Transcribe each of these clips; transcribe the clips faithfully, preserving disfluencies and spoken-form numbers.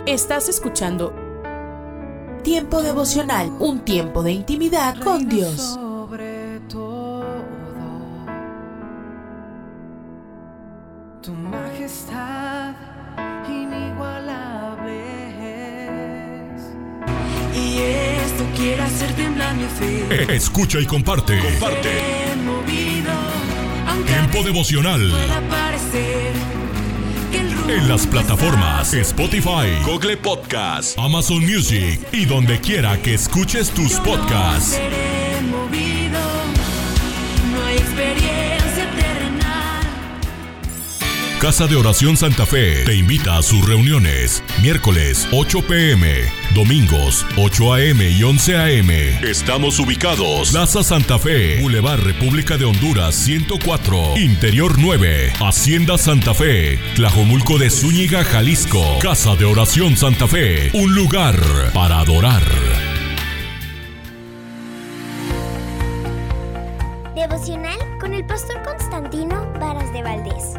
Estás escuchando Tiempo Devocional, un tiempo de intimidad con Dios. Sobre todo, tu majestad inigualable es. Y esto quiere hacer temblar mi fe. Escucha y comparte. Comparte. Movido, aunque Tiempo Devocional. pueda parecer que el rumbo En las plataformas es Spotify, Google Podcast, Amazon Music y donde quiera que escuches tus Yo podcasts. no seré movido, no hay experiencia terrenal. Casa de Oración Santa Fe te invita a sus reuniones. Miércoles ocho pm, domingos ocho am y once am. Estamos ubicados Plaza Santa Fe, Boulevard República de Honduras ciento cuatro, Interior nueve, Hacienda Santa Fe, Tlajomulco de Zúñiga, Jalisco. Casa de Oración Santa Fe, un lugar para adorar. Devocional con el pastor Constantino Varas de Valdés.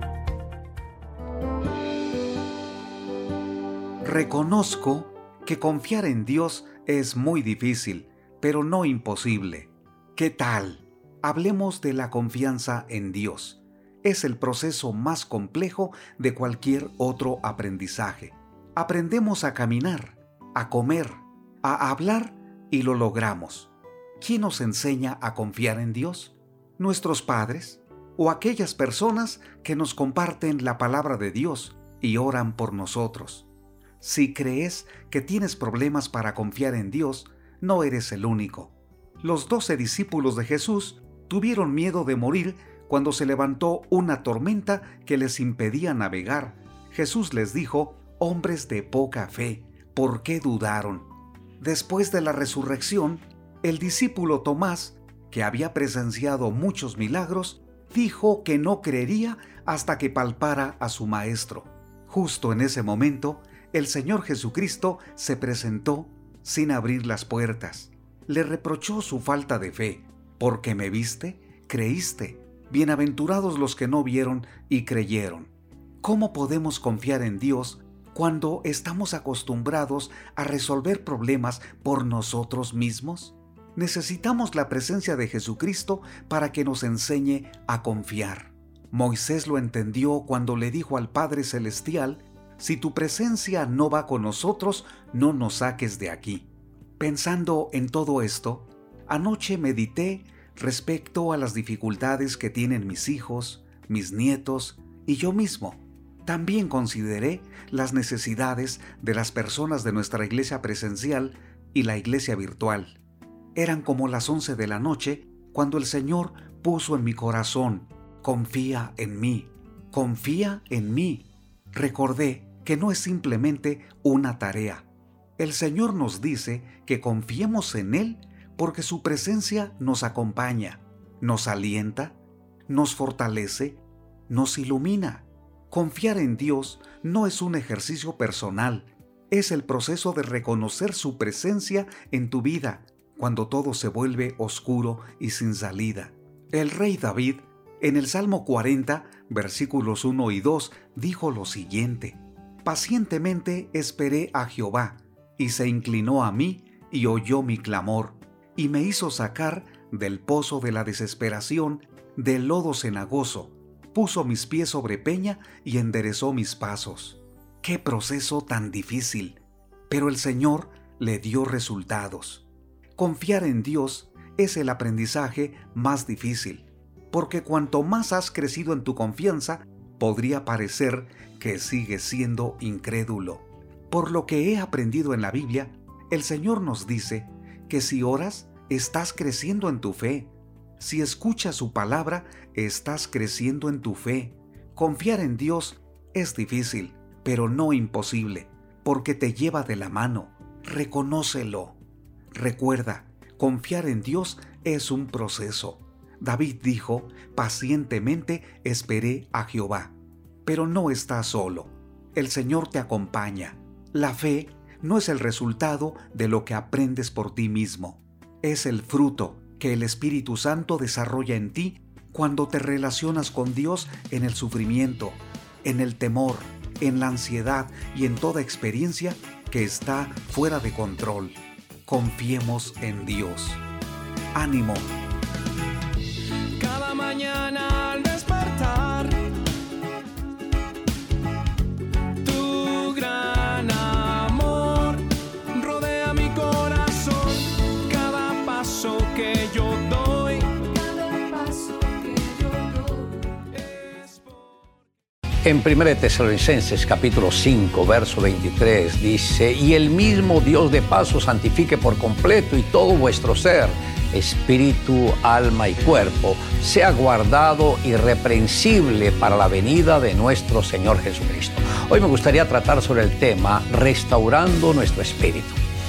Reconozco que confiar en Dios es muy difícil, pero no imposible. ¿Qué tal? Hablemos de la confianza en Dios. Es el proceso más complejo de cualquier otro aprendizaje. Aprendemos a caminar, a comer, a hablar y lo logramos. ¿Quién nos enseña a confiar en Dios? ¿Nuestros padres? ¿O aquellas personas que nos comparten la palabra de Dios y oran por nosotros? Si crees que tienes problemas para confiar en Dios, no eres el único. Los doce discípulos de Jesús tuvieron miedo de morir cuando se levantó una tormenta que les impedía navegar. Jesús les dijo: hombres de poca fe, ¿por qué dudaron? Después de la resurrección, el discípulo Tomás, que había presenciado muchos milagros, dijo que no creería hasta que palpara a su maestro. Justo en ese momento, el Señor Jesucristo se presentó sin abrir las puertas. Le reprochó su falta de fe. Porque me viste, creíste. Bienaventurados los que no vieron y creyeron. ¿Cómo podemos confiar en Dios cuando estamos acostumbrados a resolver problemas por nosotros mismos? Necesitamos la presencia de Jesucristo para que nos enseñe a confiar. Moisés lo entendió cuando le dijo al Padre Celestial: si tu presencia no va con nosotros, no nos saques de aquí. Pensando en todo esto, anoche medité respecto a las dificultades que tienen mis hijos, mis nietos y yo mismo. También consideré las necesidades de las personas de nuestra iglesia presencial y la iglesia virtual. Eran como las once de la noche cuando el Señor puso en mi corazón: confía en mí, confía en mí. Recordé que no es simplemente una tarea. El Señor nos dice que confiemos en Él porque su presencia nos acompaña, nos alienta, nos fortalece, nos ilumina. Confiar en Dios no es un ejercicio personal, es el proceso de reconocer su presencia en tu vida cuando todo se vuelve oscuro y sin salida. El rey David, en el Salmo cuarenta, versículos uno y dos, dijo lo siguiente: pacientemente esperé a Jehová, y se inclinó a mí y oyó mi clamor, y me hizo sacar del pozo de la desesperación, del lodo cenagoso, puso mis pies sobre peña y enderezó mis pasos. ¡Qué proceso tan difícil! Pero el Señor le dio resultados. Confiar en Dios es el aprendizaje más difícil, porque cuanto más has crecido en tu confianza, podría parecer que sigues siendo incrédulo. Por lo que he aprendido en la Biblia, el Señor nos dice que si oras, estás creciendo en tu fe. Si escuchas su palabra, estás creciendo en tu fe. Confiar en Dios es difícil, pero no imposible, porque te lleva de la mano. Reconócelo. Recuerda, confiar en Dios es un proceso. David dijo: pacientemente esperé a Jehová. Pero no estás solo. El Señor te acompaña. La fe no es el resultado de lo que aprendes por ti mismo. Es el fruto que el Espíritu Santo desarrolla en ti cuando te relacionas con Dios en el sufrimiento, en el temor, en la ansiedad y en toda experiencia que está fuera de control. Confiemos en Dios. ¡Ánimo! Cada mañana al despertar, tu gran amor rodea mi corazón. Cada paso que yo doy, cada paso que yo doy es por... En primera de Tesalonicenses capítulo cinco, verso veintitrés dice: y el mismo Dios de paz os santifique por completo, y todo vuestro ser, espíritu, alma y cuerpo, sea guardado irreprensible para la venida de nuestro Señor Jesucristo. Hoy me gustaría tratar sobre el tema restaurando nuestro espíritu.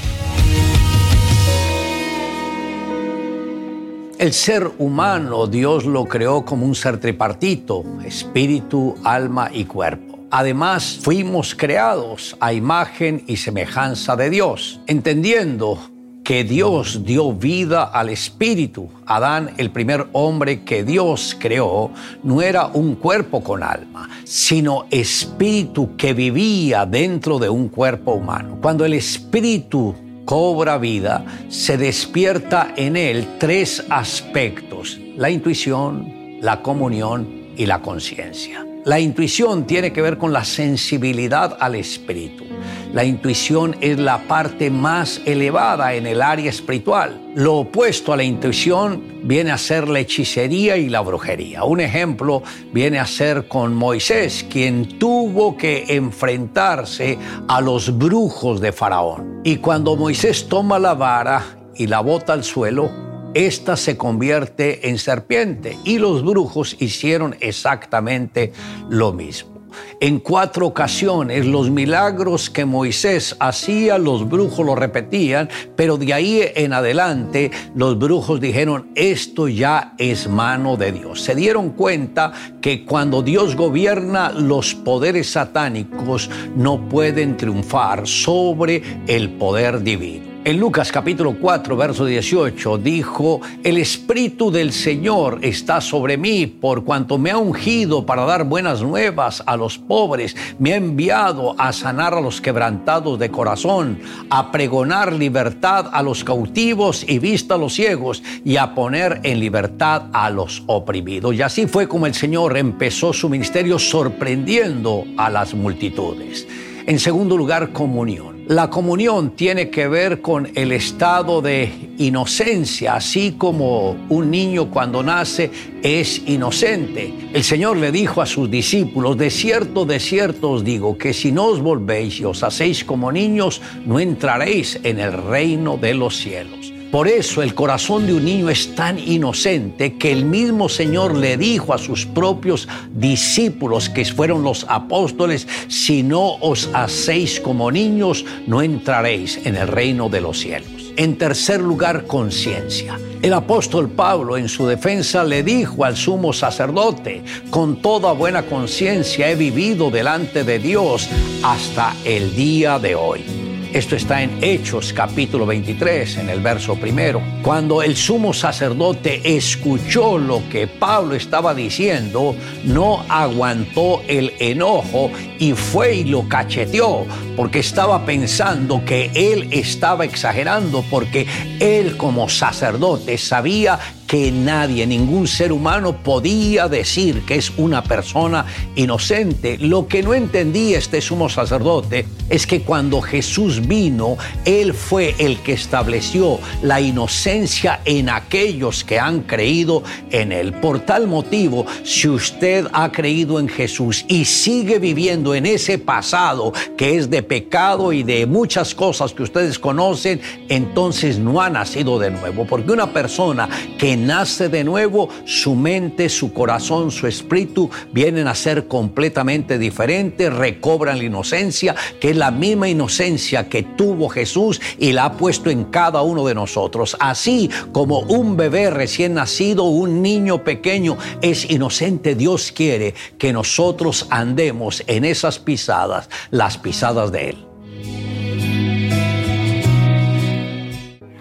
El ser humano, Dios lo creó como un ser tripartito: espíritu, alma y cuerpo. Además, fuimos creados a imagen y semejanza de Dios, entendiendo que Dios dio vida al espíritu. Adán, el primer hombre que Dios creó, no era un cuerpo con alma, sino espíritu que vivía dentro de un cuerpo humano. Cuando el espíritu cobra vida, se despierta en él tres aspectos: la intuición, la comunión y la conciencia. La intuición tiene que ver con la sensibilidad al espíritu. La intuición es la parte más elevada en el área espiritual. Lo opuesto a la intuición viene a ser la hechicería y la brujería. Un ejemplo viene a ser con Moisés, quien tuvo que enfrentarse a los brujos de Faraón. Y cuando Moisés toma la vara y la bota al suelo, esta se convierte en serpiente, y los brujos hicieron exactamente lo mismo. En cuatro ocasiones los milagros que Moisés hacía, los brujos lo repetían, pero de ahí en adelante los brujos dijeron: esto ya es mano de Dios. Se dieron cuenta que cuando Dios gobierna, los poderes satánicos no pueden triunfar sobre el poder divino. En Lucas capítulo cuatro, verso dieciocho, dijo: el Espíritu del Señor está sobre mí, por cuanto me ha ungido para dar buenas nuevas a los pobres, me ha enviado a sanar a los quebrantados de corazón, a pregonar libertad a los cautivos y vista a los ciegos, y a poner en libertad a los oprimidos. Y así fue como el Señor empezó su ministerio, sorprendiendo a las multitudes. En segundo lugar, comunión. La comunión tiene que ver con el estado de inocencia, así como un niño cuando nace es inocente. El Señor le dijo a sus discípulos: de cierto, de cierto os digo, que si no os volvéis y os hacéis como niños, no entraréis en el reino de los cielos. Por eso el corazón de un niño es tan inocente que el mismo Señor le dijo a sus propios discípulos, que fueron los apóstoles: si no os hacéis como niños, no entraréis en el reino de los cielos. En tercer lugar, conciencia. El apóstol Pablo, en su defensa, le dijo al sumo sacerdote: con toda buena conciencia he vivido delante de Dios hasta el día de hoy. Esto está en Hechos capítulo veintitrés, en el verso primero. Cuando el sumo sacerdote escuchó lo que Pablo estaba diciendo, no aguantó el enojo y fue y lo cacheteó, porque estaba pensando que él estaba exagerando, porque él como sacerdote sabía que nadie, ningún ser humano podía decir que es una persona inocente. Lo que no entendía este sumo sacerdote es que cuando Jesús vino, Él fue el que estableció la inocencia en aquellos que han creído en Él. Por tal motivo, si usted ha creído en Jesús y sigue viviendo en ese pasado que es de pecado y de muchas cosas que ustedes conocen, entonces no ha nacido de nuevo. Porque una persona que nace de nuevo, su mente, su corazón, su espíritu vienen a ser completamente diferentes, recobran la inocencia, que es la misma inocencia que tuvo Jesús y la ha puesto en cada uno de nosotros. Así como un bebé recién nacido, un niño pequeño es inocente, Dios quiere que nosotros andemos en esas pisadas, las pisadas de Él.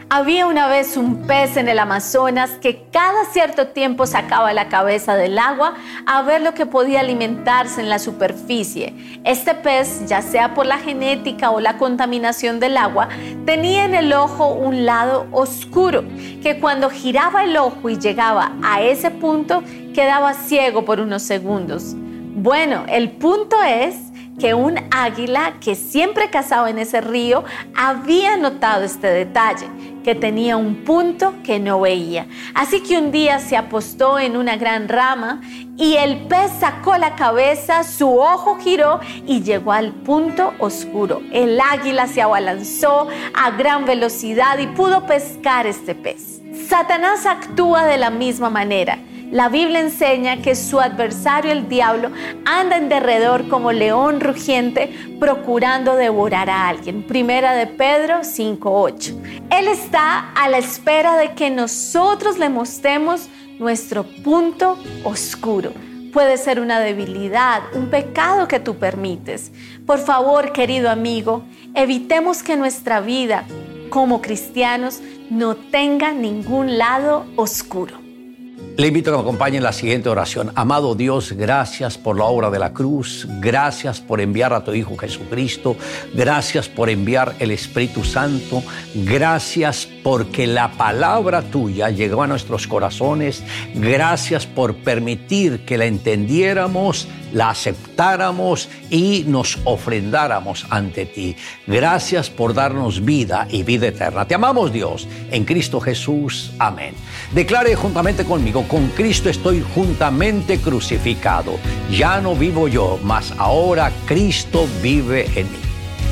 Había una vez un pez en el Amazonas que cada cierto tiempo sacaba la cabeza del agua a ver lo que podía alimentarse en la superficie. Este pez, ya sea por la genética o la contaminación del agua, tenía en el ojo un lado oscuro, que cuando giraba el ojo y llegaba a ese punto, quedaba ciego por unos segundos. Bueno, el punto es que un águila que siempre cazaba en ese río había notado este detalle, que tenía un punto que no veía. Así que un día se apostó en una gran rama y el pez sacó la cabeza, su ojo giró y llegó al punto oscuro. El águila se abalanzó a gran velocidad y pudo pescar este pez. Satanás actúa de la misma manera. La Biblia enseña que su adversario, el diablo, anda en derredor como león rugiente procurando devorar a alguien. Primera de Pedro cinco ocho. Él está a la espera de que nosotros le mostremos nuestro punto oscuro. Puede ser una debilidad, un pecado que tú permites. Por favor, querido amigo, evitemos que nuestra vida como cristianos no tenga ningún lado oscuro. Le invito a que me acompañe en la siguiente oración. Amado Dios, gracias por la obra de la cruz, gracias por enviar a tu Hijo Jesucristo, gracias por enviar el Espíritu Santo, gracias porque la palabra tuya llegó a nuestros corazones, gracias por permitir que la entendiéramos, la aceptáramos y nos ofrendáramos ante ti. Gracias por darnos vida y vida eterna. Te amamos, Dios, en Cristo Jesús. Amén. Declare juntamente conmigo: con Cristo estoy juntamente crucificado. Ya no vivo yo, mas ahora Cristo vive en mí.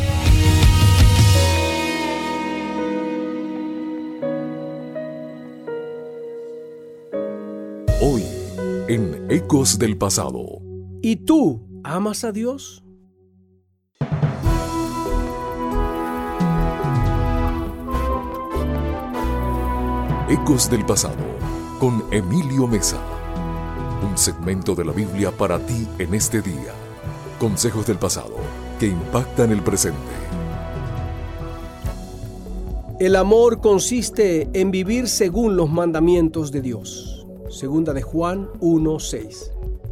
Hoy, en Ecos del Pasado. ¿Y tú amas a Dios? Ecos del Pasado, con Emilio Mesa. Un segmento de la Biblia para ti en este día. Consejos del pasado que impactan el presente. El amor consiste en vivir según los mandamientos de Dios. Segunda de Juan uno seis.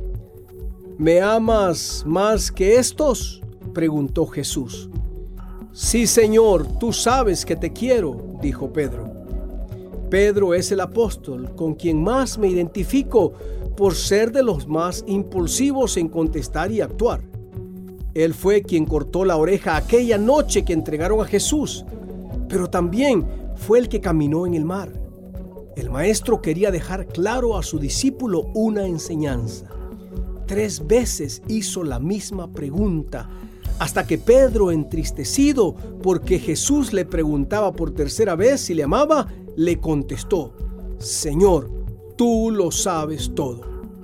¿Me amas más que estos?, preguntó Jesús. Sí, Señor, tú sabes que te quiero, dijo Pedro. Pedro es el apóstol con quien más me identifico por ser de los más impulsivos en contestar y actuar. Él fue quien cortó la oreja aquella noche que entregaron a Jesús, pero también fue el que caminó en el mar. El maestro quería dejar claro a su discípulo una enseñanza. Tres veces hizo la misma pregunta, hasta que Pedro, entristecido porque Jesús le preguntaba por tercera vez si le amaba, le contestó: Señor, tú lo sabes todo.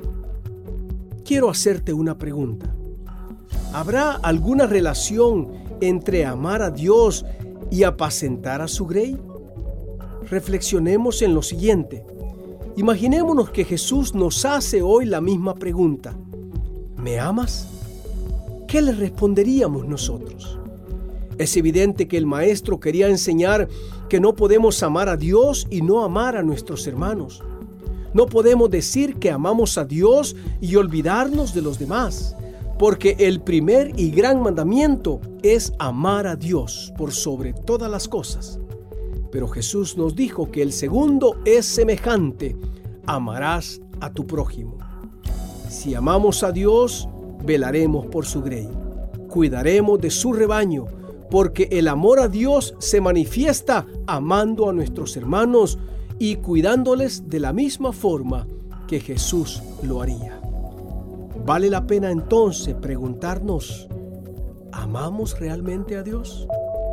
Quiero hacerte una pregunta. ¿Habrá alguna relación entre amar a Dios y apacentar a su grey? Reflexionemos en lo siguiente. Imaginémonos que Jesús nos hace hoy la misma pregunta: ¿me amas? ¿Qué le responderíamos nosotros? Es evidente que el maestro quería enseñar que no podemos amar a Dios y no amar a nuestros hermanos. No podemos decir que amamos a Dios y olvidarnos de los demás, porque el primer y gran mandamiento es amar a Dios por sobre todas las cosas. Pero Jesús nos dijo que el segundo es semejante: amarás a tu prójimo. Si amamos a Dios, velaremos por su grey, cuidaremos de su rebaño, porque el amor a Dios se manifiesta amando a nuestros hermanos y cuidándoles de la misma forma que Jesús lo haría. Vale la pena entonces preguntarnos: ¿amamos realmente a Dios?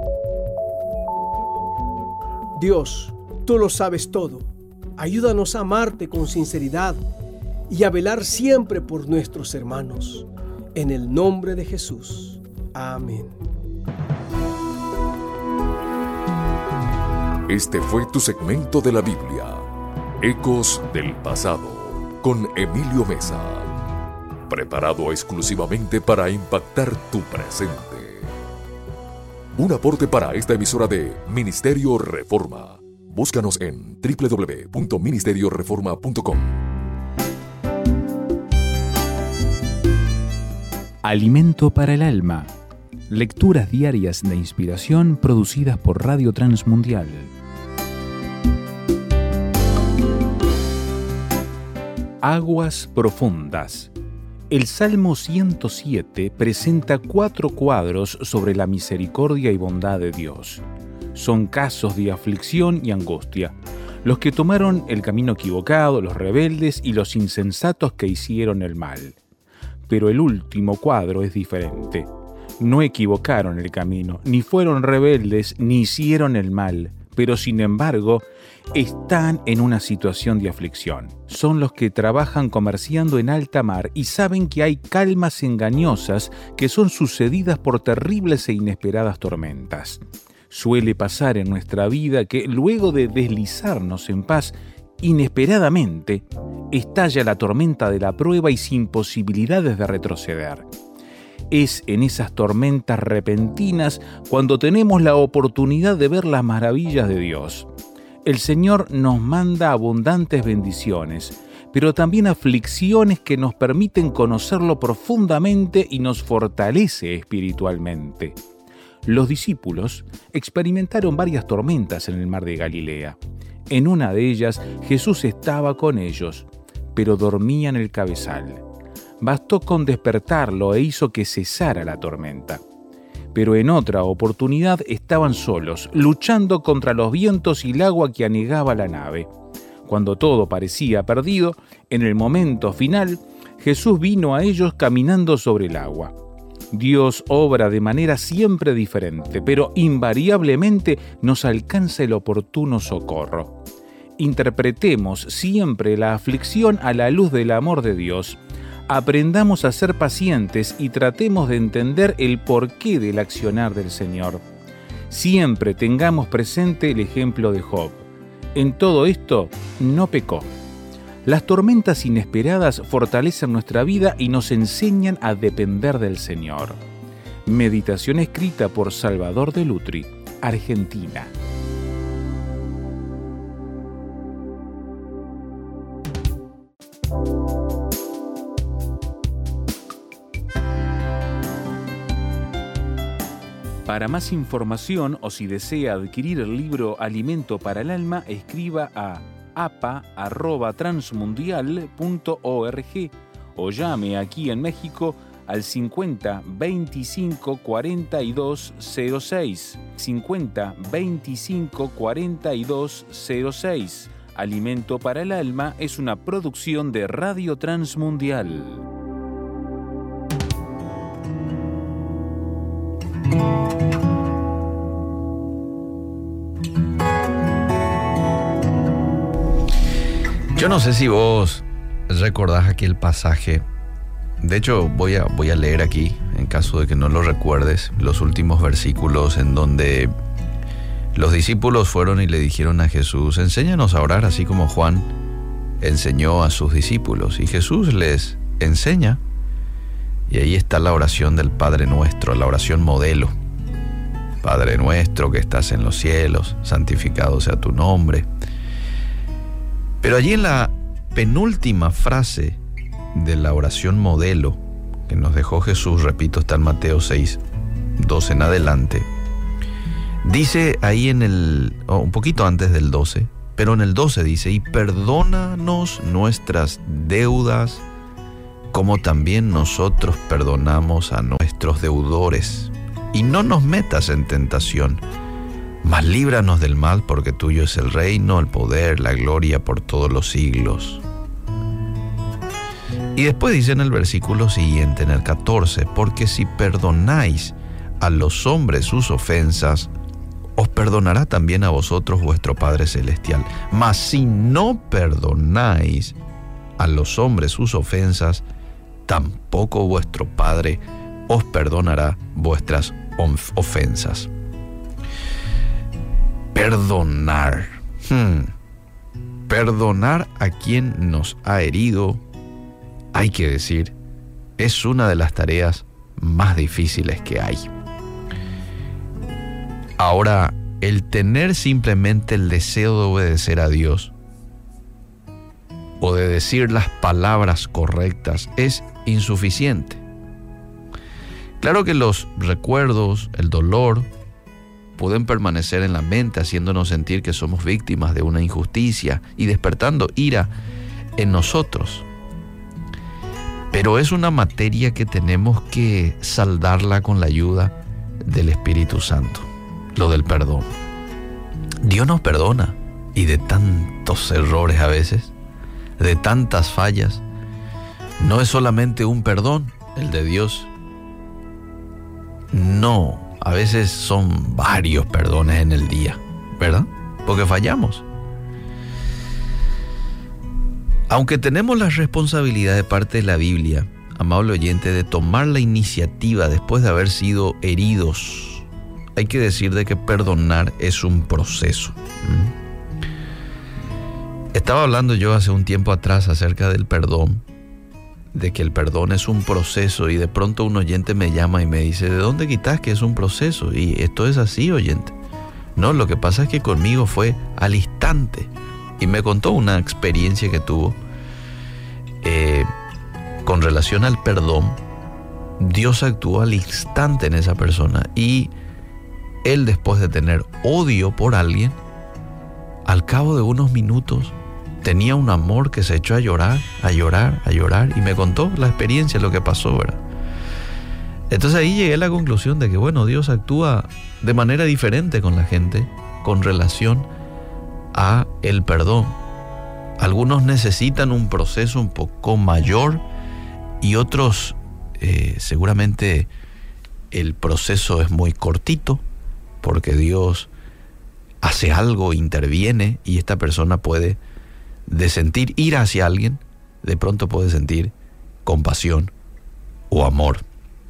Dios, tú lo sabes todo. Ayúdanos a amarte con sinceridad y a velar siempre por nuestros hermanos. En el nombre de Jesús. Amén. Este fue tu segmento de la Biblia, Ecos del Pasado, con Emilio Mesa. Preparado exclusivamente para impactar tu presente. Un aporte para esta emisora de Ministerio Reforma. Búscanos en doble u doble u doble u punto ministerio reforma punto com. Alimento para el alma. Lecturas diarias de inspiración producidas por Radio Transmundial. Aguas profundas. El Salmo ciento siete presenta cuatro cuadros sobre la misericordia y bondad de Dios. Son casos de aflicción y angustia. Los que tomaron el camino equivocado, los rebeldes y los insensatos que hicieron el mal. Pero el último cuadro es diferente. No equivocaron el camino, ni fueron rebeldes, ni hicieron el mal, pero sin embargo están en una situación de aflicción. Son los que trabajan comerciando en alta mar y saben que hay calmas engañosas que son sucedidas por terribles e inesperadas tormentas. Suele pasar en nuestra vida que luego de deslizarnos en paz, inesperadamente, estalla la tormenta de la prueba y sin posibilidades de retroceder. Es en esas tormentas repentinas cuando tenemos la oportunidad de ver las maravillas de Dios. El Señor nos manda abundantes bendiciones, pero también aflicciones que nos permiten conocerlo profundamente y nos fortalece espiritualmente. Los discípulos experimentaron varias tormentas en el mar de Galilea. En una de ellas, Jesús estaba con ellos, pero dormía en el cabezal. Bastó con despertarlo e hizo que cesara la tormenta. Pero en otra oportunidad estaban solos, luchando contra los vientos y el agua que anegaba la nave. Cuando todo parecía perdido, en el momento final, Jesús vino a ellos caminando sobre el agua. Dios obra de manera siempre diferente, pero invariablemente nos alcanza el oportuno socorro. Interpretemos siempre la aflicción a la luz del amor de Dios. Aprendamos a ser pacientes y tratemos de entender el porqué del accionar del Señor. Siempre tengamos presente el ejemplo de Job. En todo esto, no pecó. Las tormentas inesperadas fortalecen nuestra vida y nos enseñan a depender del Señor. Meditación escrita por Salvador de Lutri, Argentina. Para más información o si desea adquirir el libro Alimento para el Alma, escriba a a p a arroba transmundial punto org o llame aquí en México al cincuenta veinticinco cuarenta y dos cero seis. cincuenta veinticinco cuarenta y dos cero seis. Alimento para el Alma es una producción de Radio Transmundial. Yo no sé si vos recordás aquel pasaje. De hecho, voy a, voy a leer aquí, en caso de que no lo recuerdes, los últimos versículos en donde los discípulos fueron y le dijeron a Jesús: enséñanos a orar así como Juan enseñó a sus discípulos. Y Jesús les enseña. Y ahí está la oración del Padre Nuestro, la oración modelo. Padre nuestro que estás en los cielos, santificado sea tu nombre. Pero allí en la penúltima frase de la oración modelo que nos dejó Jesús, repito, está en Mateo seis, doce en adelante, dice ahí en el, oh, un poquito antes del doce, pero en el doce dice: y perdónanos nuestras deudas como también nosotros perdonamos a nuestros deudores, y no nos metas en tentación, mas líbranos del mal, porque tuyo es el reino, el poder, la gloria por todos los siglos. Y después dice en el versículo siguiente, en el catorce: porque si perdonáis a los hombres sus ofensas, os perdonará también a vosotros vuestro Padre Celestial. Mas si no perdonáis a los hombres sus ofensas, tampoco vuestro Padre os perdonará vuestras ofensas. Perdonar. Hmm. Perdonar a quien nos ha herido, hay que decir, es una de las tareas más difíciles que hay. Ahora, el tener simplemente el deseo de obedecer a Dios o de decir las palabras correctas es insuficiente. Claro que los recuerdos, el dolor, pueden permanecer en la mente, haciéndonos sentir que somos víctimas de una injusticia y despertando ira en nosotros. Pero es una materia que tenemos que saldarla con la ayuda del Espíritu Santo, lo del perdón. Dios nos perdona, y de tantos errores a veces, de tantas fallas. No es solamente un perdón el de Dios. No, a veces son varios perdones en el día, ¿verdad? Porque fallamos. Aunque tenemos la responsabilidad de parte de la Biblia, amable oyente, de tomar la iniciativa después de haber sido heridos, hay que decir de que perdonar es un proceso. ¿Mm? Estaba hablando yo hace un tiempo atrás acerca del perdón, de que el perdón es un proceso, y de pronto un oyente me llama y me dice, ¿de dónde quitas que es un proceso? Y esto es así, oyente. No, lo que pasa es que conmigo fue al instante. Y me contó una experiencia que tuvo eh, con relación al perdón. Dios actuó al instante en esa persona, y él, después de tener odio por alguien, al cabo de unos minutos tenía un amor que se echó a llorar, a llorar, a llorar, y me contó la experiencia, lo que pasó, ¿verdad? Entonces ahí llegué a la conclusión de que, bueno, Dios actúa de manera diferente con la gente con relación a el perdón. Algunos necesitan un proceso un poco mayor, y otros eh, seguramente el proceso es muy cortito, porque Dios hace algo, interviene, y esta persona puede, de sentir ira hacia alguien, de pronto puede sentir compasión o amor.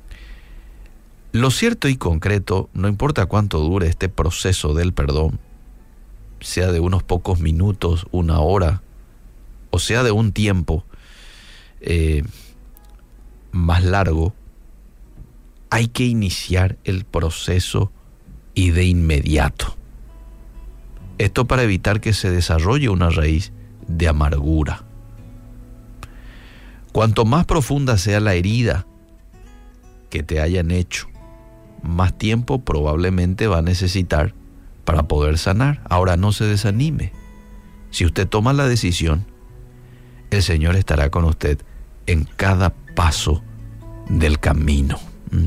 Lo cierto y concreto, no importa cuánto dure este proceso del perdón, sea de unos pocos minutos, una hora, o sea de un tiempo eh, más largo, hay que iniciar el proceso y de inmediato. Esto para evitar que se desarrolle una raíz de amargura. Cuanto más profunda sea la herida que te hayan hecho, más tiempo probablemente va a necesitar para poder sanar. Ahora, no se desanime. Si usted toma la decisión, el Señor estará con usted en cada paso del camino. ¿Mm?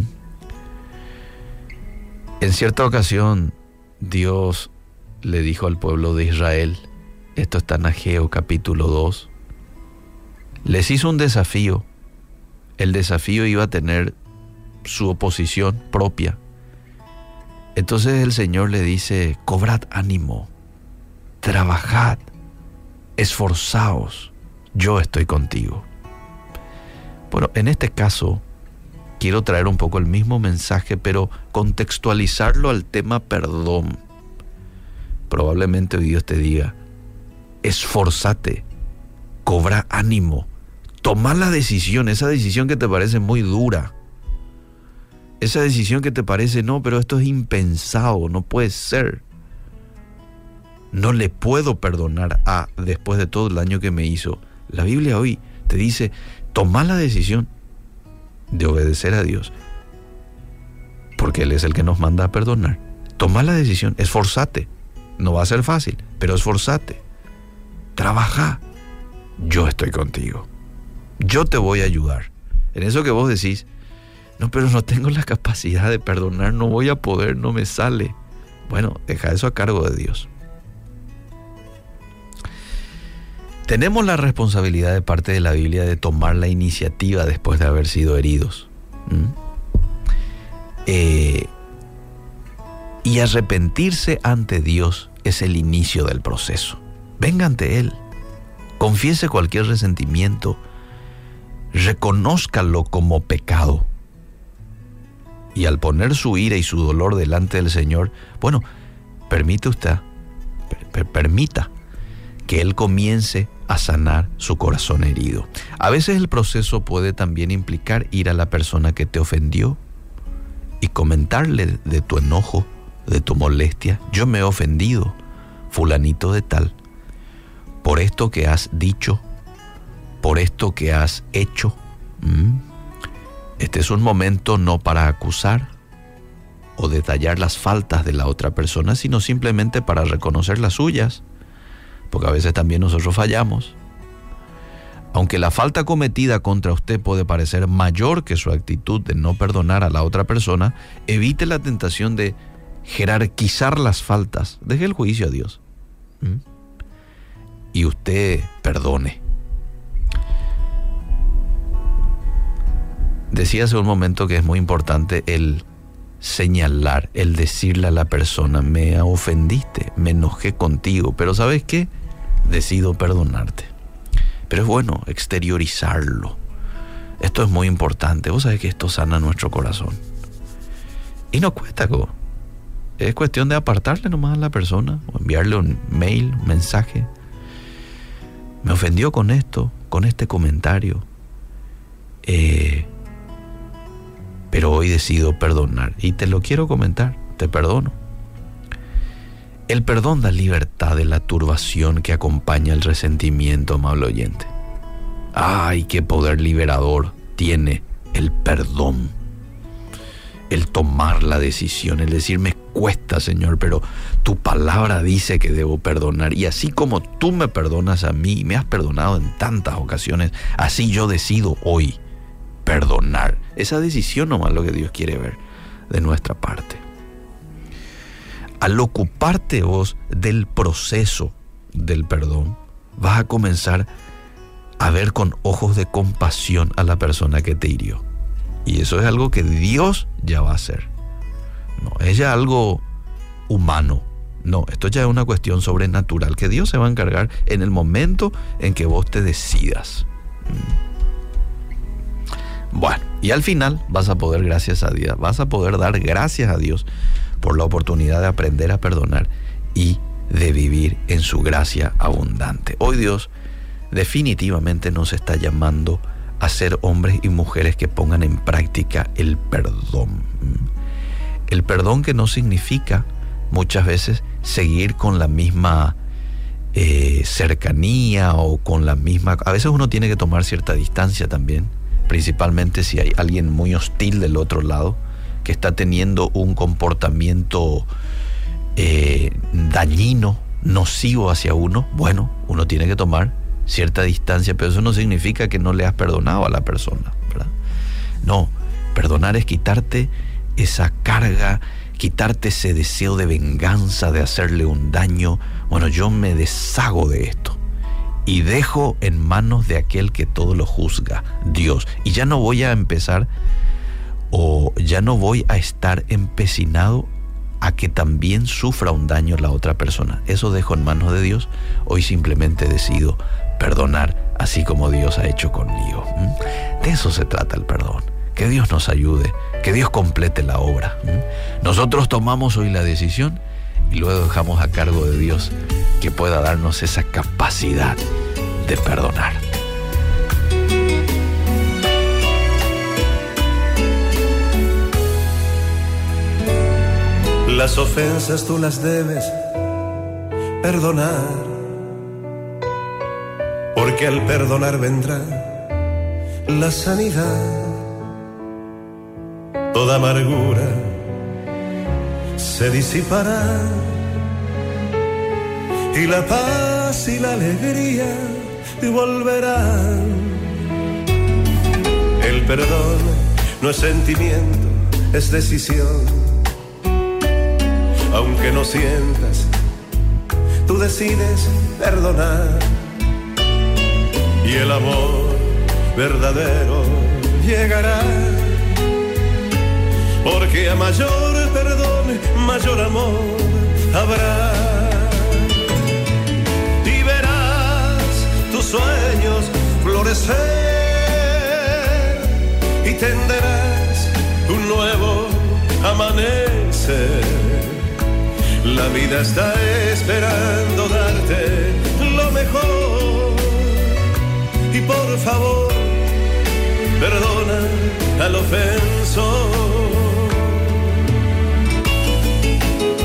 En cierta ocasión, Dios le dijo al pueblo de Israel, esto está en Ageo capítulo dos, les hizo un desafío. El desafío iba a tener su oposición propia. Entonces el Señor le dice, cobrad ánimo, trabajad, esforzaos, yo estoy contigo. Bueno, en este caso quiero traer un poco el mismo mensaje, pero contextualizarlo al tema perdón. Probablemente hoy Dios te diga, esforzate, cobra ánimo, toma la decisión, esa decisión que te parece muy dura, esa decisión que te parece, no, pero esto es impensado, no puede ser. No le puedo perdonar a, después de todo el daño que me hizo. La Biblia hoy te dice, toma la decisión de obedecer a Dios, porque Él es el que nos manda a perdonar. Toma la decisión, esforzate. No va a ser fácil, pero esforzate. Trabaja. Yo estoy contigo. Yo te voy a ayudar. En eso que vos decís, no, pero no tengo la capacidad de perdonar, no voy a poder, no me sale. Bueno, deja eso a cargo de Dios. Tenemos la responsabilidad de parte de la Biblia de tomar la iniciativa después de haber sido heridos. ¿Mm? Eh, y arrepentirse ante Dios es el inicio del proceso. Venga ante Él, confiese cualquier resentimiento, reconózcalo como pecado. Y al poner su ira y su dolor delante del Señor, bueno, permite usted, per, permita que Él comience a sanar su corazón herido. A veces el proceso puede también implicar ir a la persona que te ofendió y comentarle de tu enojo de tu molestia. Yo me he ofendido, fulanito de tal, por esto que has dicho, por esto que has hecho. ¿Mm? Este es un momento no para acusar o detallar las faltas de la otra persona, sino simplemente para reconocer las suyas, porque a veces también nosotros fallamos. Aunque la falta cometida contra usted puede parecer mayor que su actitud de no perdonar a la otra persona, evite la tentación de jerarquizar las faltas. Deje el juicio a Dios. ¿Mm? Y usted perdone. Decía hace un momento que es muy importante el señalar, el decirle a la persona: me ofendiste, me enojé contigo, pero ¿sabes qué? Decido perdonarte. Pero es bueno exteriorizarlo. Esto es muy importante. Vos sabés que esto sana nuestro corazón. Y no cuesta, ¿cómo? Es cuestión de apartarle nomás a la persona o enviarle un mail, un mensaje. Me ofendió con esto, con este comentario. Eh, pero hoy decido perdonar. Y te lo quiero comentar, te perdono. El perdón da libertad de la turbación que acompaña el resentimiento, amable oyente. ¡Ay, qué poder liberador tiene el perdón! El tomar la decisión, el decir: me cuesta, Señor, pero tu palabra dice que debo perdonar. Y así como tú me perdonas a mí, y me has perdonado en tantas ocasiones, así yo decido hoy perdonar. Esa decisión nomás es lo que Dios quiere ver de nuestra parte. Al ocuparte vos del proceso del perdón, vas a comenzar a ver con ojos de compasión a la persona que te hirió. Y eso es algo que Dios ya va a hacer. No es ya algo humano. No, esto ya es una cuestión sobrenatural que Dios se va a encargar en el momento en que vos te decidas. Bueno, y al final vas a poder, gracias a Dios, vas a poder dar gracias a Dios por la oportunidad de aprender a perdonar y de vivir en su gracia abundante. Hoy Dios definitivamente nos está llamando a ser hombres y mujeres que pongan en práctica el perdón. El perdón que no significa muchas veces seguir con la misma eh, cercanía o con la misma... A veces uno tiene que tomar cierta distancia también, principalmente si hay alguien muy hostil del otro lado, que está teniendo un comportamiento eh, dañino, nocivo hacia uno. Bueno, uno tiene que tomar cierta distancia, pero eso no significa que no le has perdonado a la persona, ¿verdad? No, perdonar es quitarte esa carga, quitarte ese deseo de venganza, de hacerle un daño. Bueno, yo me deshago de esto y dejo en manos de aquel que todo lo juzga, Dios. Y ya no voy a empezar o ya no voy a estar empecinado a que también sufra un daño la otra persona. Eso dejo en manos de Dios. Hoy simplemente decido perdonar así como Dios ha hecho conmigo. De eso se trata el perdón. Que Dios nos ayude, que Dios complete la obra. Nosotros tomamos hoy la decisión y luego dejamos a cargo de Dios que pueda darnos esa capacidad de perdonar. Las ofensas tú las debes perdonar, porque al perdonar vendrá la sanidad. Toda amargura se disipará y la paz y la alegría volverán. El perdón no es sentimiento, es decisión. Aunque no sientas, tú decides perdonar. Y el amor verdadero llegará. Porque a mayor perdón, mayor amor habrá. Y verás tus sueños florecer y tendrás un nuevo amanecer. La vida está esperando darte lo mejor. Y por favor, perdona al ofensor.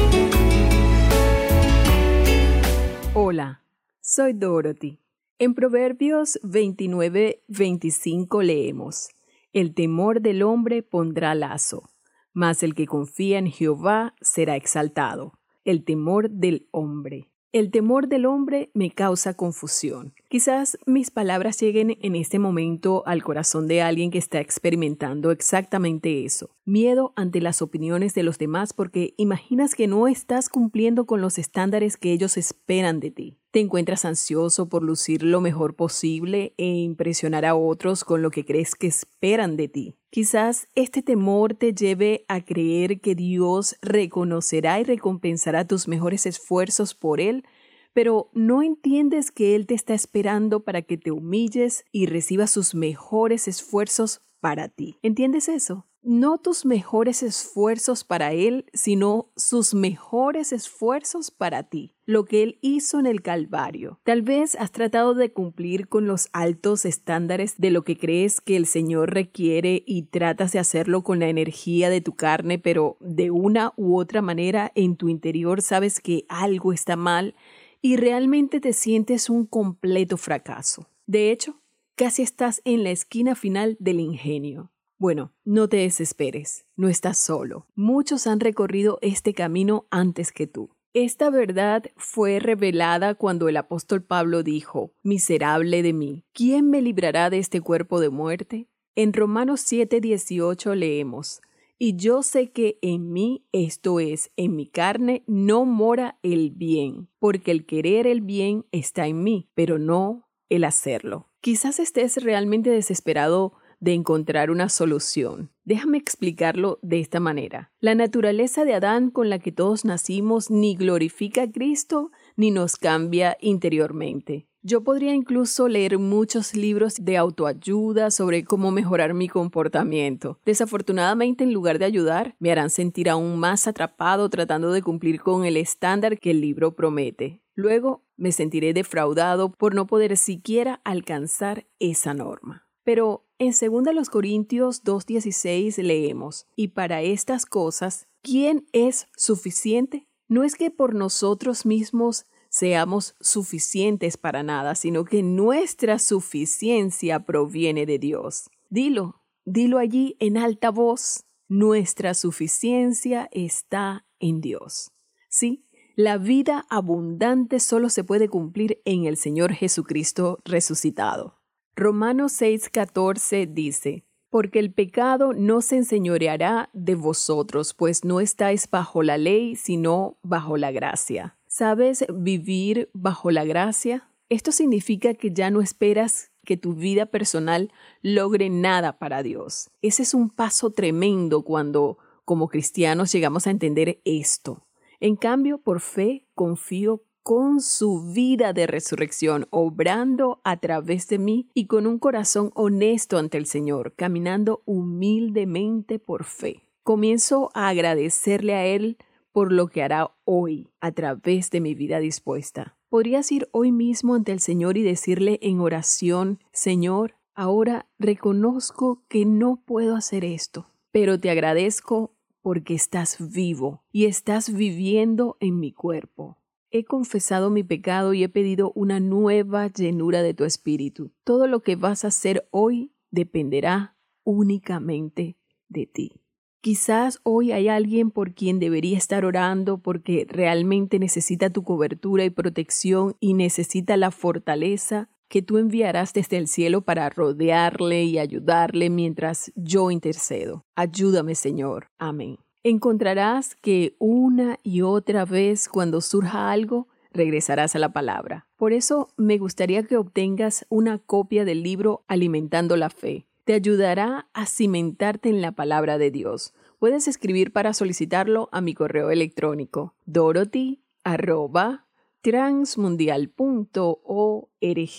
Soy Dorothy. En Proverbios veintinueve veinticinco leemos: El temor del hombre pondrá lazo, mas el que confía en Jehová será exaltado. El temor del hombre. El temor del hombre me causa confusión. Quizás mis palabras lleguen en este momento al corazón de alguien que está experimentando exactamente eso. Miedo ante las opiniones de los demás porque imaginas que no estás cumpliendo con los estándares que ellos esperan de ti. Te encuentras ansioso por lucir lo mejor posible e impresionar a otros con lo que crees que esperan de ti. Quizás este temor te lleve a creer que Dios reconocerá y recompensará tus mejores esfuerzos por Él, pero no entiendes que Él te está esperando para que te humilles y recibas sus mejores esfuerzos para ti. ¿Entiendes eso? No tus mejores esfuerzos para Él, sino sus mejores esfuerzos para ti, lo que Él hizo en el Calvario. Tal vez has tratado de cumplir con los altos estándares de lo que crees que el Señor requiere y tratas de hacerlo con la energía de tu carne, pero de una u otra manera en tu interior sabes que algo está mal y realmente te sientes un completo fracaso. De hecho, casi estás en la esquina final del ingenio. Bueno, no te desesperes, no estás solo. Muchos han recorrido este camino antes que tú. Esta verdad fue revelada cuando el apóstol Pablo dijo: «Miserable de mí, ¿quién me librará de este cuerpo de muerte?». En Romanos siete dieciocho leemos: «Y yo sé que en mí, esto es, en mi carne, no mora el bien, porque el querer el bien está en mí, pero no el hacerlo». Quizás estés realmente desesperado de encontrar una solución. Déjame explicarlo de esta manera. La naturaleza de Adán con la que todos nacimos ni glorifica a Cristo ni nos cambia interiormente. Yo podría incluso leer muchos libros de autoayuda sobre cómo mejorar mi comportamiento. Desafortunadamente, en lugar de ayudar, me harán sentir aún más atrapado tratando de cumplir con el estándar que el libro promete. Luego, me sentiré defraudado por no poder siquiera alcanzar esa norma. Pero en dos Corintios dos dieciséis leemos: «Y para estas cosas, ¿quién es suficiente? No es que por nosotros mismos seamos suficientes para nada, sino que nuestra suficiencia proviene de Dios». Dilo, dilo allí en alta voz: nuestra suficiencia está en Dios. Sí, la vida abundante solo se puede cumplir en el Señor Jesucristo resucitado. Romanos seis catorce dice: «Porque el pecado no se enseñoreará de vosotros, pues no estáis bajo la ley, sino bajo la gracia». ¿Sabes vivir bajo la gracia? Esto significa que ya no esperas que tu vida personal logre nada para Dios. Ese es un paso tremendo cuando, como cristianos, llegamos a entender esto. En cambio, por fe, confío con su vida de resurrección, obrando a través de mí y con un corazón honesto ante el Señor, caminando humildemente por fe. Comienzo a agradecerle a Él por lo que hará hoy a través de mi vida dispuesta. ¿Podrías ir hoy mismo ante el Señor y decirle en oración: «Señor, ahora reconozco que no puedo hacer esto, pero te agradezco porque estás vivo y estás viviendo en mi cuerpo. He confesado mi pecado y he pedido una nueva llenura de tu espíritu. Todo lo que vas a hacer hoy dependerá únicamente de ti». Quizás hoy hay alguien por quien debería estar orando porque realmente necesita tu cobertura y protección y necesita la fortaleza que tú enviarás desde el cielo para rodearle y ayudarle mientras yo intercedo. Ayúdame, Señor. Amén. Encontrarás que una y otra vez cuando surja algo, regresarás a la palabra. Por eso me gustaría que obtengas una copia del libro Alimentando la Fe. Te ayudará a cimentarte en la palabra de Dios. Puedes escribir para solicitarlo a mi correo electrónico dorothy arroba transmundial punto org.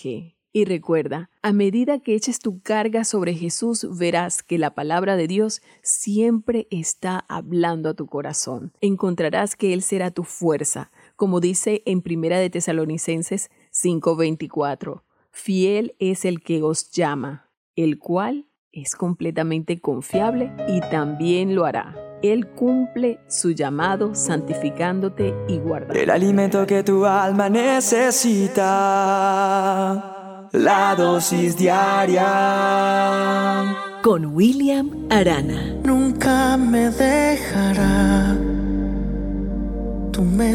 Y recuerda, a medida que eches tu carga sobre Jesús, verás que la palabra de Dios siempre está hablando a tu corazón. Encontrarás que Él será tu fuerza, como dice en Primera de Tesalonicenses cinco veinticuatro. Fiel es el que os llama, el cual es completamente confiable y también lo hará. Él cumple su llamado santificándote y guardándote. El alimento que tu alma necesita, la dosis diaria. Con William Arana. Nunca me dejará, tú me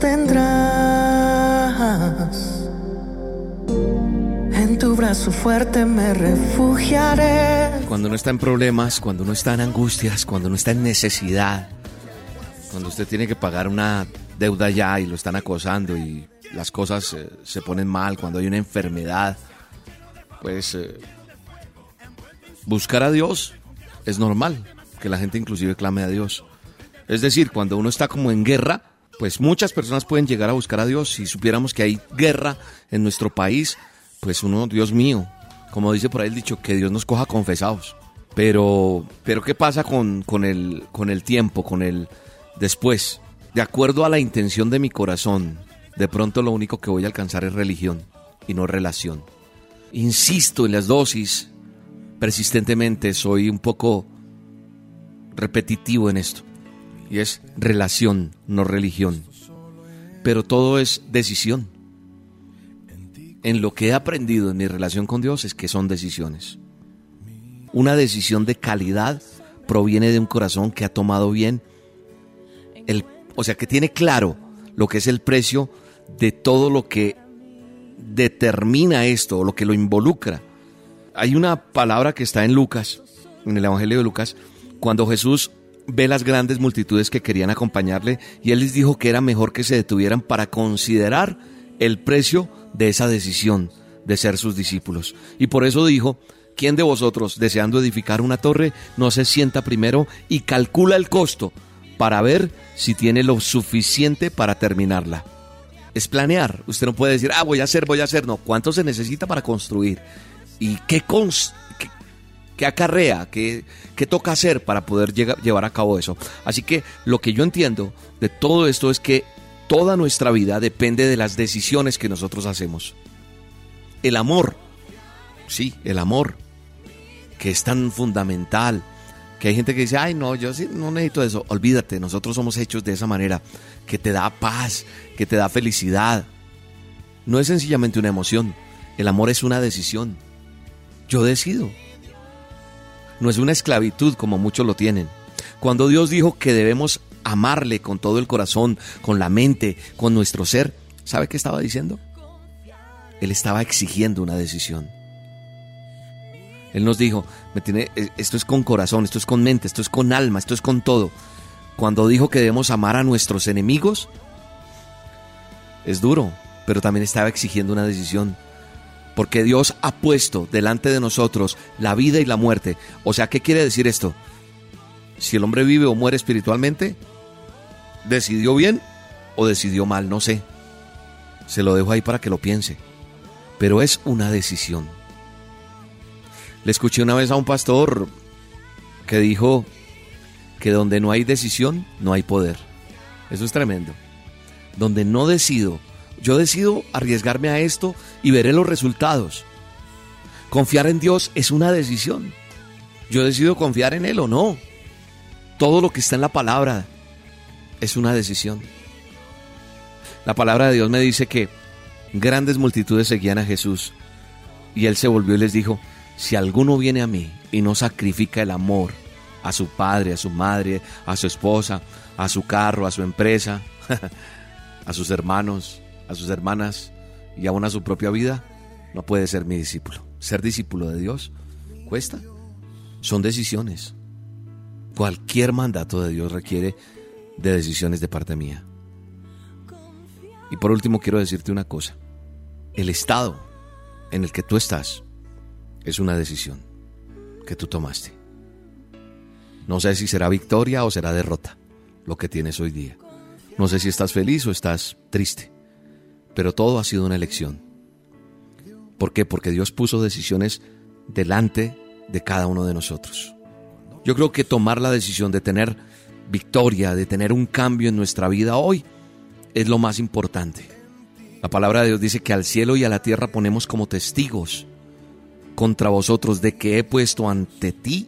sostendrás. En tu brazo fuerte me refugiaré. Cuando uno está en problemas, cuando uno está en angustias, cuando uno está en necesidad, cuando usted tiene que pagar una deuda ya y lo están acosando y las cosas eh, se ponen mal, cuando hay una enfermedad, pues eh, buscar a Dios es normal, que la gente inclusive clame a Dios. Es decir, cuando uno está como en guerra, pues muchas personas pueden llegar a buscar a Dios. Si supiéramos que hay guerra en nuestro país, pues uno, Dios mío, como dice por ahí el dicho, que Dios nos coja confesados. Pero, pero ¿qué pasa con, con, el, con el tiempo, con el después? De acuerdo a la intención de mi corazón, de pronto lo único que voy a alcanzar es religión y no relación. Insisto en las dosis, persistentemente, soy un poco repetitivo en esto. Y es relación, no religión. Pero todo es decisión. En lo que he aprendido en mi relación con Dios es que son decisiones. Una decisión de calidad proviene de un corazón que ha tomado bien, el, o sea, que tiene claro lo que es el precio de todo lo que determina esto, o lo que lo involucra. Hay una palabra que está en Lucas, en el Evangelio de Lucas, cuando Jesús ve las grandes multitudes que querían acompañarle y Él les dijo que era mejor que se detuvieran para considerar el precio de esa decisión de ser sus discípulos. Y por eso dijo: ¿quién de vosotros, deseando edificar una torre, no se sienta primero y calcula el costo para ver si tiene lo suficiente para terminarla? Es planear. Usted no puede decir, ah, voy a hacer, voy a hacer. No, ¿cuánto se necesita para construir? ¿Y qué, cons- qué, qué acarrea? ¿Qué, qué toca hacer para poder llegar, llevar a cabo eso? Así que lo que yo entiendo de todo esto es que toda nuestra vida depende de las decisiones que nosotros hacemos. El amor, sí, el amor, que es tan fundamental, que hay gente que dice, ay no, yo sí no necesito eso. Olvídate, nosotros somos hechos de esa manera, que te da paz, que te da felicidad. No es sencillamente una emoción, el amor es una decisión. Yo decido. No es una esclavitud como muchos lo tienen. Cuando Dios dijo que debemos amarle con todo el corazón, con la mente, con nuestro ser, ¿sabe qué estaba diciendo? Él estaba exigiendo una decisión. Él nos dijo, me tiene, esto es con corazón, esto es con mente, esto es con alma, esto es con todo. Cuando dijo que debemos amar a nuestros enemigos, es duro, pero también estaba exigiendo una decisión. Porque Dios ha puesto delante de nosotros la vida y la muerte. O sea, ¿qué quiere decir esto? Si el hombre vive o muere espiritualmente, ¿decidió bien o decidió mal? No sé. Se lo dejo ahí para que lo piense. Pero es una decisión. Le escuché una vez a un pastor que dijo que donde no hay decisión, no hay poder. Eso es tremendo. Donde no decido, yo decido arriesgarme a esto y veré los resultados. Confiar en Dios es una decisión. Yo decido confiar en Él o no. Todo lo que está en la palabra es una decisión. La palabra de Dios me dice que grandes multitudes seguían a Jesús y Él se volvió y les dijo: si alguno viene a mí y no sacrifica el amor a su padre, a su madre, a su esposa, a su carro, a su empresa, a sus hermanos, a sus hermanas y aún a su propia vida, no puede ser mi discípulo. Ser discípulo de Dios cuesta. Son decisiones. Cualquier mandato de Dios requiere de decisiones de parte mía. Y por último quiero decirte una cosa. El estado en el que tú estás es una decisión que tú tomaste. No sé si será victoria o será derrota lo que tienes hoy día. No sé si estás feliz o estás triste, pero todo ha sido una elección. ¿Por qué? Porque Dios puso decisiones delante de cada uno de nosotros. Yo creo que tomar la decisión de tener victoria, de tener un cambio en nuestra vida hoy, es lo más importante. La palabra de Dios dice que al cielo y a la tierra ponemos como testigos contra vosotros de que he puesto ante ti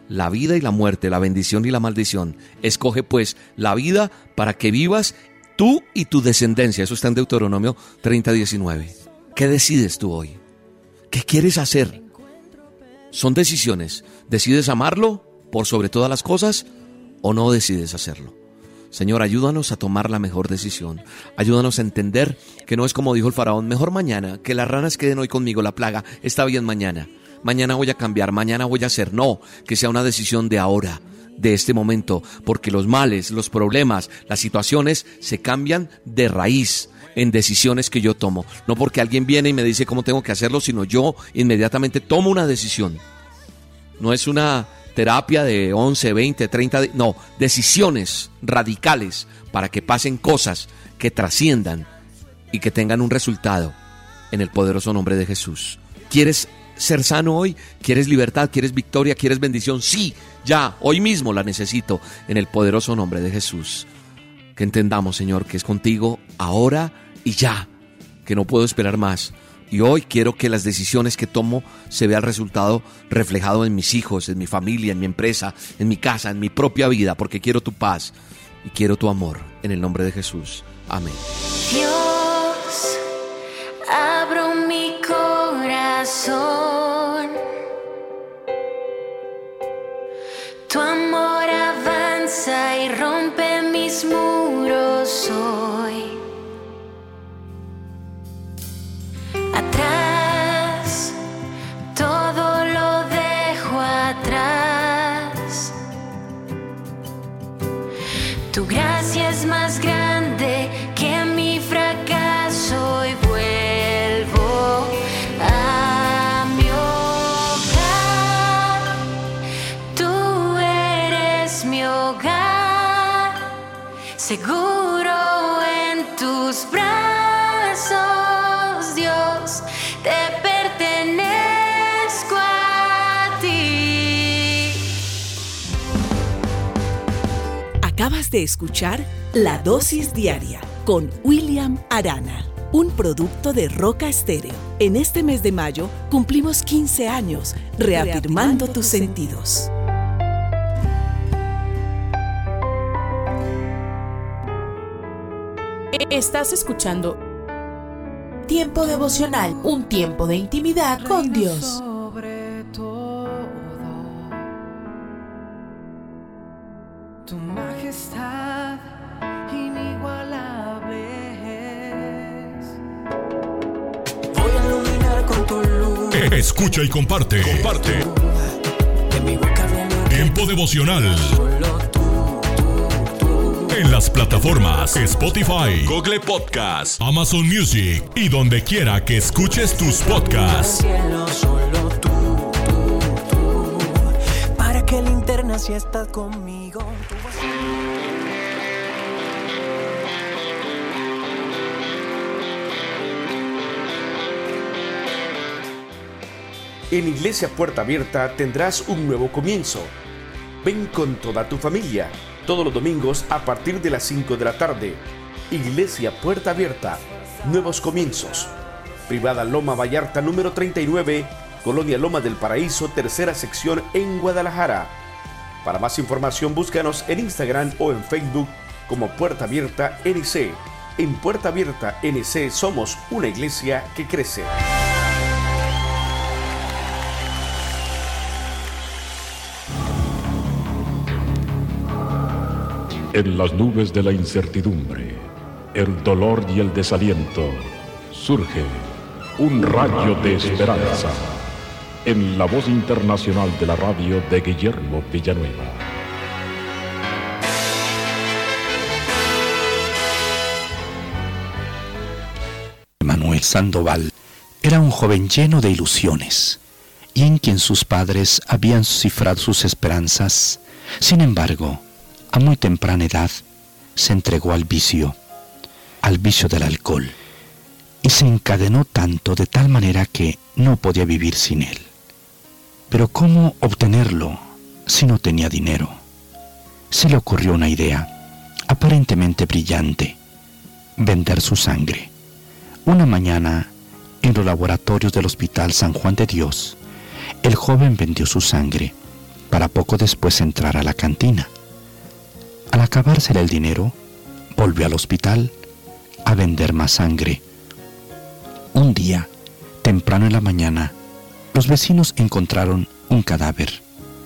la vida y la muerte, la bendición y la maldición. Escoge pues la vida para que vivas tú y tu descendencia. Eso está en Deuteronomio treinta, diecinueve. ¿Qué decides tú hoy? ¿Qué quieres hacer? Son decisiones. ¿Decides amarlo por sobre todas las cosas o no decides hacerlo? Señor, ayúdanos a tomar la mejor decisión. Ayúdanos a entender que no es como dijo el faraón, mejor mañana, que las ranas queden hoy conmigo, la plaga está bien mañana. Mañana voy a cambiar, mañana voy a hacer. No, que sea una decisión de ahora, de este momento, porque los males, los problemas, las situaciones se cambian de raíz en decisiones que yo tomo. No porque alguien viene y me dice cómo tengo que hacerlo, sino yo inmediatamente tomo una decisión. No es una terapia de once, veinte, treinta, no, decisiones radicales para que pasen cosas que trasciendan y que tengan un resultado en el poderoso nombre de Jesús. ¿Quieres ser sano hoy? ¿Quieres libertad? ¿Quieres victoria? ¿Quieres bendición? Sí, ya, hoy mismo la necesito en el poderoso nombre de Jesús. Que entendamos, Señor, que es contigo ahora y ya, que no puedo esperar más. Y hoy quiero que las decisiones que tomo se vea el resultado reflejado en mis hijos, en mi familia, en mi empresa, en mi casa, en mi propia vida, porque quiero tu paz y quiero tu amor. En el nombre de Jesús. Amén. Dios, abro mi corazón. Tu amor avanza y rompe mis muros hoy. Atrás, todo lo dejo atrás. Tu gracia es más grande que mi fracaso y vuelvo a mi hogar. Tú eres mi hogar, seguro en tus brazos, Dios, te pertenezco a ti. Acabas de escuchar La Dosis Diaria con William Arana, un producto de Roca Estéreo. En este mes de mayo cumplimos quince años reafirmando, reafirmando tus sentidos. Estás escuchando Tiempo Devocional, un tiempo de intimidad con Dios. Sobre todo, tu majestad inigualable es. Voy a iluminar con tu luz. Escucha y comparte. Comparte. Tiempo Devocional. En las plataformas Spotify, Google Podcast, Amazon Music y donde quiera que escuches tus podcasts. Solo tú, tú, tú, para que linterna si estás conmigo. En Iglesia Puerta Abierta tendrás un nuevo comienzo. Ven con toda tu familia, todos los domingos a partir de las cinco de la tarde. Iglesia Puerta Abierta, nuevos comienzos. Privada Loma Vallarta número treinta y nueve, Colonia Loma del Paraíso, tercera sección en Guadalajara. Para más información búscanos en Instagram o en Facebook como Puerta Abierta N C. En Puerta Abierta N C somos una iglesia que crece. En las nubes de la incertidumbre, el dolor y el desaliento, surge un rayo de esperanza en la voz internacional de la radio de Guillermo Villanueva. Manuel Sandoval era un joven lleno de ilusiones y en quien sus padres habían cifrado sus esperanzas. Sin embargo, a muy temprana edad se entregó al vicio, al vicio del alcohol, y se encadenó tanto de tal manera que no podía vivir sin él. Pero ¿cómo obtenerlo si no tenía dinero? Se le ocurrió una idea, aparentemente brillante: vender su sangre. Una mañana, en los laboratorios del Hospital San Juan de Dios, el joven vendió su sangre para poco después entrar a la cantina. Al acabársele el dinero, volvió al hospital a vender más sangre. Un día, temprano en la mañana, los vecinos encontraron un cadáver.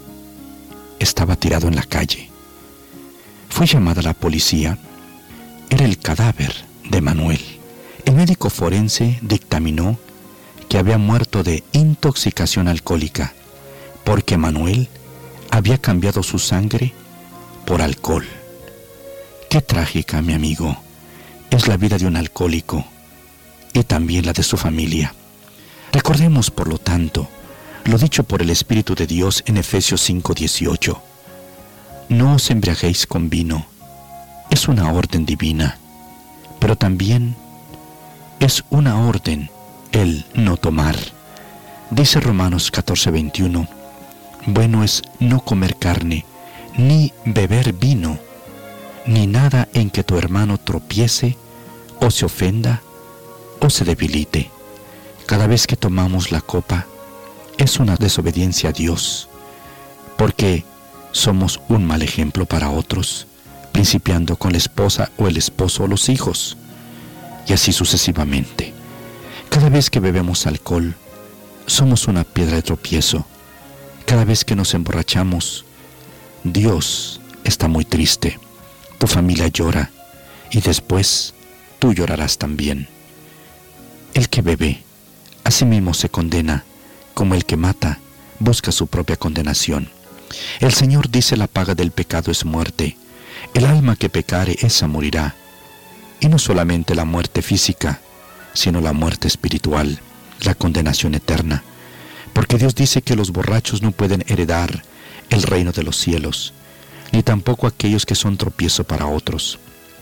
Estaba tirado en la calle. Fue llamada la policía. Era el cadáver de Manuel. El médico forense dictaminó que había muerto de intoxicación alcohólica, porque Manuel había cambiado su sangre por alcohol. Qué trágica, mi amigo, es la vida de un alcohólico y también la de su familia. Recordemos, por lo tanto, lo dicho por el Espíritu de Dios en Efesios cinco dieciocho. No os embriaguéis con vino, es una orden divina, pero también es una orden el no tomar. Dice Romanos catorce veintiuno, bueno es no comer carne, ni beber vino, ni nada en que tu hermano tropiece, o se ofenda, o se debilite. Cada vez que tomamos la copa, es una desobediencia a Dios, porque somos un mal ejemplo para otros, principiando con la esposa o el esposo o los hijos, y así sucesivamente. Cada vez que bebemos alcohol, somos una piedra de tropiezo. Cada vez que nos emborrachamos, Dios está muy triste. Tu familia llora y después tú llorarás también. El que bebe, a sí mismo se condena, como el que mata busca su propia condenación. El Señor dice: la paga del pecado es muerte. El alma que pecare, esa morirá. Y no solamente la muerte física, sino la muerte espiritual, la condenación eterna. Porque Dios dice que los borrachos no pueden heredar el reino de los cielos, ni tampoco aquellos que son tropiezo para otros.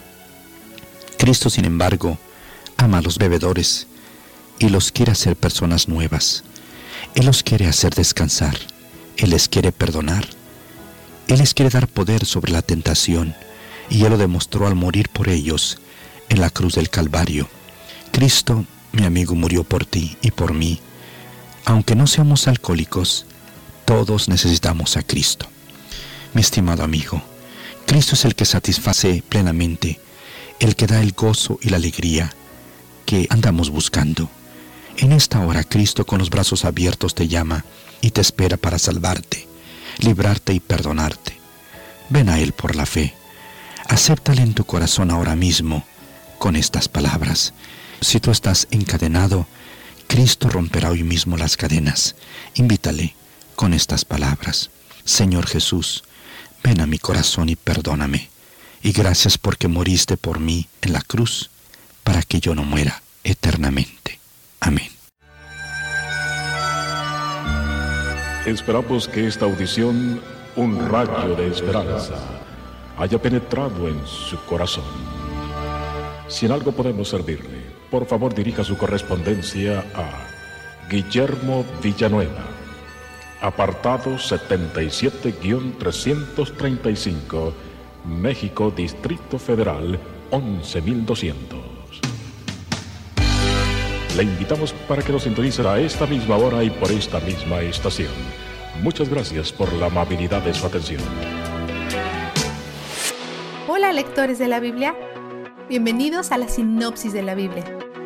Cristo, sin embargo, ama a los bebedores y los quiere hacer personas nuevas. Él los quiere hacer descansar. Él les quiere perdonar. Él les quiere dar poder sobre la tentación, y Él lo demostró al morir por ellos en la cruz del Calvario. Cristo, mi amigo, murió por ti y por mí. Aunque no seamos alcohólicos, todos necesitamos a Cristo. Mi estimado amigo, Cristo es el que satisface plenamente, el que da el gozo y la alegría que andamos buscando. En esta hora, Cristo con los brazos abiertos te llama y te espera para salvarte, librarte y perdonarte. Ven a Él por la fe. Acéptale en tu corazón ahora mismo con estas palabras. Si tú estás encadenado, Cristo romperá hoy mismo las cadenas. Invítale con estas palabras. Señor Jesús, ven a mi corazón y perdóname. Y gracias porque moriste por mí en la cruz, para que yo no muera eternamente. Amén. Esperamos que esta audición, un rayo de esperanza, haya penetrado en su corazón. Si en algo podemos servirle, por favor dirija su correspondencia a Guillermo Villanueva, apartado setenta y siete trescientos treinta y cinco, México, Distrito Federal, once mil doscientos. Le invitamos para que nos sintonice a esta misma hora y por esta misma estación. Muchas gracias por la amabilidad de su atención. Hola, lectores de la Biblia. Bienvenidos a la sinopsis de la Biblia.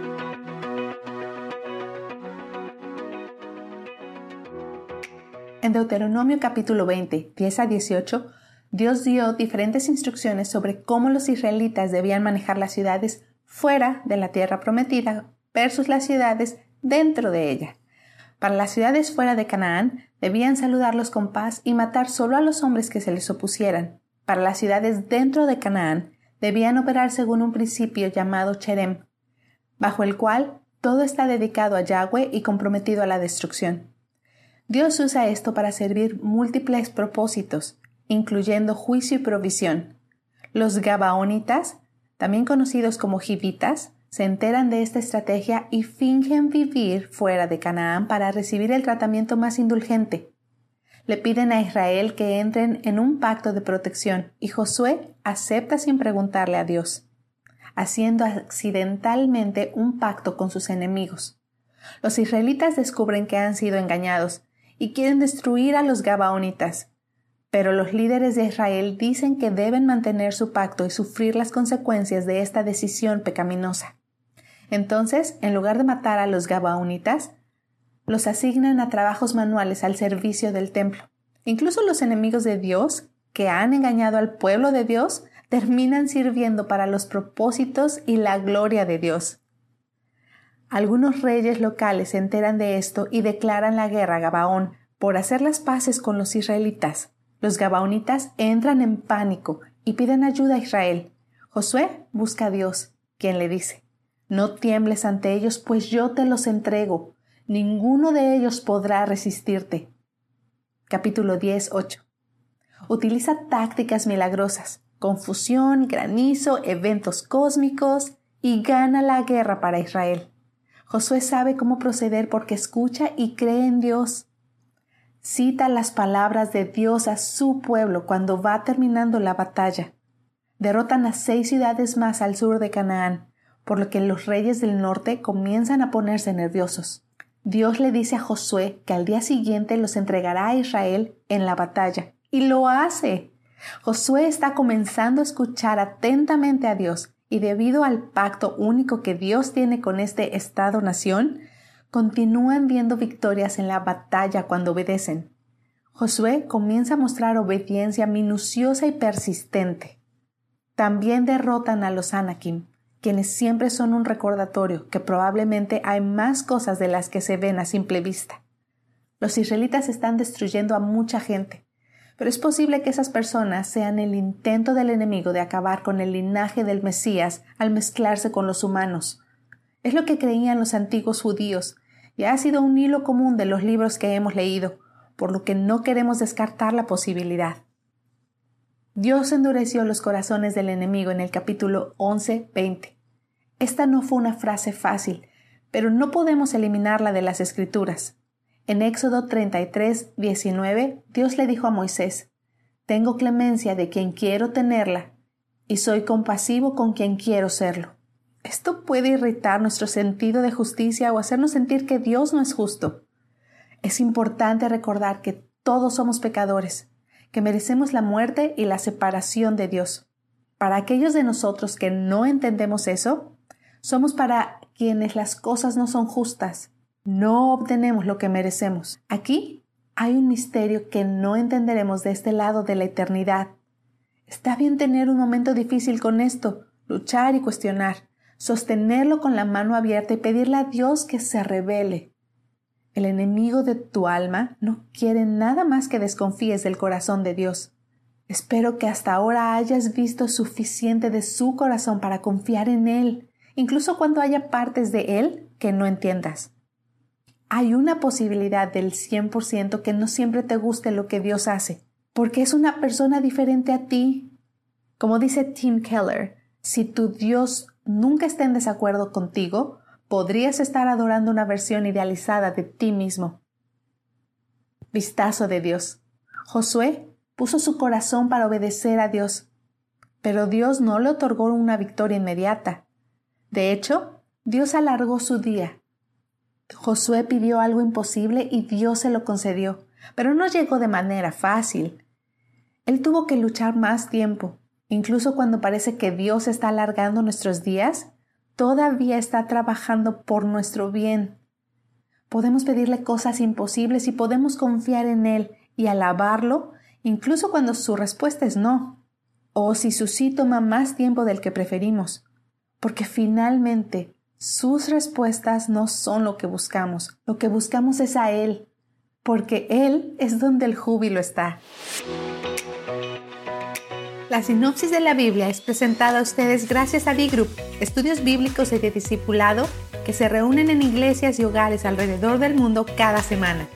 En Deuteronomio capítulo veinte, diez a dieciocho, Dios dio diferentes instrucciones sobre cómo los israelitas debían manejar las ciudades fuera de la tierra prometida versus las ciudades dentro de ella. Para las ciudades fuera de Canaán, debían saludarlos con paz y matar solo a los hombres que se les opusieran. Para las ciudades dentro de Canaán, debían operar según un principio llamado Cherem, bajo el cual todo está dedicado a Yahweh y comprometido a la destrucción. Dios usa esto para servir múltiples propósitos, incluyendo juicio y provisión. Los Gabaonitas, también conocidos como Givitas, se enteran de esta estrategia y fingen vivir fuera de Canaán para recibir el tratamiento más indulgente. Le piden a Israel que entren en un pacto de protección y Josué acepta sin preguntarle a Dios, haciendo accidentalmente un pacto con sus enemigos. Los israelitas descubren que han sido engañados y quieren destruir a los Gabaonitas. Pero los líderes de Israel dicen que deben mantener su pacto y sufrir las consecuencias de esta decisión pecaminosa. Entonces, en lugar de matar a los gabaonitas, los asignan a trabajos manuales al servicio del templo. Incluso los enemigos de Dios, que han engañado al pueblo de Dios, terminan sirviendo para los propósitos y la gloria de Dios. Algunos reyes locales se enteran de esto y declaran la guerra a Gabaón por hacer las paces con los israelitas. Los gabaonitas entran en pánico y piden ayuda a Israel. Josué busca a Dios, quien le dice: «No tiembles ante ellos, pues yo te los entrego. Ninguno de ellos podrá resistirte». Capítulo diez, ocho. Utiliza tácticas milagrosas, confusión, granizo, eventos cósmicos y gana la guerra para Israel. Josué sabe cómo proceder porque escucha y cree en Dios. Cita las palabras de Dios a su pueblo cuando va terminando la batalla. Derrotan a seis ciudades más al sur de Canaán, por lo que los reyes del norte comienzan a ponerse nerviosos. Dios le dice a Josué que al día siguiente los entregará a Israel en la batalla, y lo hace. Josué está comenzando a escuchar atentamente a Dios, y debido al pacto único que Dios tiene con este Estado-nación, continúan viendo victorias en la batalla cuando obedecen. Josué comienza a mostrar obediencia minuciosa y persistente. También derrotan a los Anakim, quienes siempre son un recordatorio que probablemente hay más cosas de las que se ven a simple vista. Los israelitas están destruyendo a mucha gente, pero es posible que esas personas sean el intento del enemigo de acabar con el linaje del Mesías al mezclarse con los humanos. Es lo que creían los antiguos judíos y ha sido un hilo común de los libros que hemos leído, por lo que no queremos descartar la posibilidad. Dios endureció los corazones del enemigo en el capítulo once, veinte. Esta no fue una frase fácil, pero no podemos eliminarla de las Escrituras. En Éxodo treinta y tres, diecinueve, Dios le dijo a Moisés: «Tengo clemencia de quien quiero tenerla, y soy compasivo con quien quiero serlo». Esto puede irritar nuestro sentido de justicia o hacernos sentir que Dios no es justo. Es importante recordar que todos somos pecadores, que merecemos la muerte y la separación de Dios. Para aquellos de nosotros que no entendemos eso, somos para quienes las cosas no son justas. No obtenemos lo que merecemos. Aquí hay un misterio que no entenderemos de este lado de la eternidad. Está bien tener un momento difícil con esto, luchar y cuestionar, sostenerlo con la mano abierta y pedirle a Dios que se revele. El enemigo de tu alma no quiere nada más que desconfíes del corazón de Dios. Espero que hasta ahora hayas visto suficiente de su corazón para confiar en Él, incluso cuando haya partes de Él que no entiendas. Hay una posibilidad del cien por ciento que no siempre te guste lo que Dios hace, porque es una persona diferente a ti. Como dice Tim Keller, si tu Dios nunca está en desacuerdo contigo, podrías estar adorando una versión idealizada de ti mismo. Vistazo de Dios. Josué puso su corazón para obedecer a Dios, pero Dios no le otorgó una victoria inmediata. De hecho, Dios alargó su día. Josué pidió algo imposible y Dios se lo concedió, pero no llegó de manera fácil. Él tuvo que luchar más tiempo. Incluso cuando parece que Dios está alargando nuestros días, todavía está trabajando por nuestro bien. Podemos pedirle cosas imposibles y podemos confiar en Él y alabarlo, incluso cuando su respuesta es no, o si su sí toma más tiempo del que preferimos, porque finalmente sus respuestas no son lo que buscamos. Lo que buscamos es a Él, porque Él es donde el júbilo está. La sinopsis de la Biblia es presentada a ustedes gracias a D-Group, estudios bíblicos y de discipulado que se reúnen en iglesias y hogares alrededor del mundo cada semana.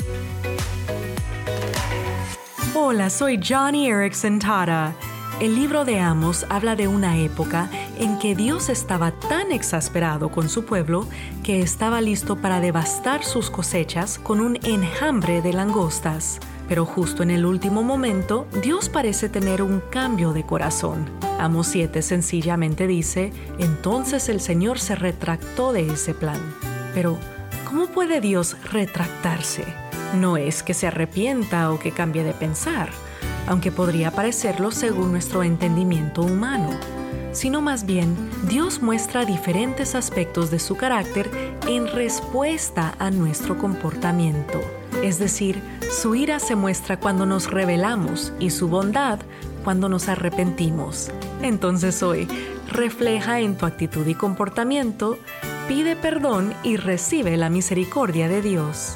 Hola, soy Johnny Erickson Tara. El libro de Amos habla de una época en que Dios estaba tan exasperado con su pueblo que estaba listo para devastar sus cosechas con un enjambre de langostas. Pero justo en el último momento, Dios parece tener un cambio de corazón. Amos siete sencillamente dice: entonces el Señor se retractó de ese plan. Pero, ¿cómo puede Dios retractarse? No es que se arrepienta o que cambie de pensar. aunque podría parecerlo según nuestro entendimiento humano, sino más bien Dios muestra diferentes aspectos de su carácter en respuesta a nuestro comportamiento. Es decir, su ira se muestra cuando nos rebelamos y su bondad cuando nos arrepentimos. Entonces hoy, refleja en tu actitud y comportamiento, pide perdón y recibe la misericordia de Dios.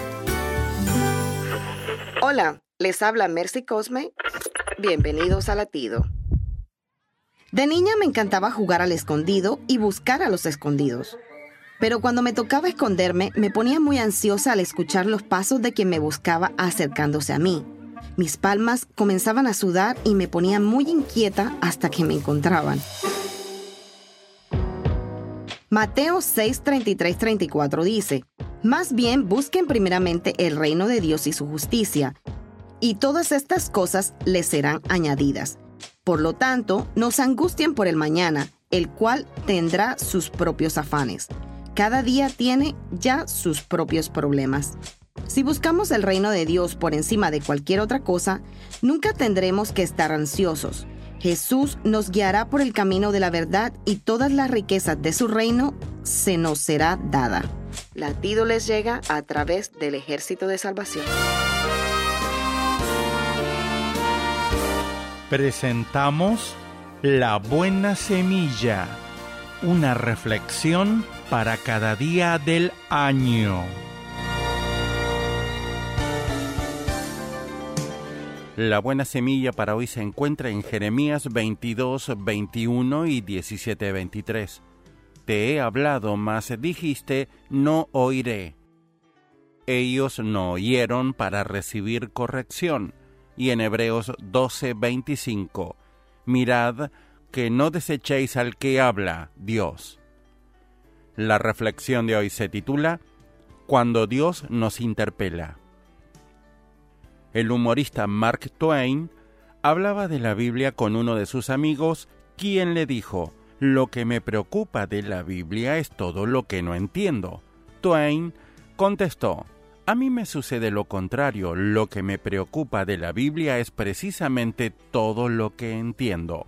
Hola, les habla Mercy Cosme. Bienvenidos a Latido. De niña me encantaba jugar al escondido y buscar a los escondidos. Pero cuando me tocaba esconderme, me ponía muy ansiosa al escuchar los pasos de quien me buscaba acercándose a mí. Mis palmas comenzaban a sudar y me ponía muy inquieta hasta que me encontraban. Mateo seis, treinta y tres, treinta y cuatro dice: Más bien busquen primeramente el reino de Dios y su justicia, y todas estas cosas les serán añadidas. Por lo tanto, no se angustien por el mañana, el cual tendrá sus propios afanes. Cada día tiene ya sus propios problemas. Si buscamos el reino de Dios por encima de cualquier otra cosa, nunca tendremos que estar ansiosos. Jesús nos guiará por el camino de la verdad y todas las riquezas de su reino se nos será dada. Latido les llega a través del Ejército de Salvación. Presentamos La Buena Semilla, una reflexión para cada día del año. La buena semilla para hoy se encuentra en Jeremías veintidós, veintiuno y diecisiete, veintitrés. Te he hablado, mas dijiste, no oiré. Ellos no oyeron para recibir corrección. Y en Hebreos doce, veinticinco, mirad que no desechéis al que habla, Dios. La reflexión de hoy se titula Cuando Dios nos interpela. El humorista Mark Twain hablaba de la Biblia con uno de sus amigos, quien le dijo: lo que me preocupa de la Biblia es todo lo que no entiendo. Twain contestó: a mí me sucede lo contrario, lo que me preocupa de la Biblia es precisamente todo lo que entiendo.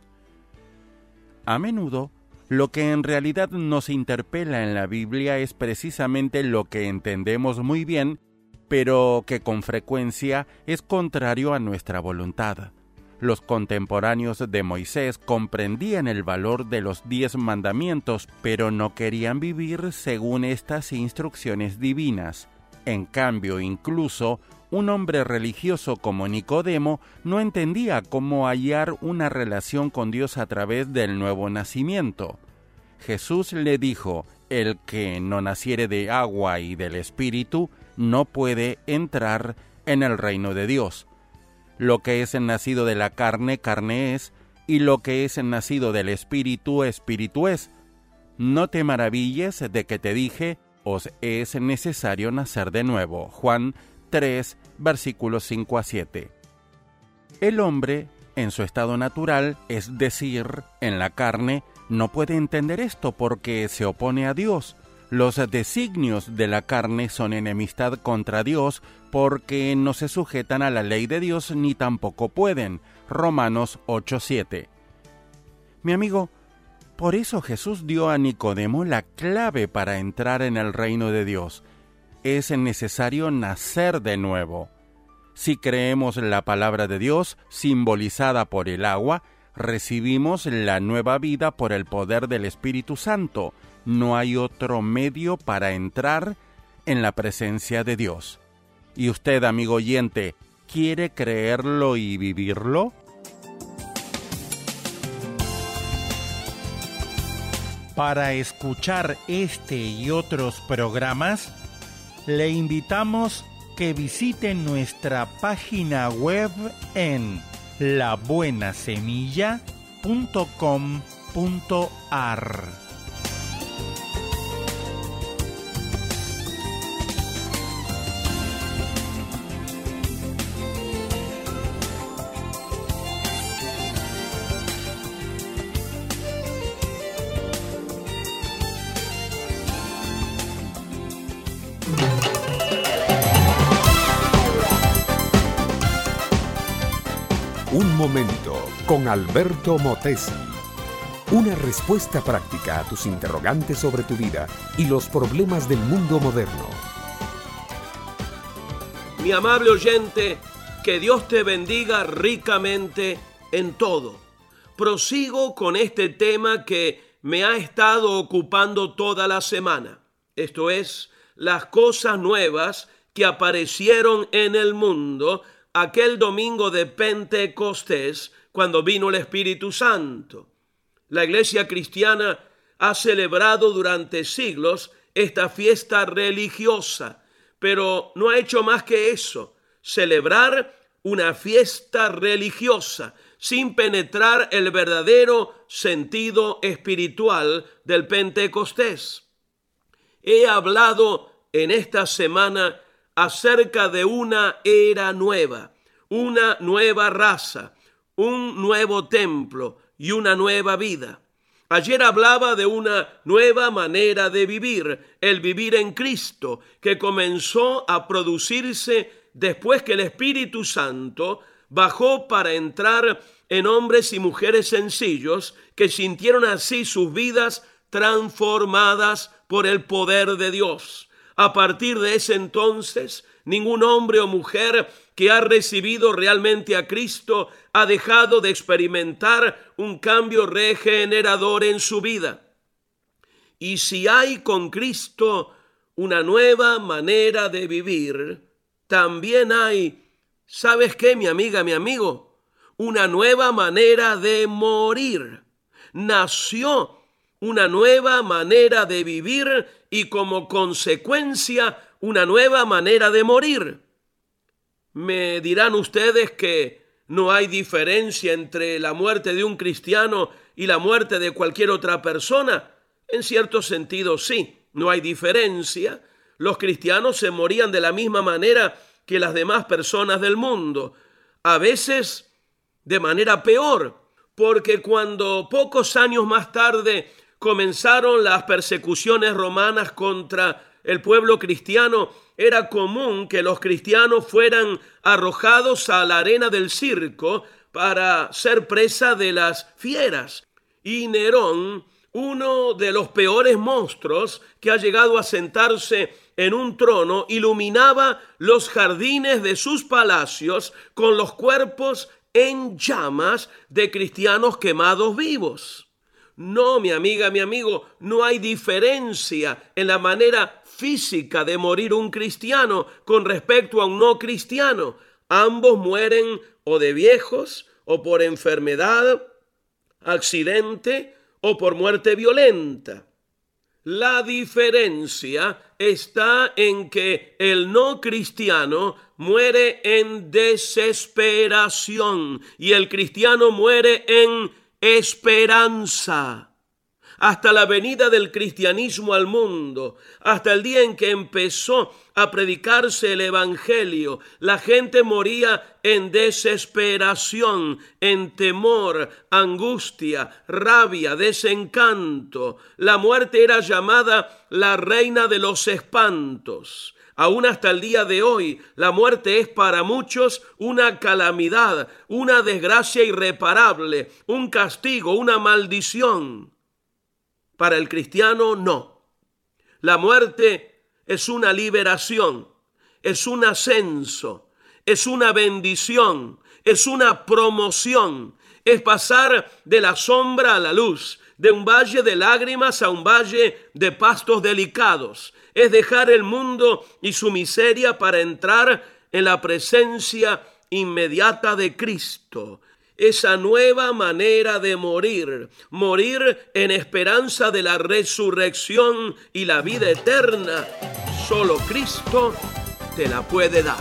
A menudo, lo que en realidad nos interpela en la Biblia es precisamente lo que entendemos muy bien, pero que con frecuencia es contrario a nuestra voluntad. Los contemporáneos de Moisés comprendían el valor de los diez mandamientos, pero no querían vivir según estas instrucciones divinas. En cambio, incluso un hombre religioso como Nicodemo no entendía cómo hallar una relación con Dios a través del nuevo nacimiento. Jesús le dijo: el que no naciere de agua y del Espíritu no puede entrar en el reino de Dios. Lo que es nacido de la carne, carne es, y lo que es nacido del Espíritu, Espíritu es. No te maravilles de que te dije: os es necesario nacer de nuevo. Juan tres, versículos cinco a siete. El hombre, en su estado natural, es decir, en la carne, no puede entender esto porque se opone a Dios. Los designios de la carne son enemistad contra Dios porque no se sujetan a la ley de Dios ni tampoco pueden. Romanos ocho, siete. Mi amigo, por eso Jesús dio a Nicodemo la clave para entrar en el reino de Dios. Es necesario nacer de nuevo. Si creemos la palabra de Dios, simbolizada por el agua, recibimos la nueva vida por el poder del Espíritu Santo. No hay otro medio para entrar en la presencia de Dios. ¿Y usted, amigo oyente, quiere creerlo y vivirlo? Para escuchar este y otros programas, le invitamos que visite nuestra página web en la buena semilla punto com punto a r. momento con Alberto Motesi. Una respuesta práctica a tus interrogantes sobre tu vida y los problemas del mundo moderno. Mi amable oyente, que Dios te bendiga ricamente en todo. Prosigo con este tema que me ha estado ocupando toda la semana. Esto es, las cosas nuevas que aparecieron en el mundo aquel domingo de Pentecostés, cuando vino el Espíritu Santo. La Iglesia cristiana ha celebrado durante siglos esta fiesta religiosa, pero no ha hecho más que eso, celebrar una fiesta religiosa, sin penetrar el verdadero sentido espiritual del Pentecostés. He hablado en esta semana acerca de una era nueva, una nueva raza, un nuevo templo y una nueva vida. Ayer hablaba de una nueva manera de vivir, el vivir en Cristo, que comenzó a producirse después que el Espíritu Santo bajó para entrar en hombres y mujeres sencillos que sintieron así sus vidas transformadas por el poder de Dios. A partir de ese entonces, ningún hombre o mujer que ha recibido realmente a Cristo ha dejado de experimentar un cambio regenerador en su vida. Y si hay con Cristo una nueva manera de vivir, también hay, ¿sabes qué, mi amiga, mi amigo? Una nueva manera de morir. Nació una nueva manera de vivir y como consecuencia una nueva manera de morir. Me dirán ustedes que no hay diferencia entre la muerte de un cristiano y la muerte de cualquier otra persona. En cierto sentido, sí, no hay diferencia. Los cristianos se morían de la misma manera que las demás personas del mundo, a veces de manera peor, porque cuando pocos años más tarde comenzaron las persecuciones romanas contra el pueblo cristiano, era común que los cristianos fueran arrojados a la arena del circo para ser presa de las fieras. Y Nerón, uno de los peores monstruos que ha llegado a sentarse en un trono, iluminaba los jardines de sus palacios con los cuerpos en llamas de cristianos quemados vivos. No, mi amiga, mi amigo, no hay diferencia en la manera física de morir un cristiano con respecto a un no cristiano. Ambos mueren o de viejos, o por enfermedad, accidente, o por muerte violenta. La diferencia está en que el no cristiano muere en desesperación y el cristiano muere en esperanza. Hasta la venida del cristianismo al mundo, hasta el día en que empezó a predicarse el evangelio, la gente moría en desesperación, en temor, angustia, rabia, desencanto. La muerte era llamada la reina de los espantos. Aún hasta el día de hoy, la muerte es para muchos una calamidad, una desgracia irreparable, un castigo, una maldición. Para el cristiano, no. La muerte es una liberación, es un ascenso, es una bendición, es una promoción, es pasar de la sombra a la luz, de un valle de lágrimas a un valle de pastos delicados. Es dejar el mundo y su miseria para entrar en la presencia inmediata de Cristo. Esa nueva manera de morir, morir en esperanza de la resurrección y la vida eterna, solo Cristo te la puede dar.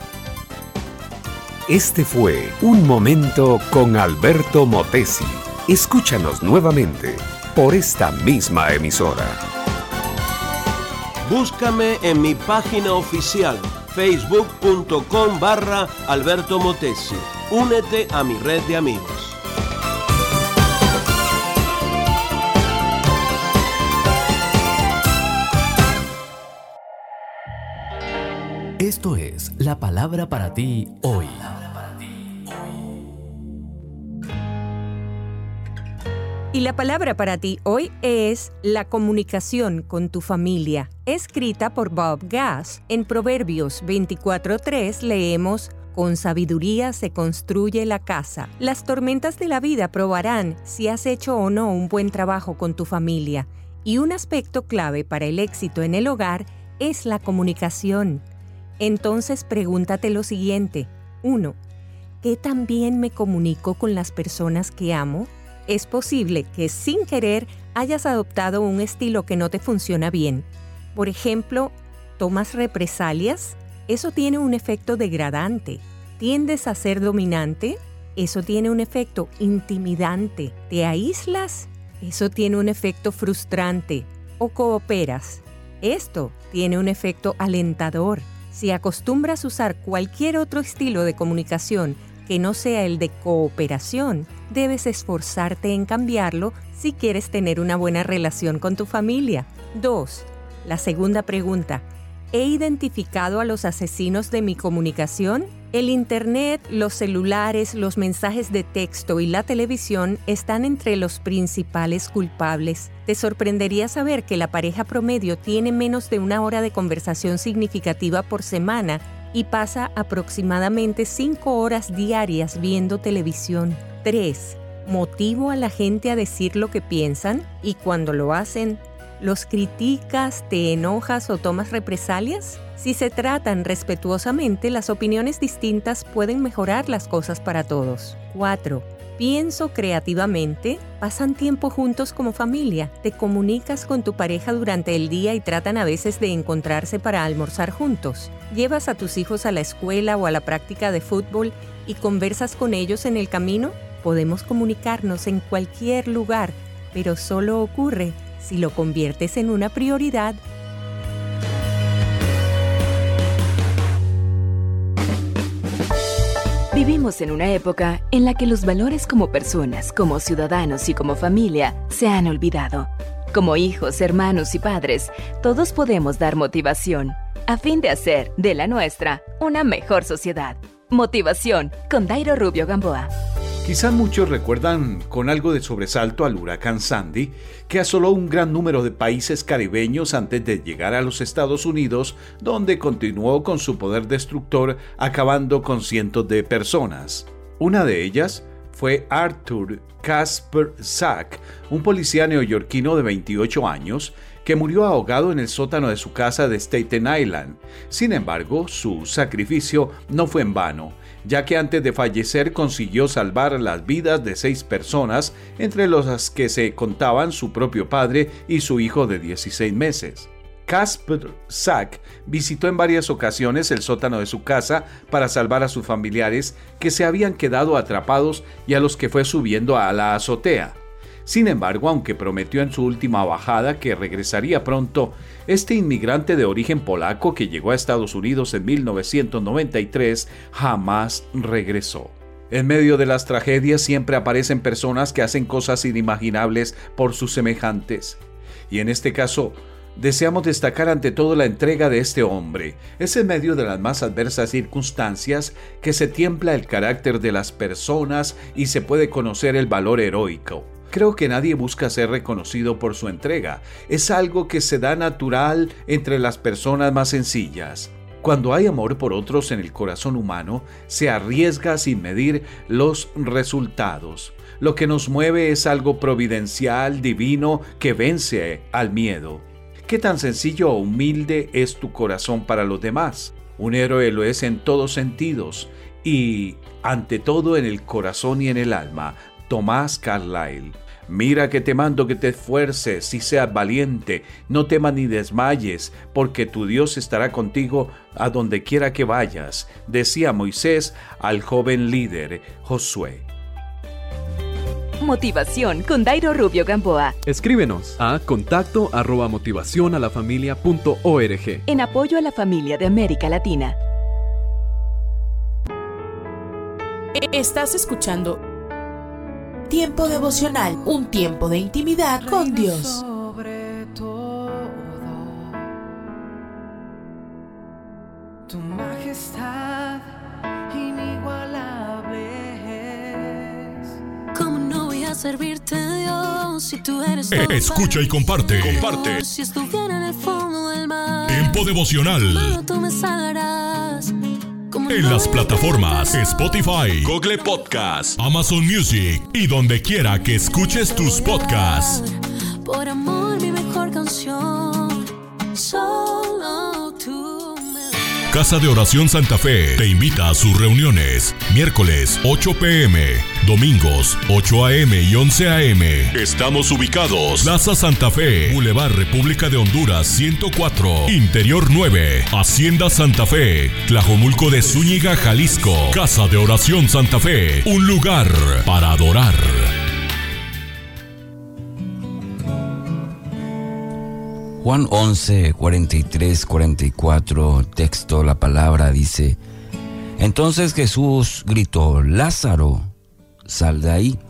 Este fue Un Momento con Alberto Motesi. Escúchanos nuevamente por esta misma emisora. Búscame en mi página oficial, facebook.com barra Alberto Motesi. Únete a mi red de amigos. Esto es la palabra para ti hoy. Y la palabra para ti hoy es la comunicación con tu familia, escrita por Bob Gass. En Proverbios veinticuatro tres leemos: con sabiduría se construye la casa. Las tormentas de la vida probarán si has hecho o no un buen trabajo con tu familia. Y un aspecto clave para el éxito en el hogar es la comunicación. Entonces pregúntate lo siguiente. uno. ¿Qué tan bien me comunico con las personas que amo? Es posible que sin querer hayas adoptado un estilo que no te funciona bien. Por ejemplo, ¿tomas represalias? Eso tiene un efecto degradante. ¿Tiendes a ser dominante? Eso tiene un efecto intimidante. ¿Te aíslas? Eso tiene un efecto frustrante. ¿O cooperas? Esto tiene un efecto alentador. Si acostumbras usar cualquier otro estilo de comunicación que no sea el de cooperación, debes esforzarte en cambiarlo si quieres tener una buena relación con tu familia. dos. La segunda pregunta. ¿He identificado a los asesinos de mi comunicación? El Internet, los celulares, los mensajes de texto y la televisión están entre los principales culpables. Te sorprendería saber que la pareja promedio tiene menos de una hora de conversación significativa por semana y pasa aproximadamente cinco horas diarias viendo televisión. tres. ¿Motivo a la gente a decir lo que piensan? Y cuando lo hacen, ¿los criticas, te enojas o tomas represalias? Si se tratan respetuosamente, las opiniones distintas pueden mejorar las cosas para todos. cuatro. ¿Pienso creativamente? ¿Pasan tiempo juntos como familia? ¿Te comunicas con tu pareja durante el día y tratan a veces de encontrarse para almorzar juntos? ¿Llevas a tus hijos a la escuela o a la práctica de fútbol y conversas con ellos en el camino? Podemos comunicarnos en cualquier lugar, pero solo ocurre si lo conviertes en una prioridad. Vivimos en una época en la que los valores como personas, como ciudadanos y como familia se han olvidado. Como hijos, hermanos y padres, todos podemos dar motivación a fin de hacer de la nuestra una mejor sociedad. Motivación con Dairo Rubio Gamboa. Quizá muchos recuerdan con algo de sobresalto al huracán Sandy, que asoló un gran número de países caribeños antes de llegar a los Estados Unidos, donde continuó con su poder destructor, acabando con cientos de personas. Una de ellas fue Arthur Casper Sack, un policía neoyorquino de veintiocho años, que murió ahogado en el sótano de su casa de Staten Island. Sin embargo, su sacrificio no fue en vano, ya que antes de fallecer consiguió salvar las vidas de seis personas, entre las que se contaban su propio padre y su hijo de dieciséis meses. Casper Sack visitó en varias ocasiones el sótano de su casa para salvar a sus familiares que se habían quedado atrapados y a los que fue subiendo a la azotea. Sin embargo, aunque prometió en su última bajada que regresaría pronto, este inmigrante de origen polaco que llegó a Estados Unidos en mil novecientos noventa y tres jamás regresó. En medio de las tragedias siempre aparecen personas que hacen cosas inimaginables por sus semejantes. Y en este caso, deseamos destacar ante todo la entrega de este hombre. Es en medio de las más adversas circunstancias que se tiembla el carácter de las personas y se puede conocer el valor heroico. Creo que nadie busca ser reconocido por su entrega. Es algo que se da natural entre las personas más sencillas. Cuando hay amor por otros en el corazón humano, se arriesga sin medir los resultados. Lo que nos mueve es algo providencial, divino, que vence al miedo. ¿Qué tan sencillo o humilde es tu corazón para los demás? Un héroe lo es en todos sentidos y, ante todo, en el corazón y en el alma. Tomás Carlyle. Mira que te mando que te esfuerces y seas valiente, no temas ni desmayes, porque tu Dios estará contigo a donde quiera que vayas, decía Moisés al joven líder Josué. Motivación con Dairo Rubio Gamboa. Escríbenos a contacto arroba motivación a la familia punto org. En apoyo a la familia de América Latina. Estás escuchando Tiempo Devocional, un tiempo de intimidad con Dios. Sobre todo, tu majestad inigualable es. ¿Cómo no voy a servirte, Dios? si tú eres Eh, escucha y comparte. Comparte. Si estuviera en el fondo del mar. Tiempo devocional. Mano, tú me salvarás. Como En las plataformas Spotify, Google Podcast, Amazon Music y donde quiera que escuches tus podcasts. Por amor, mi mejor canción. Solo tú me... Casa de Oración Santa Fe te invita a sus reuniones. Miércoles ocho pm, domingos ocho am y once am. Estamos ubicados: Plaza Santa Fe, Boulevard República de Honduras ciento cuatro, Interior nueve, Hacienda Santa Fe, Tlajomulco de Zúñiga, Jalisco. Casa de Oración Santa Fe, un lugar para adorar. Juan once, cuarenta y tres, cuarenta y cuatro, texto, la palabra dice: entonces Jesús gritó, Lázaro, sal de ahí.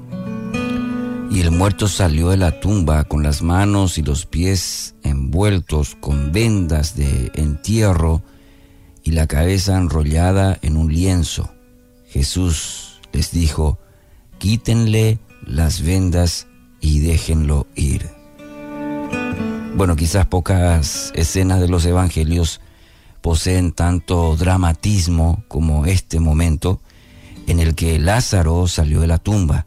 Y el muerto salió de la tumba con las manos y los pies envueltos con vendas de entierro y la cabeza enrollada en un lienzo. Jesús les dijo, quítenle las vendas y déjenlo ir. Bueno, quizás pocas escenas de los evangelios poseen tanto dramatismo como este momento en el que Lázaro salió de la tumba.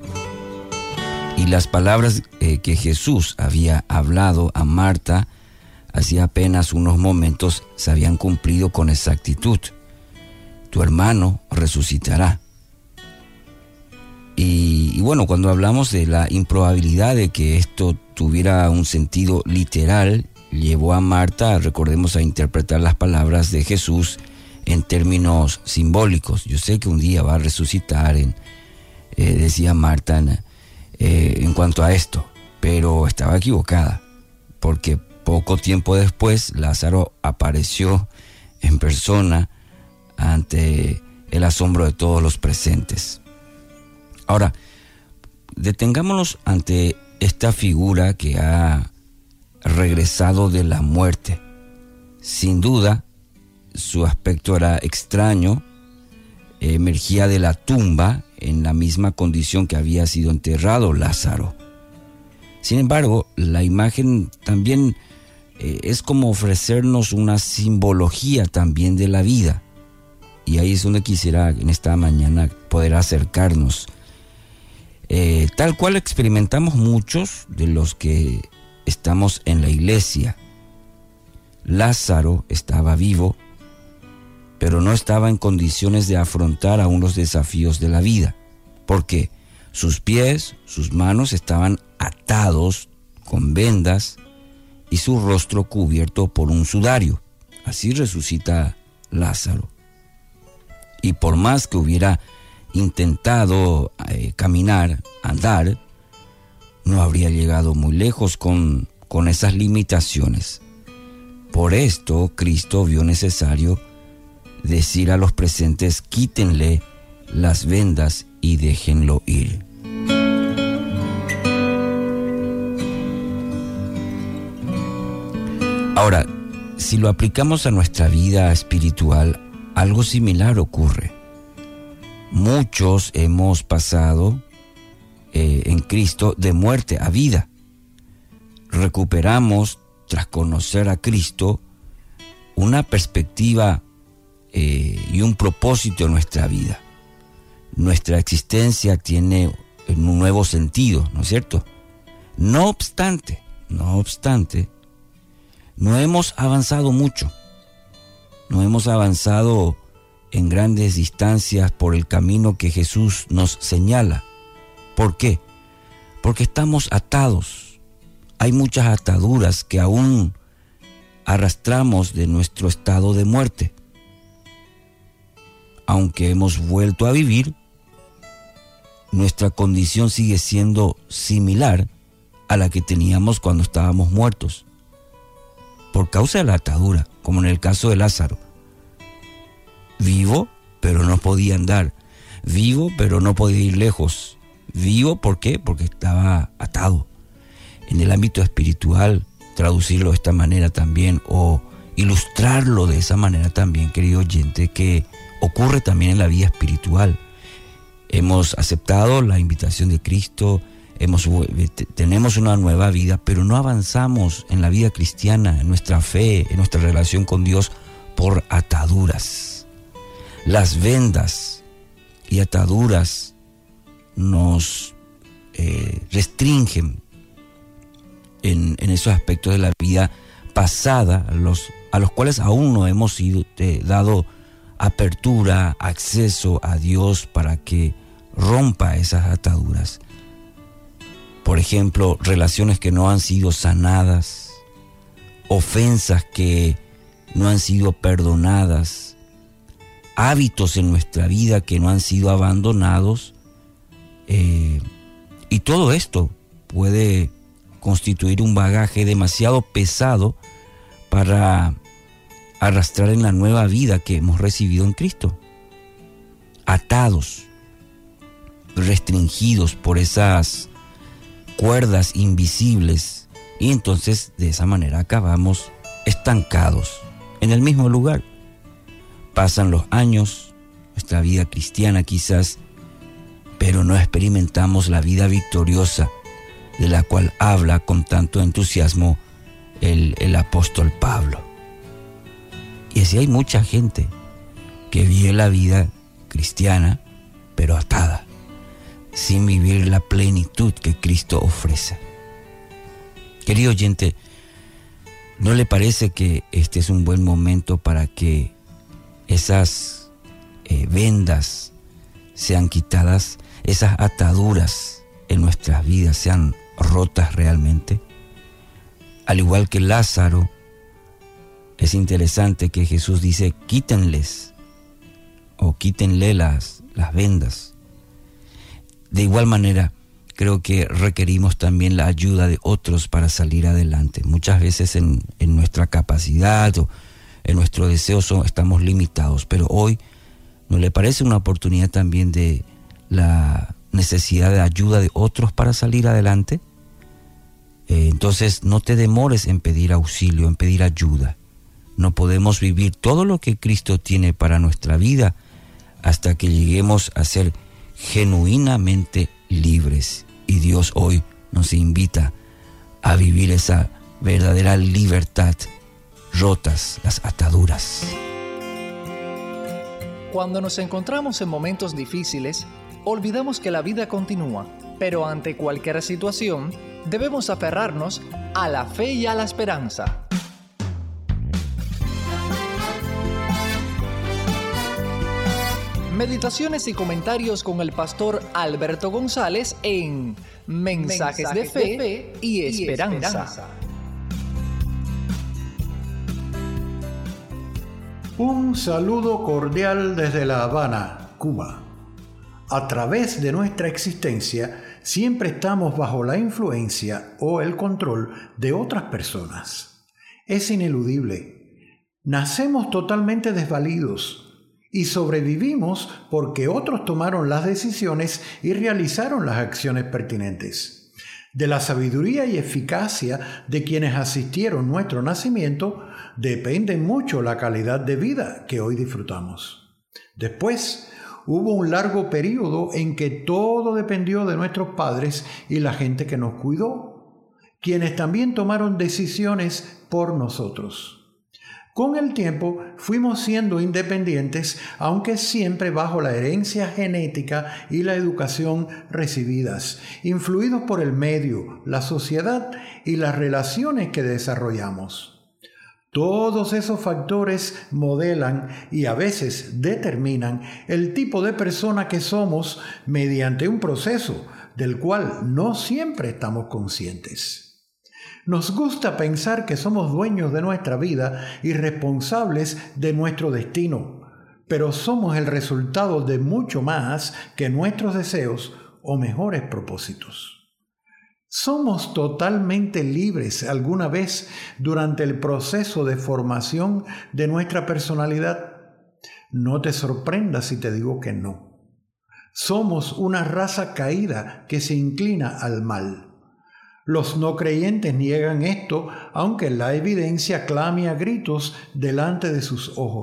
Y las palabras eh, que Jesús había hablado a Marta hacía apenas unos momentos se habían cumplido con exactitud. Tu hermano resucitará. Y, y bueno, cuando hablamos de la improbabilidad de que esto tuviera un sentido literal, llevó a Marta, recordemos, a interpretar las palabras de Jesús en términos simbólicos. Yo sé que un día va a resucitar, en, eh, decía Marta en, eh, en cuanto a esto, pero estaba equivocada, porque poco tiempo después Lázaro apareció en persona ante el asombro de todos los presentes. Ahora, detengámonos ante esta figura que ha regresado de la muerte. Sin duda, su aspecto era extraño, emergía de la tumba en la misma condición que había sido enterrado Lázaro. Sin embargo, la imagen también eh, es como ofrecernos una simbología también de la vida. Y ahí es donde quisiera en esta mañana poder acercarnos. Eh, tal cual experimentamos muchos de los que estamos en la iglesia. Lázaro estaba vivo, pero no estaba en condiciones de afrontar aún los desafíos de la vida, porque sus pies, sus manos estaban atados con vendas y su rostro cubierto por un sudario. Así resucita Lázaro. Y por más que hubiera intentado eh, caminar, andar, no habría llegado muy lejos con, con esas limitaciones. Por esto, Cristo vio necesario decir a los presentes, quítenle las vendas y déjenlo ir. Ahora, si lo aplicamos a nuestra vida espiritual, algo similar ocurre. Muchos hemos pasado eh, en Cristo de muerte a vida. Recuperamos, tras conocer a Cristo, una perspectiva eh, y un propósito en nuestra vida. Nuestra existencia tiene un nuevo sentido, ¿no es cierto? No obstante, no obstante, no hemos avanzado mucho. No hemos avanzado en grandes distancias por el camino que Jesús nos señala. ¿Por qué? Porque estamos atados. Hay muchas ataduras que aún arrastramos de nuestro estado de muerte. Aunque hemos vuelto a vivir, nuestra condición sigue siendo similar a la que teníamos cuando estábamos muertos, por causa de la atadura, como en el caso de Lázaro. Vivo, pero no podía andar. Vivo, pero no podía ir lejos. Vivo, ¿por qué? Porque estaba atado. En el ámbito espiritual, traducirlo de esta manera también, o ilustrarlo de esa manera también, querido oyente, que ocurre también en la vida espiritual. Hemos aceptado la invitación de Cristo, hemos, tenemos una nueva vida, pero no avanzamos en la vida cristiana, en nuestra fe, en nuestra relación con Dios, por ataduras. Las vendas y ataduras nos eh, restringen en, en esos aspectos de la vida pasada, los, a los cuales aún no hemos sido, eh, dado apertura, acceso a Dios para que rompa esas ataduras. Por ejemplo, relaciones que no han sido sanadas, ofensas que no han sido perdonadas, hábitos en nuestra vida que no han sido abandonados, eh, y todo esto puede constituir un bagaje demasiado pesado para arrastrar en la nueva vida que hemos recibido en Cristo. Atados, restringidos por esas cuerdas invisibles, y entonces de esa manera acabamos estancados en el mismo lugar. Pasan los años, nuestra vida cristiana quizás, pero no experimentamos la vida victoriosa de la cual habla con tanto entusiasmo el, el apóstol Pablo. Y así hay mucha gente que vive la vida cristiana, pero atada, sin vivir la plenitud que Cristo ofrece. Querido oyente, ¿no le parece que este es un buen momento para que esas eh, vendas sean quitadas, esas ataduras en nuestras vidas sean rotas realmente? Al igual que Lázaro, es interesante que Jesús dice, quítenles o quítenle las, las vendas. De igual manera, creo que requerimos también la ayuda de otros para salir adelante. Muchas veces en, en nuestra capacidad o en nuestro deseo son, estamos limitados, pero hoy ¿no le parece una oportunidad también de la necesidad de ayuda de otros para salir adelante? Eh, entonces no te demores en pedir auxilio, en pedir ayuda. No podemos vivir todo lo que Cristo tiene para nuestra vida hasta que lleguemos a ser genuinamente libres. Y Dios hoy nos invita a vivir esa verdadera libertad, rotas las ataduras. Cuando nos encontramos en momentos difíciles, olvidamos que la vida continúa, pero ante cualquier situación, debemos aferrarnos a la fe y a la esperanza. Meditaciones y comentarios con el pastor Alberto González en Mensajes, Mensajes de, fe de Fe y Esperanza. Y esperanza. Un saludo cordial desde La Habana, Cuba. A través de nuestra existencia, siempre estamos bajo la influencia o el control de otras personas. Es ineludible. Nacemos totalmente desvalidos y sobrevivimos porque otros tomaron las decisiones y realizaron las acciones pertinentes. De la sabiduría y eficacia de quienes asistieron nuestro nacimiento depende mucho la calidad de vida que hoy disfrutamos. Después, hubo un largo periodo en que todo dependió de nuestros padres y la gente que nos cuidó, quienes también tomaron decisiones por nosotros. Con el tiempo fuimos siendo independientes, aunque siempre bajo la herencia genética y la educación recibidas, influidos por el medio, la sociedad y las relaciones que desarrollamos. Todos esos factores modelan y a veces determinan el tipo de persona que somos mediante un proceso del cual no siempre estamos conscientes. Nos gusta pensar que somos dueños de nuestra vida y responsables de nuestro destino, pero somos el resultado de mucho más que nuestros deseos o mejores propósitos. ¿Somos totalmente libres alguna vez durante el proceso de formación de nuestra personalidad? No te sorprendas si te digo que no. Somos una raza caída que se inclina al mal. Los no creyentes niegan esto, aunque la evidencia clame a gritos delante de sus ojos.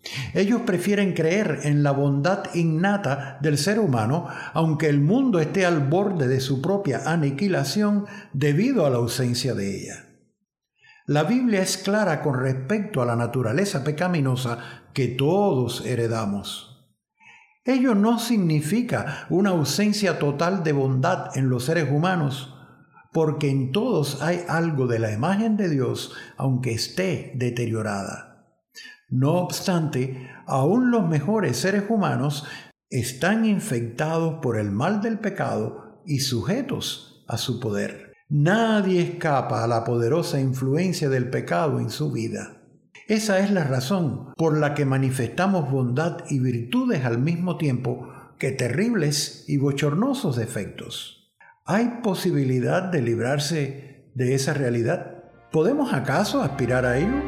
Ellos prefieren creer en la bondad innata del ser humano, aunque el mundo esté al borde de su propia aniquilación debido a la ausencia de ella. La Biblia es clara con respecto a la naturaleza pecaminosa que todos heredamos. Ello no significa una ausencia total de bondad en los seres humanos, porque en todos hay algo de la imagen de Dios, aunque esté deteriorada. No obstante, aún los mejores seres humanos están infectados por el mal del pecado y sujetos a su poder. Nadie escapa a la poderosa influencia del pecado en su vida. Esa es la razón por la que manifestamos bondad y virtudes al mismo tiempo que terribles y bochornosos defectos. ¿Hay posibilidad de librarse de esa realidad? ¿Podemos acaso aspirar a ello?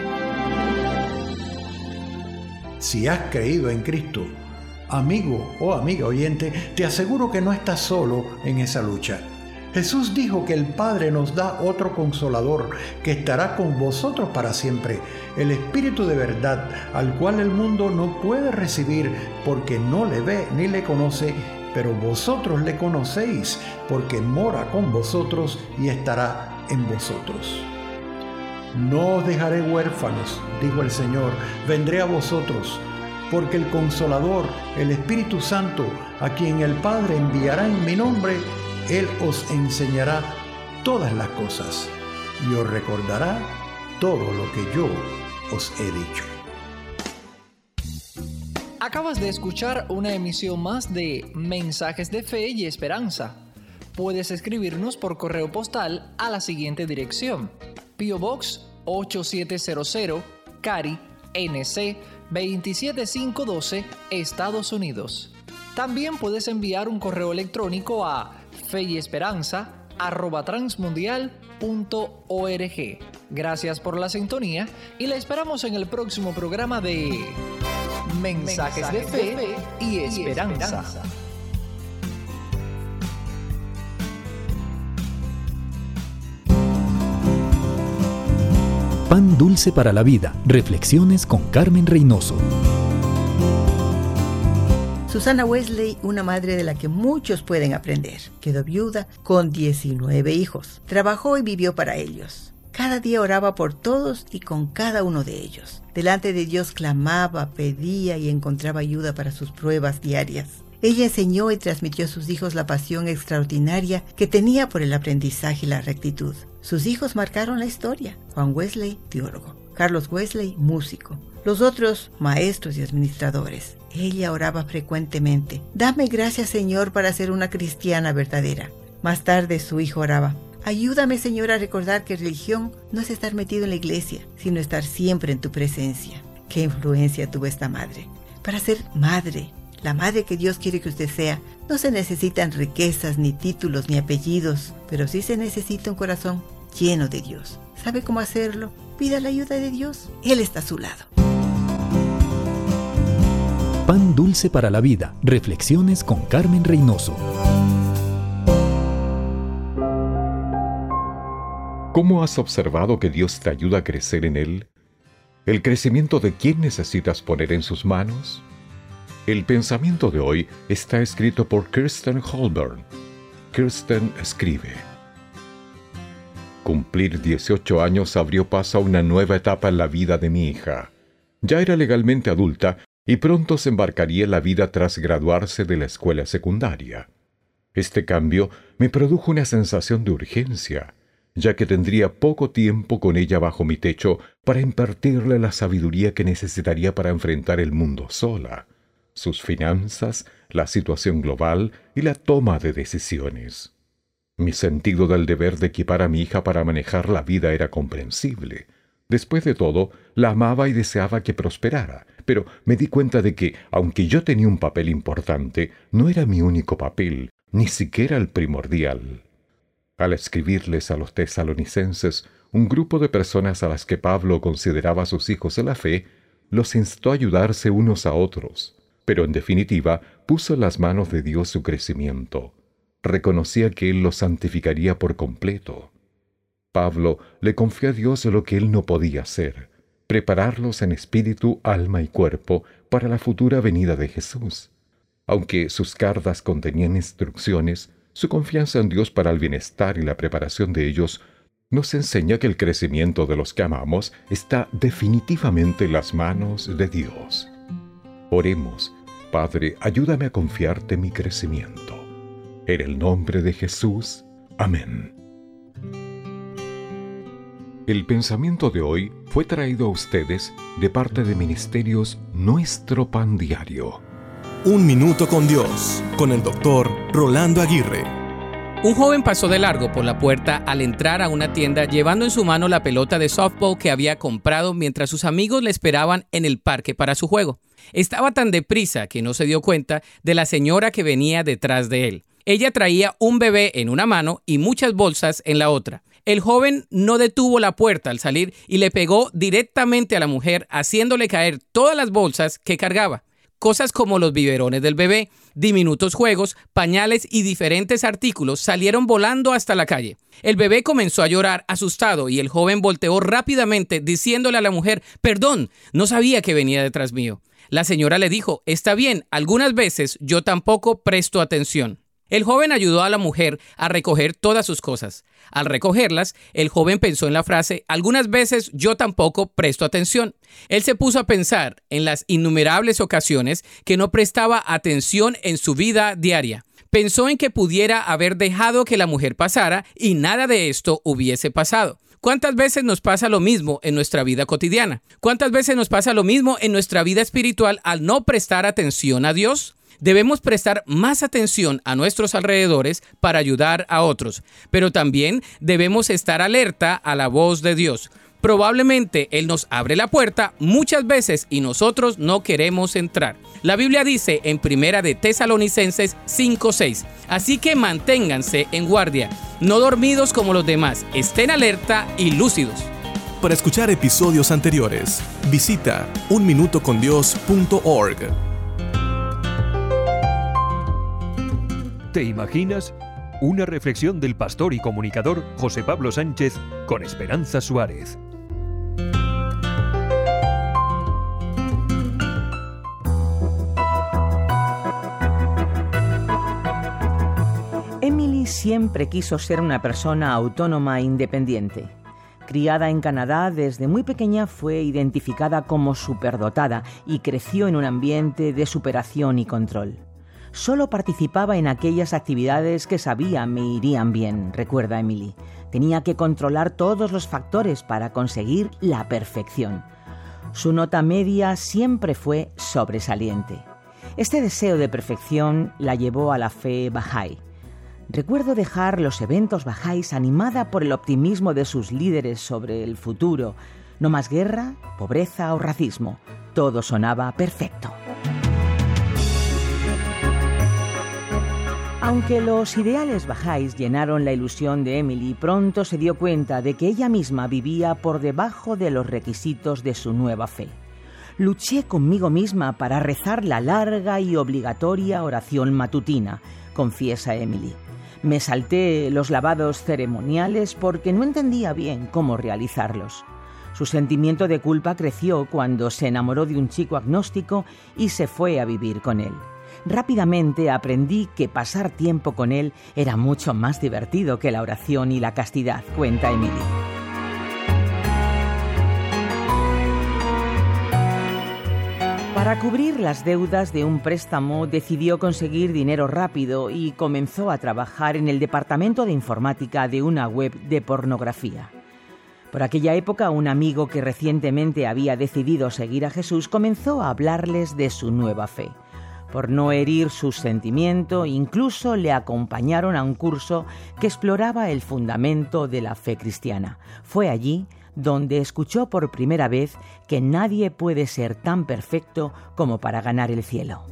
Si has creído en Cristo, amigo o amiga oyente, te aseguro que no estás solo en esa lucha. Jesús dijo que el Padre nos da otro consolador que estará con vosotros para siempre, el Espíritu de verdad, al cual el mundo no puede recibir porque no le ve ni le conoce, pero vosotros le conocéis porque mora con vosotros y estará en vosotros. No os dejaré huérfanos, dijo el Señor, vendré a vosotros, porque el Consolador, el Espíritu Santo, a quien el Padre enviará en mi nombre, Él os enseñará todas las cosas y os recordará todo lo que yo os he dicho. Acabas de escuchar una emisión más de Mensajes de Fe y Esperanza. Puedes escribirnos por correo postal a la siguiente dirección: P O Box ocho siete cero cero, Cary, N C veintisiete mil quinientos doce, Estados Unidos. También puedes enviar un correo electrónico a feyesperanza arroba transmundial punto org. Gracias por la sintonía y la esperamos en el próximo programa de Mensajes, Mensajes de, Fe de Fe y Esperanza. Y esperanza. Pan dulce para la vida. Reflexiones con Carmen Reynoso. Susana Wesley, una madre de la que muchos pueden aprender, quedó viuda con diecinueve hijos. Trabajó y vivió para ellos. Cada día oraba por todos y con cada uno de ellos. Delante de Dios clamaba, pedía y encontraba ayuda para sus pruebas diarias. Ella enseñó y transmitió a sus hijos la pasión extraordinaria que tenía por el aprendizaje y la rectitud. Sus hijos marcaron la historia. Juan Wesley, teólogo. Carlos Wesley, músico. Los otros, maestros y administradores. Ella oraba frecuentemente: dame gracias, Señor, para ser una cristiana verdadera. Más tarde su hijo oraba: ayúdame, Señor, a recordar que religión no es estar metido en la iglesia, sino estar siempre en tu presencia. ¿Qué influencia tuvo esta madre? Para ser madre, la madre que Dios quiere que usted sea, no se necesitan riquezas, ni títulos, ni apellidos, pero sí se necesita un corazón lleno de Dios. ¿Sabe cómo hacerlo? Pida la ayuda de Dios. Él está a su lado. Pan dulce para la vida. Reflexiones con Carmen Reynoso. ¿Cómo has observado que Dios te ayuda a crecer en Él? ¿El crecimiento de quién necesitas poner en sus manos? El pensamiento de hoy está escrito por Kirsten Holborn. Kirsten escribe: cumplir dieciocho años abrió paso a una nueva etapa en la vida de mi hija. Ya era legalmente adulta y pronto se embarcaría en la vida tras graduarse de la escuela secundaria. Este cambio me produjo una sensación de urgencia, ya que tendría poco tiempo con ella bajo mi techo para impartirle la sabiduría que necesitaría para enfrentar el mundo sola, sus finanzas, la situación global y la toma de decisiones. Mi sentido del deber de equipar a mi hija para manejar la vida era comprensible. Después de todo, la amaba y deseaba que prosperara, pero me di cuenta de que, aunque yo tenía un papel importante, no era mi único papel, ni siquiera el primordial. Al escribirles a los tesalonicenses, un grupo de personas a las que Pablo consideraba sus hijos en la fe, los instó a ayudarse unos a otros, pero en definitiva puso en las manos de Dios su crecimiento. Reconocía que Él los santificaría por completo. Pablo le confió a Dios lo que él no podía hacer, prepararlos en espíritu, alma y cuerpo para la futura venida de Jesús. Aunque sus cartas contenían instrucciones, su confianza en Dios para el bienestar y la preparación de ellos nos enseña que el crecimiento de los que amamos está definitivamente en las manos de Dios. Oremos. Padre, ayúdame a confiarte en mi crecimiento. En el nombre de Jesús. Amén. El pensamiento de hoy fue traído a ustedes de parte de Ministerios Nuestro Pan Diario. Un minuto con Dios, con el doctor Rolando Aguirre. Un joven pasó de largo por la puerta al entrar a una tienda llevando en su mano la pelota de softball que había comprado mientras sus amigos le esperaban en el parque para su juego. Estaba tan deprisa que no se dio cuenta de la señora que venía detrás de él. Ella traía un bebé en una mano y muchas bolsas en la otra. El joven no detuvo la puerta al salir y le pegó directamente a la mujer, haciéndole caer todas las bolsas que cargaba. Cosas como los biberones del bebé, diminutos juegos, pañales y diferentes artículos salieron volando hasta la calle. El bebé comenzó a llorar asustado y el joven volteó rápidamente diciéndole a la mujer: «Perdón, no sabía que venía detrás mío». La señora le dijo: «Está bien, algunas veces yo tampoco presto atención». El joven ayudó a la mujer a recoger todas sus cosas. Al recogerlas, el joven pensó en la frase: «Algunas veces yo tampoco presto atención». Él se puso a pensar en las innumerables ocasiones que no prestaba atención en su vida diaria. Pensó en que pudiera haber dejado que la mujer pasara y nada de esto hubiese pasado. ¿Cuántas veces nos pasa lo mismo en nuestra vida cotidiana? ¿Cuántas veces nos pasa lo mismo en nuestra vida espiritual al no prestar atención a Dios? Debemos prestar más atención a nuestros alrededores para ayudar a otros, pero también debemos estar alerta a la voz de Dios. Probablemente Él nos abre la puerta muchas veces y nosotros no queremos entrar. La Biblia dice en Primera de Tesalonicenses cinco seis, así que manténganse en guardia, no dormidos como los demás, estén alerta y lúcidos. Para escuchar episodios anteriores, visita un minuto con dios punto org. ¿Te imaginas? Una reflexión del pastor y comunicador José Pablo Sánchez con Esperanza Suárez. Emily siempre quiso ser una persona autónoma e independiente. Criada en Canadá, desde muy pequeña fue identificada como superdotada y creció en un ambiente de superación y control. Solo participaba en aquellas actividades que sabía me irían bien, recuerda Emily. Tenía que controlar todos los factores para conseguir la perfección. Su nota media siempre fue sobresaliente. Este deseo de perfección la llevó a la fe Bahá'í. Recuerdo dejar los eventos Bahá'ís animada por el optimismo de sus líderes sobre el futuro. No más guerra, pobreza o racismo. Todo sonaba perfecto. Aunque los ideales bahá'ís llenaron la ilusión de Emily, pronto se dio cuenta de que ella misma vivía por debajo de los requisitos de su nueva fe. Luché conmigo misma para rezar la larga y obligatoria oración matutina, confiesa Emily. Me salté los lavados ceremoniales porque no entendía bien cómo realizarlos. Su sentimiento de culpa creció cuando se enamoró de un chico agnóstico y se fue a vivir con él. Rápidamente aprendí que pasar tiempo con él era mucho más divertido que la oración y la castidad, cuenta Emily. Para cubrir las deudas de un préstamo, decidió conseguir dinero rápido y comenzó a trabajar en el departamento de informática de una web de pornografía. Por aquella época, un amigo que recientemente había decidido seguir a Jesús comenzó a hablarles de su nueva fe. Por no herir su sentimiento, incluso le acompañaron a un curso que exploraba el fundamento de la fe cristiana. Fue allí donde escuchó por primera vez que nadie puede ser tan perfecto como para ganar el cielo.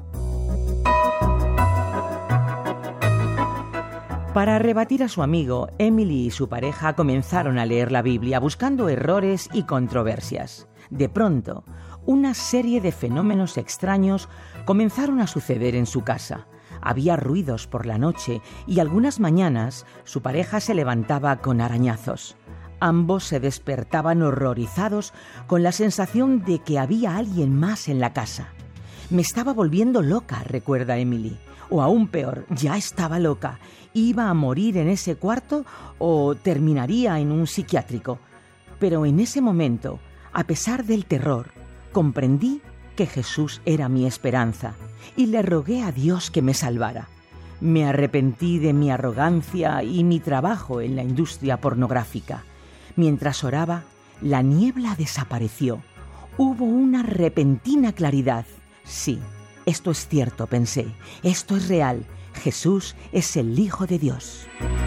Para rebatir a su amigo, Emily y su pareja comenzaron a leer la Biblia buscando errores y controversias. De pronto, una serie de fenómenos extraños comenzaron a suceder en su casa. Había ruidos por la noche y algunas mañanas su pareja se levantaba con arañazos. Ambos se despertaban horrorizados con la sensación de que había alguien más en la casa. Me estaba volviendo loca, recuerda Emily. O aún peor, ya estaba loca. ¿Iba a morir en ese cuarto o terminaría en un psiquiátrico? Pero en ese momento, a pesar del terror, comprendí que Jesús era mi esperanza y le rogué a Dios que me salvara. Me arrepentí de mi arrogancia y mi trabajo en la industria pornográfica. Mientras oraba, la niebla desapareció. Hubo una repentina claridad. Sí, esto es cierto, pensé. Esto es real. Jesús es el Hijo de Dios.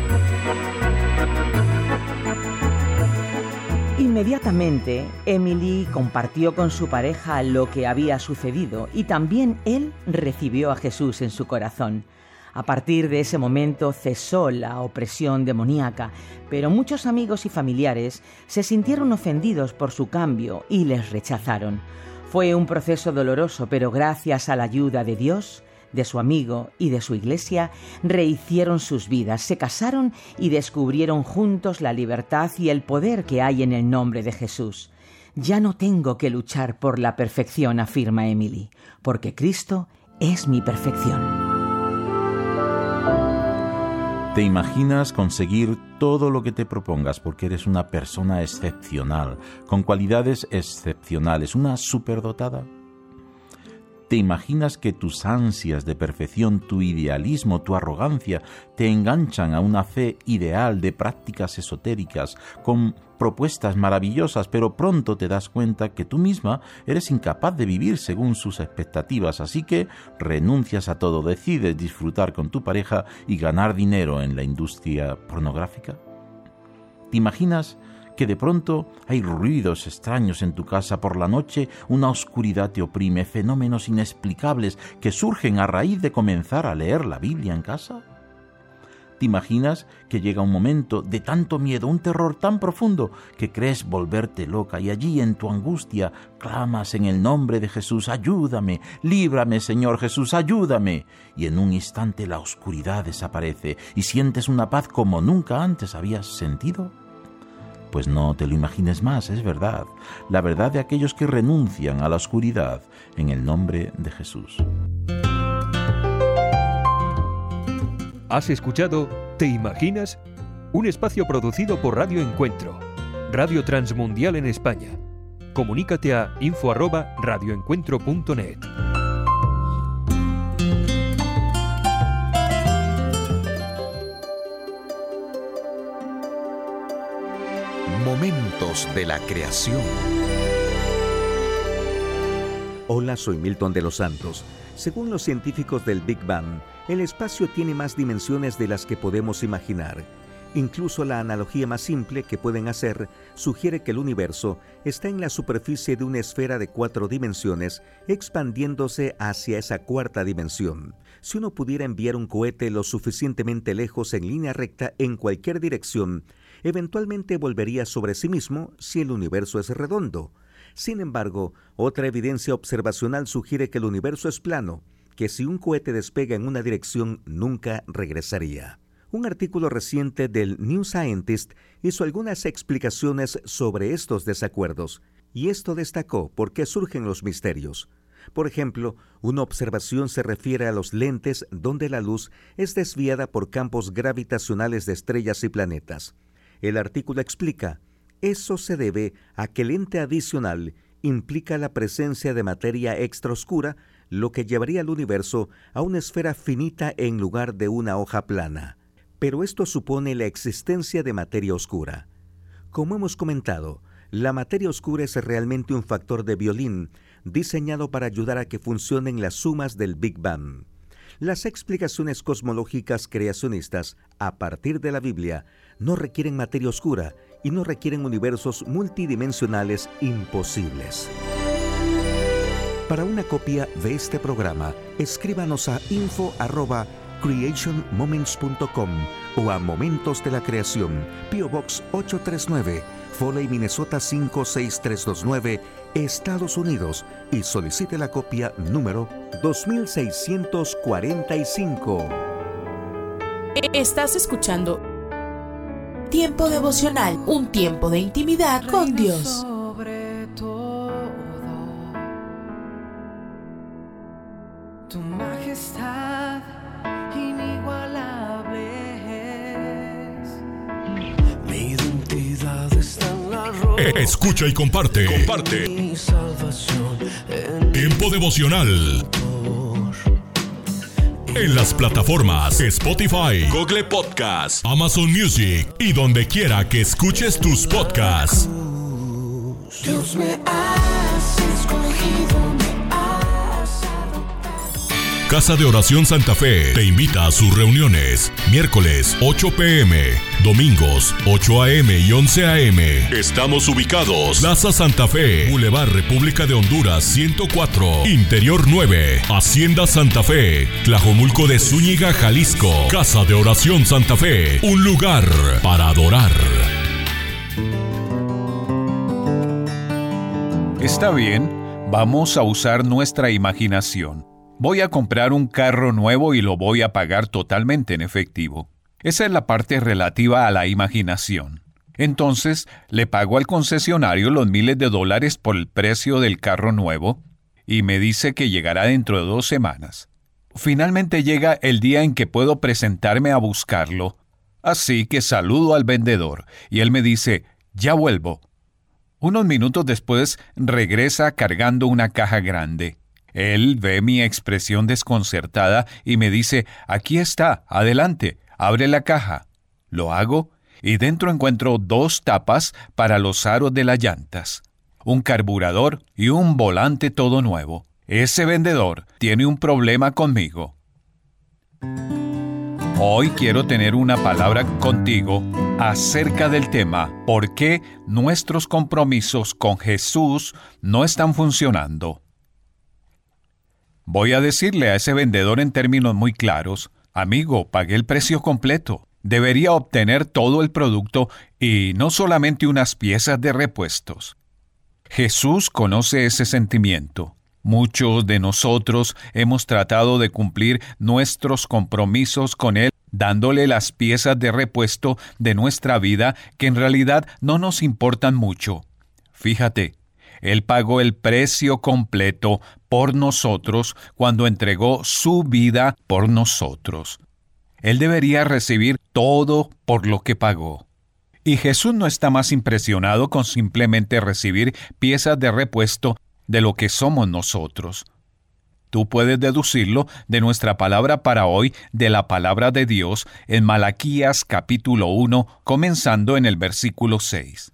Inmediatamente, Emily compartió con su pareja lo que había sucedido y también él recibió a Jesús en su corazón. A partir de ese momento cesó la opresión demoníaca, pero muchos amigos y familiares se sintieron ofendidos por su cambio y les rechazaron. Fue un proceso doloroso, pero gracias a la ayuda de Dios, de su amigo y de su iglesia, rehicieron sus vidas, se casaron y descubrieron juntos la libertad y el poder que hay en el nombre de Jesús. Ya no tengo que luchar por la perfección, afirma Emily, porque Cristo es mi perfección. Te imaginas conseguir todo lo que te propongas porque eres una persona excepcional, con cualidades excepcionales, una superdotada. ¿Te imaginas que tus ansias de perfección, tu idealismo, tu arrogancia te enganchan a una fe ideal de prácticas esotéricas con propuestas maravillosas, pero pronto te das cuenta que tú misma eres incapaz de vivir según sus expectativas, así que renuncias a todo, decides disfrutar con tu pareja y ganar dinero en la industria pornográfica? ¿Te imaginas que de pronto hay ruidos extraños en tu casa por la noche, una oscuridad te oprime, fenómenos inexplicables que surgen a raíz de comenzar a leer la Biblia en casa? ¿Te imaginas que llega un momento de tanto miedo, un terror tan profundo que crees volverte loca y allí en tu angustia clamas en el nombre de Jesús: ayúdame, líbrame, Señor Jesús, ayúdame? Y en un instante la oscuridad desaparece y sientes una paz como nunca antes habías sentido. Pues no te lo imagines más, es verdad, la verdad de aquellos que renuncian a la oscuridad en el nombre de Jesús. ¿Has escuchado ¿Te imaginas? Un espacio producido por Radio Encuentro, Radio Transmundial en España. Comunícate a info arroba radioencuentro punto net. Momentos de la creación. Hola, soy Milton de los Santos. Según los científicos del Big Bang, el espacio tiene más dimensiones de las que podemos imaginar. Incluso la analogía más simple que pueden hacer sugiere que el universo está en la superficie de una esfera de cuatro dimensiones, expandiéndose hacia esa cuarta dimensión. Si uno pudiera enviar un cohete lo suficientemente lejos en línea recta en cualquier dirección, eventualmente volvería sobre sí mismo si el universo es redondo. Sin embargo, otra evidencia observacional sugiere que el universo es plano, que si un cohete despega en una dirección nunca regresaría. Un artículo reciente del New Scientist hizo algunas explicaciones sobre estos desacuerdos, y esto destacó por qué surgen los misterios. Por ejemplo, una observación se refiere a los lentes donde la luz es desviada por campos gravitacionales de estrellas y planetas. El artículo explica: eso se debe a que el lente adicional implica la presencia de materia extraoscura, lo que llevaría al universo a una esfera finita en lugar de una hoja plana. Pero esto supone la existencia de materia oscura. Como hemos comentado, la materia oscura es realmente un factor de violín diseñado para ayudar a que funcionen las sumas del Big Bang. Las explicaciones cosmológicas creacionistas, a partir de la Biblia, no requieren materia oscura y no requieren universos multidimensionales imposibles. Para una copia de este programa, escríbanos a info arroba creation moments punto com o a Momentos de la Creación, P O Box ocho tres nueve, Foley, Minnesota cinco seis tres dos nueve, Estados Unidos, y solicite la copia número dos mil seiscientos cuarenta y cinco. Estás escuchando Tiempo devocional, un tiempo de intimidad con Dios. Sobre todo, tu majestad inigualable es. Mi identidad está en la roca. Escucha y comparte. Comparte. Mi salvación en Tiempo devocional. En las plataformas Spotify, Google Podcast, Amazon Music y donde quiera que escuches tus podcasts. Dios me has escogido, me has adoptado. Casa de Oración Santa Fe te invita a sus reuniones. Miércoles ocho pm, domingos ocho a.m. y once a.m. Estamos ubicados: Plaza Santa Fe, Boulevard República de Honduras ciento cuatro, Interior nueve, Hacienda Santa Fe, Tlajomulco de Zúñiga, Jalisco. Casa de Oración Santa Fe, un lugar para adorar. Está bien, vamos a usar nuestra imaginación. Voy a comprar un carro nuevo y lo voy a pagar totalmente en efectivo. Esa es la parte relativa a la imaginación. Entonces, le pago al concesionario los miles de dólares por el precio del carro nuevo y me dice que llegará dentro de dos semanas. Finalmente llega el día en que puedo presentarme a buscarlo. Así que saludo al vendedor y él me dice, ya vuelvo. Unos minutos después regresa cargando una caja grande. Él ve mi expresión desconcertada y me dice, aquí está, adelante, abre la caja. Lo hago y dentro encuentro dos tapas para los aros de las llantas, un carburador y un volante todo nuevo. Ese vendedor tiene un problema conmigo. Hoy quiero tener una palabra contigo acerca del tema ¿por qué nuestros compromisos con Jesús no están funcionando? Voy a decirle a ese vendedor en términos muy claros, amigo, pagué el precio completo. Debería obtener todo el producto y no solamente unas piezas de repuestos. Jesús conoce ese sentimiento. Muchos de nosotros hemos tratado de cumplir nuestros compromisos con Él, dándole las piezas de repuesto de nuestra vida que en realidad no nos importan mucho. Fíjate, Él pagó el precio completo por nosotros cuando entregó su vida por nosotros. Él debería recibir todo por lo que pagó. Y Jesús no está más impresionado con simplemente recibir piezas de repuesto de lo que somos nosotros. Tú puedes deducirlo de nuestra palabra para hoy, de la palabra de Dios, en Malaquías capítulo uno, comenzando en el versículo seis.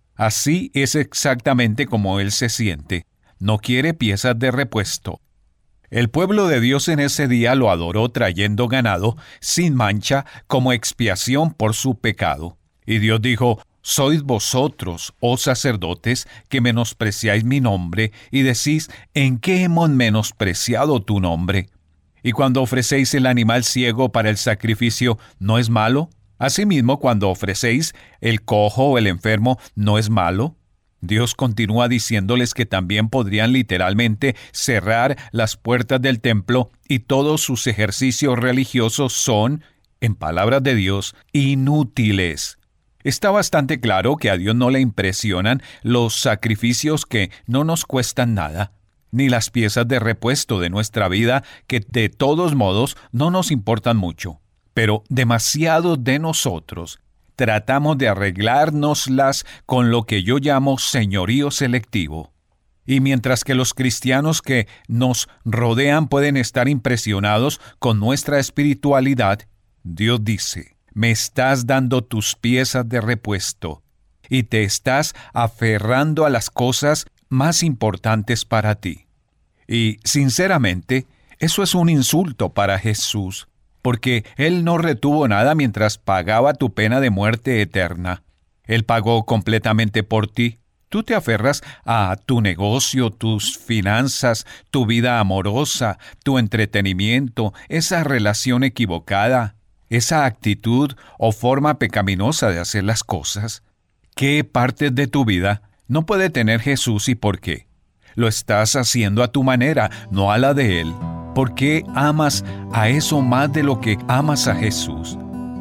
Así es exactamente como Él se siente. No quiere piezas de repuesto. El pueblo de Dios en ese día lo adoró trayendo ganado sin mancha como expiación por su pecado. Y Dios dijo, sois vosotros, oh sacerdotes, que menospreciáis mi nombre, y decís, ¿en qué hemos menospreciado tu nombre? Y cuando ofrecéis el animal ciego para el sacrificio, ¿no es malo? Asimismo, cuando ofrecéis el cojo o el enfermo, ¿no es malo? Dios continúa diciéndoles que también podrían literalmente cerrar las puertas del templo y todos sus ejercicios religiosos son, en palabras de Dios, inútiles. Está bastante claro que a Dios no le impresionan los sacrificios que no nos cuestan nada, ni las piezas de repuesto de nuestra vida que de todos modos no nos importan mucho. Pero demasiados de nosotros tratamos de arreglárnoslas con lo que yo llamo señorío selectivo. Y mientras que los cristianos que nos rodean pueden estar impresionados con nuestra espiritualidad, Dios dice, me estás dando tus piezas de repuesto y te estás aferrando a las cosas más importantes para ti. Y, sinceramente, eso es un insulto para Jesús, porque Él no retuvo nada mientras pagaba tu pena de muerte eterna. Él pagó completamente por ti. Tú te aferras a tu negocio, tus finanzas, tu vida amorosa, tu entretenimiento, esa relación equivocada, esa actitud o forma pecaminosa de hacer las cosas. ¿Qué partes de tu vida no puede tener Jesús y por qué? Lo estás haciendo a tu manera, no a la de Él. ¿Por qué amas a eso más de lo que amas a Jesús?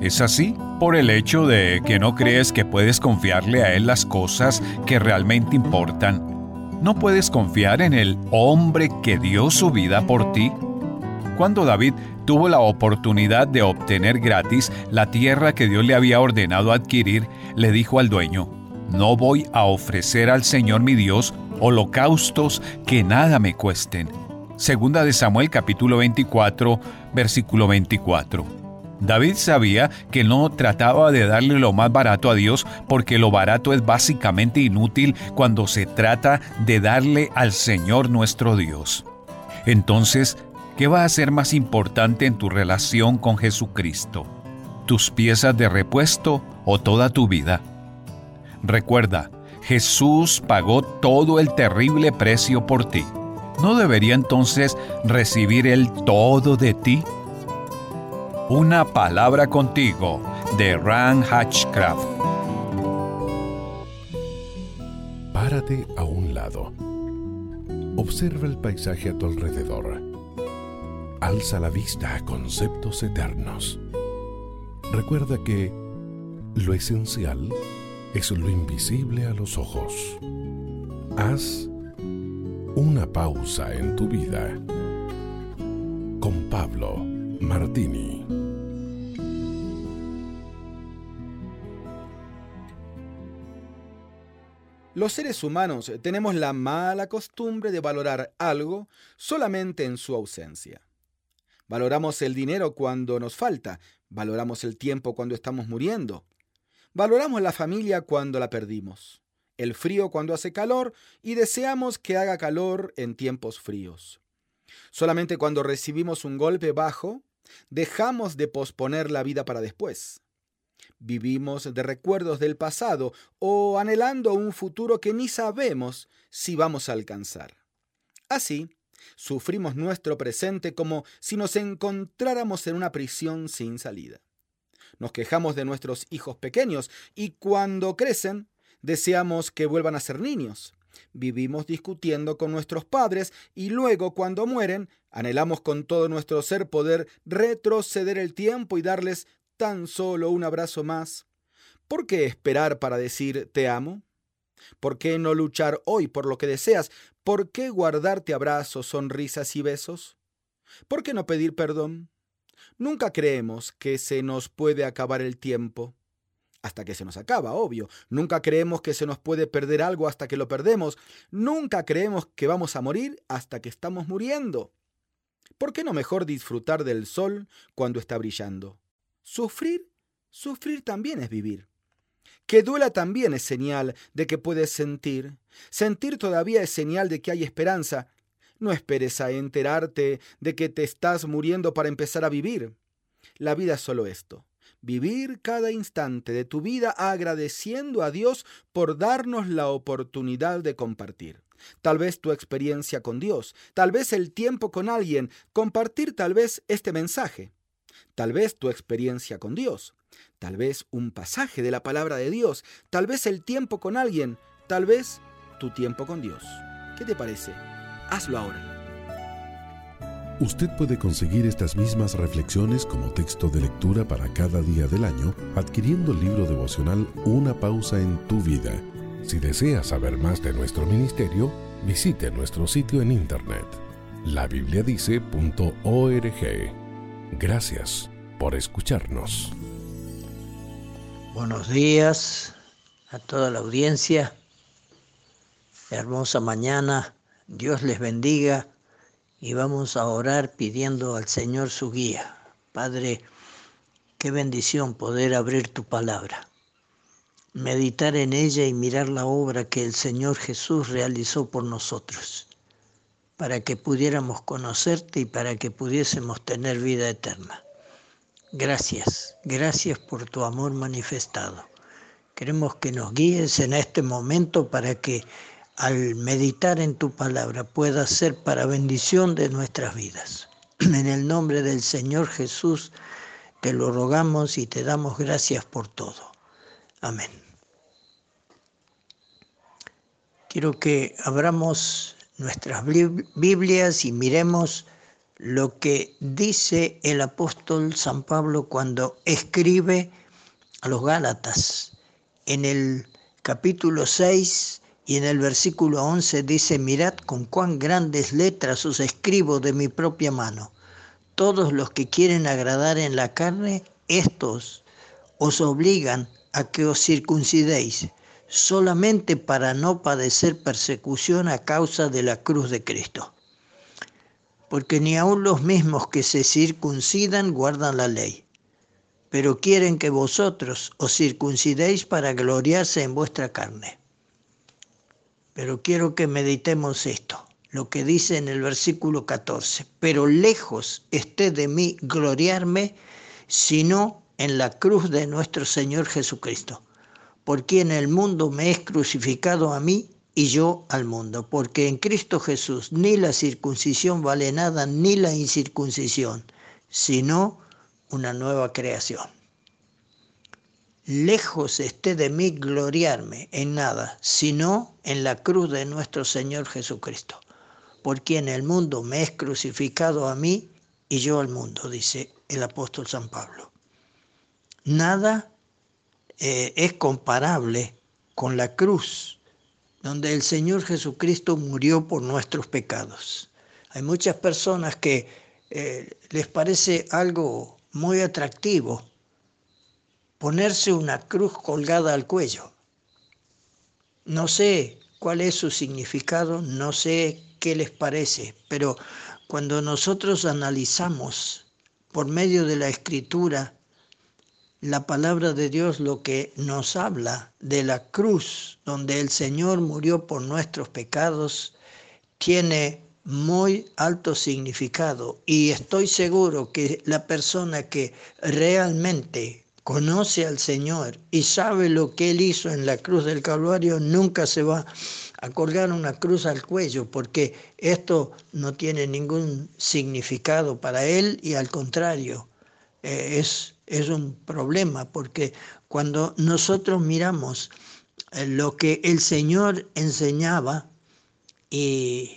¿Es así? Por el hecho de que no crees que puedes confiarle a Él las cosas que realmente importan. ¿No puedes confiar en el hombre que dio su vida por ti? Cuando David tuvo la oportunidad de obtener gratis la tierra que Dios le había ordenado adquirir, le dijo al dueño: no voy a ofrecer al Señor mi Dios holocaustos que nada me cuesten. Segunda de Samuel capítulo veinticuatro, versículo veinticuatro. David sabía que no trataba de darle lo más barato a Dios, porque lo barato es básicamente inútil cuando se trata de darle al Señor nuestro Dios. Entonces, ¿qué va a ser más importante en tu relación con Jesucristo? ¿Tus piezas de repuesto o toda tu vida? Recuerda, Jesús pagó todo el terrible precio por ti. ¿No debería entonces recibir Él todo de ti? Una palabra contigo, de Ran Hatchcraft. Párate a un lado. Observa el paisaje a tu alrededor. Alza la vista a conceptos eternos. Recuerda que lo esencial es lo invisible a los ojos. Haz una pausa en tu vida. Con Pablo Martini. Los seres humanos tenemos la mala costumbre de valorar algo solamente en su ausencia. Valoramos el dinero cuando nos falta, valoramos el tiempo cuando estamos muriendo, valoramos la familia cuando la perdimos, el frío cuando hace calor y deseamos que haga calor en tiempos fríos. Solamente cuando recibimos un golpe bajo, dejamos de posponer la vida para después. Vivimos de recuerdos del pasado o anhelando un futuro que ni sabemos si vamos a alcanzar. Así, sufrimos nuestro presente como si nos encontráramos en una prisión sin salida. Nos quejamos de nuestros hijos pequeños y cuando crecen, deseamos que vuelvan a ser niños. Vivimos discutiendo con nuestros padres y luego, cuando mueren, anhelamos con todo nuestro ser poder retroceder el tiempo y darles tan solo un abrazo más. ¿Por qué esperar para decir te amo? ¿Por qué no luchar hoy por lo que deseas? ¿Por qué guardarte abrazos, sonrisas y besos? ¿Por qué no pedir perdón? Nunca creemos que se nos puede acabar el tiempo. Hasta que se nos acaba, obvio. Nunca creemos que se nos puede perder algo hasta que lo perdemos. Nunca creemos que vamos a morir hasta que estamos muriendo. ¿Por qué no mejor disfrutar del sol cuando está brillando? Sufrir, sufrir también es vivir. Que duela también es señal de que puedes sentir. Sentir todavía es señal de que hay esperanza. No esperes a enterarte de que te estás muriendo para empezar a vivir. La vida es solo esto. Vivir cada instante de tu vida agradeciendo a Dios por darnos la oportunidad de compartir. Tal vez tu experiencia con Dios, tal vez el tiempo con alguien, compartir tal vez este mensaje. Tal vez tu experiencia con Dios, tal vez un pasaje de la palabra de Dios, tal vez el tiempo con alguien, tal vez tu tiempo con Dios. ¿Qué te parece? Hazlo ahora. Usted puede conseguir estas mismas reflexiones como texto de lectura para cada día del año adquiriendo el libro devocional Una pausa en tu vida. Si desea saber más de nuestro ministerio, visite nuestro sitio en internet la biblia dice punto org. Gracias por escucharnos. Buenos días a toda la audiencia. Hermosa mañana. Dios les bendiga y vamos a orar pidiendo al Señor su guía. Padre, qué bendición poder abrir tu palabra, meditar en ella y mirar la obra que el Señor Jesús realizó por nosotros, para que pudiéramos conocerte y para que pudiésemos tener vida eterna. Gracias, gracias por tu amor manifestado. Queremos que nos guíes en este momento para que al meditar en tu palabra pueda ser para bendición de nuestras vidas. En el nombre del Señor Jesús te lo rogamos y te damos gracias por todo. Amén. Quiero que abramos nuestras Biblias y miremos lo que dice el apóstol San Pablo cuando escribe a los Gálatas. En el capítulo seis y en el versículo once dice: mirad con cuán grandes letras os escribo de mi propia mano. Todos los que quieren agradar en la carne, estos os obligan a que os circuncidéis, solamente para no padecer persecución a causa de la cruz de Cristo. Porque ni aun los mismos que se circuncidan guardan la ley, pero quieren que vosotros os circuncidéis para gloriarse en vuestra carne. Pero quiero que meditemos esto, lo que dice en el versículo catorce. Pero lejos esté de mí gloriarme, sino en la cruz de nuestro Señor Jesucristo, por quien el mundo me es crucificado a mí y yo al mundo. Porque en Cristo Jesús ni la circuncisión vale nada, ni la incircuncisión, sino una nueva creación. Lejos esté de mí gloriarme en nada, sino en la cruz de nuestro Señor Jesucristo, por quien el mundo me es crucificado a mí y yo al mundo, dice el apóstol San Pablo. Nada eh, es comparable con la cruz, donde el Señor Jesucristo murió por nuestros pecados. Hay muchas personas que eh, les parece algo muy atractivo ponerse una cruz colgada al cuello. No sé cuál es su significado, no sé qué les parece, pero cuando nosotros analizamos por medio de la Escritura la palabra de Dios, lo que nos habla de la cruz donde el Señor murió por nuestros pecados, tiene muy alto significado, y estoy seguro que la persona que realmente conoce al Señor y sabe lo que Él hizo en la cruz del Calvario nunca se va a colgar una cruz al cuello, porque esto no tiene ningún significado para Él, y al contrario, eh, es, es un problema, porque cuando nosotros miramos eh, lo que el Señor enseñaba y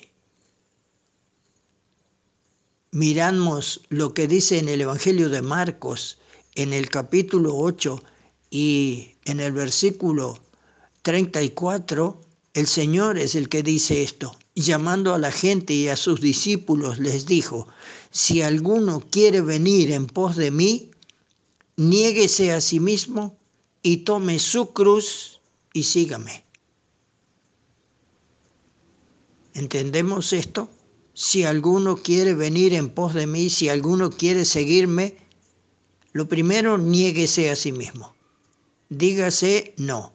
miramos lo que dice en el Evangelio de Marcos, en el capítulo ocho y en el versículo treinta y cuatro, el Señor es el que dice esto. Llamando a la gente y a sus discípulos les dijo: si alguno quiere venir en pos de mí, niéguese a sí mismo y tome su cruz y sígame. ¿Entendemos esto? Si alguno quiere venir en pos de mí, si alguno quiere seguirme, lo primero, niéguese a sí mismo. Dígase no.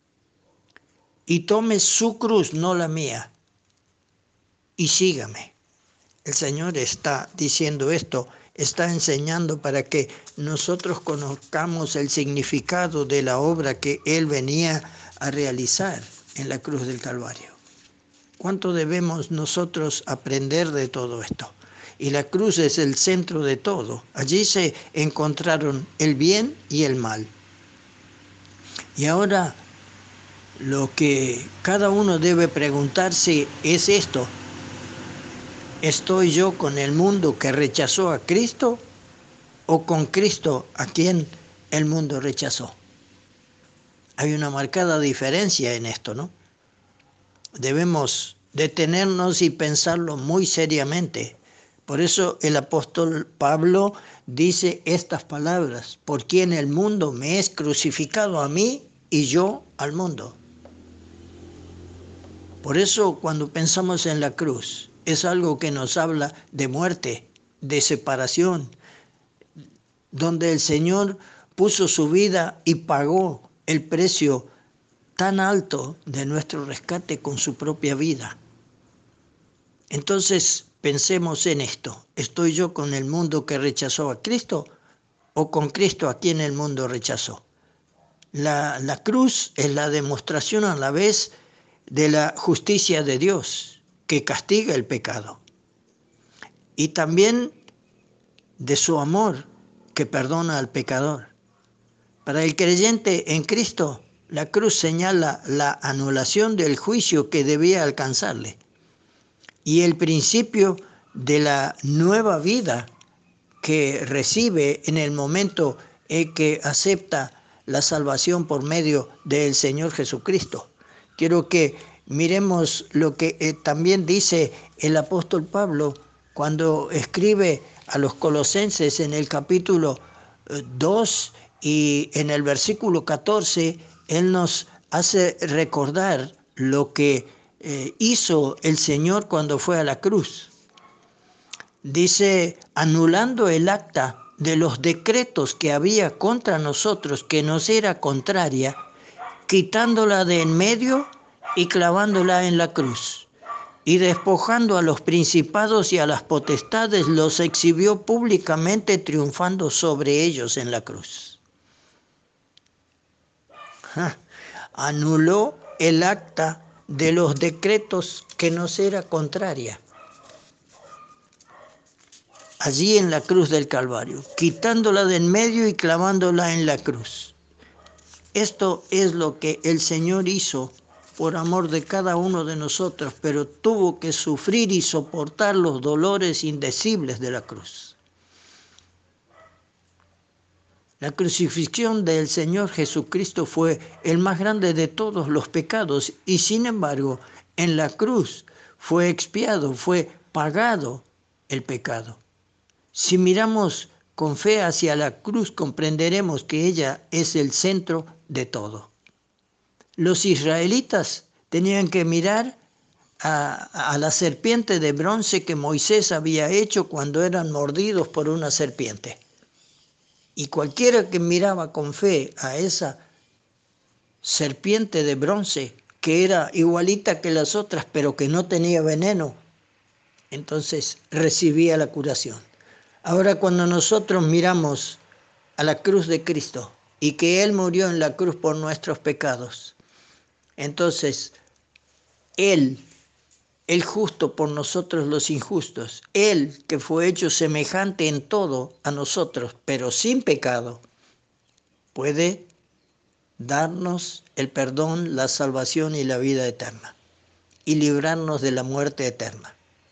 Y tome su cruz, no la mía, y sígame. El Señor está diciendo esto, está enseñando para que nosotros conozcamos el significado de la obra que Él venía a realizar en la cruz del Calvario. ¿Cuánto debemos nosotros aprender de todo esto? Y la cruz es el centro de todo. Allí se encontraron el bien y el mal. Y ahora lo que cada uno debe preguntarse es esto: ¿estoy yo con el mundo que rechazó a Cristo o con Cristo a quien el mundo rechazó? Hay una marcada diferencia en esto, ¿no? Debemos detenernos y pensarlo muy seriamente. Por eso el apóstol Pablo dice estas palabras: por quien el mundo me es crucificado a mí y yo al mundo. Por eso cuando pensamos en la cruz, es algo que nos habla de muerte, de separación, donde el Señor puso su vida y pagó el precio tan alto de nuestro rescate con su propia vida. Entonces, pensemos en esto: ¿estoy yo con el mundo que rechazó a Cristo o con Cristo a quien el mundo rechazó? La, la cruz es la demostración a la vez de la justicia de Dios, que castiga el pecado, y también de su amor, que perdona al pecador. Para el creyente en Cristo, la cruz señala la anulación del juicio que debía alcanzarle y el principio de la nueva vida que recibe en el momento en que acepta la salvación por medio del Señor Jesucristo. Quiero que miremos lo que eh, también dice el apóstol Pablo cuando escribe a los colosenses en el capítulo eh, dos y en el versículo catorce. Él nos hace recordar lo que eh, hizo el Señor cuando fue a la cruz. Dice, anulando el acta de los decretos que había contra nosotros, que nos era contraria, quitándola de en medio y clavándola en la cruz. Y despojando a los principados y a las potestades, los exhibió públicamente, triunfando sobre ellos en la cruz. Ja. Anuló el acta de los decretos que nos era contraria. Allí en la cruz del Calvario, quitándola de en medio y clavándola en la cruz. Esto es lo que el Señor hizo por amor de cada uno de nosotros, pero tuvo que sufrir y soportar los dolores indecibles de la cruz. La crucifixión del Señor Jesucristo fue el más grande de todos los pecados y sin embargo en la cruz fue expiado, fue pagado el pecado. Si miramos con fe hacia la cruz, comprenderemos que ella es el centro de todo. Los israelitas tenían que mirar a, a la serpiente de bronce que Moisés había hecho cuando eran mordidos por una serpiente. Y cualquiera que miraba con fe a esa serpiente de bronce, que era igualita que las otras, pero que no tenía veneno, entonces recibía la curación. Ahora cuando nosotros miramos a la cruz de Cristo y que Él murió en la cruz por nuestros pecados, entonces Él, el justo por nosotros los injustos, Él que fue hecho semejante en todo a nosotros, pero sin pecado, puede darnos el perdón, la salvación y la vida eterna, y librarnos de la muerte eterna.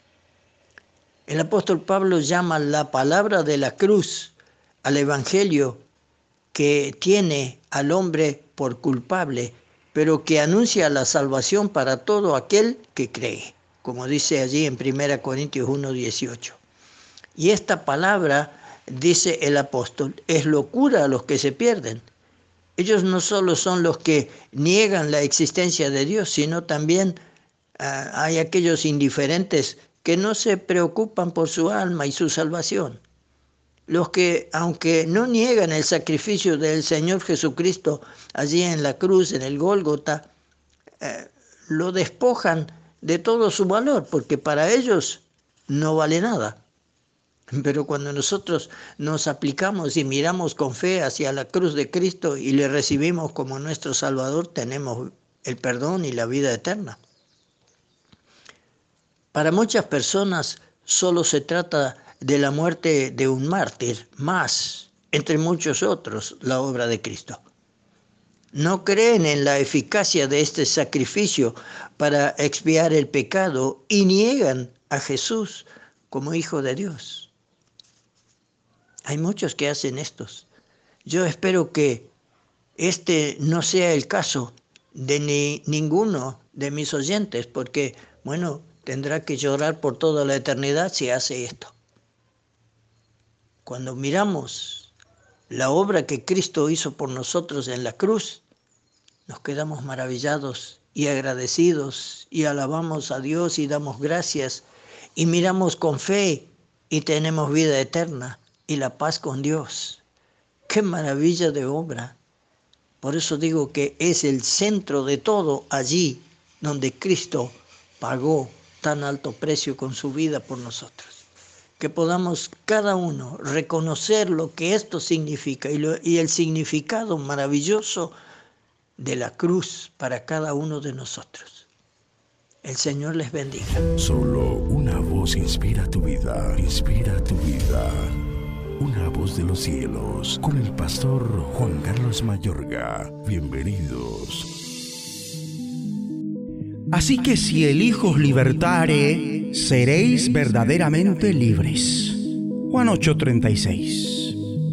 El apóstol Pablo llama la palabra de la cruz al evangelio que tiene al hombre por culpable, pero que anuncia la salvación para todo aquel que cree, como dice allí en primera Corintios uno dieciocho. Y esta palabra, dice el apóstol, es locura a los que se pierden. Ellos no solo son los que niegan la existencia de Dios, sino también uh, hay aquellos indiferentes que no se preocupan por su alma y su salvación. Los que, aunque no niegan el sacrificio del Señor Jesucristo allí en la cruz, en el Gólgota, eh, lo despojan de todo su valor, porque para ellos no vale nada. Pero cuando nosotros nos aplicamos y miramos con fe hacia la cruz de Cristo y le recibimos como nuestro Salvador, tenemos el perdón y la vida eterna. Para muchas personas solo se trata de la muerte de un mártir, más, entre muchos otros, la obra de Cristo. No creen en la eficacia de este sacrificio para expiar el pecado y niegan a Jesús como Hijo de Dios. Hay muchos que hacen estos. Yo espero que este no sea el caso de ni, ninguno de mis oyentes, porque, bueno, tendrá que llorar por toda la eternidad si hace esto. Cuando miramos la obra que Cristo hizo por nosotros en la cruz, nos quedamos maravillados y agradecidos y alabamos a Dios y damos gracias y miramos con fe y tenemos vida eterna y la paz con Dios. ¡Qué maravilla de obra! Por eso digo que es el centro de todo allí donde Cristo pagó tan alto precio con su vida por nosotros. Que podamos cada uno reconocer lo que esto significa y, lo, y el significado maravilloso de la cruz para cada uno de nosotros. El Señor les bendiga. Solo una voz inspira tu vida, inspira tu vida. Una voz de los cielos, con el pastor Juan Carlos Mayorga. Bienvenidos. Así que si el Hijo os libertare, hoy seréis verdaderamente libres. Juan ocho treinta y seis.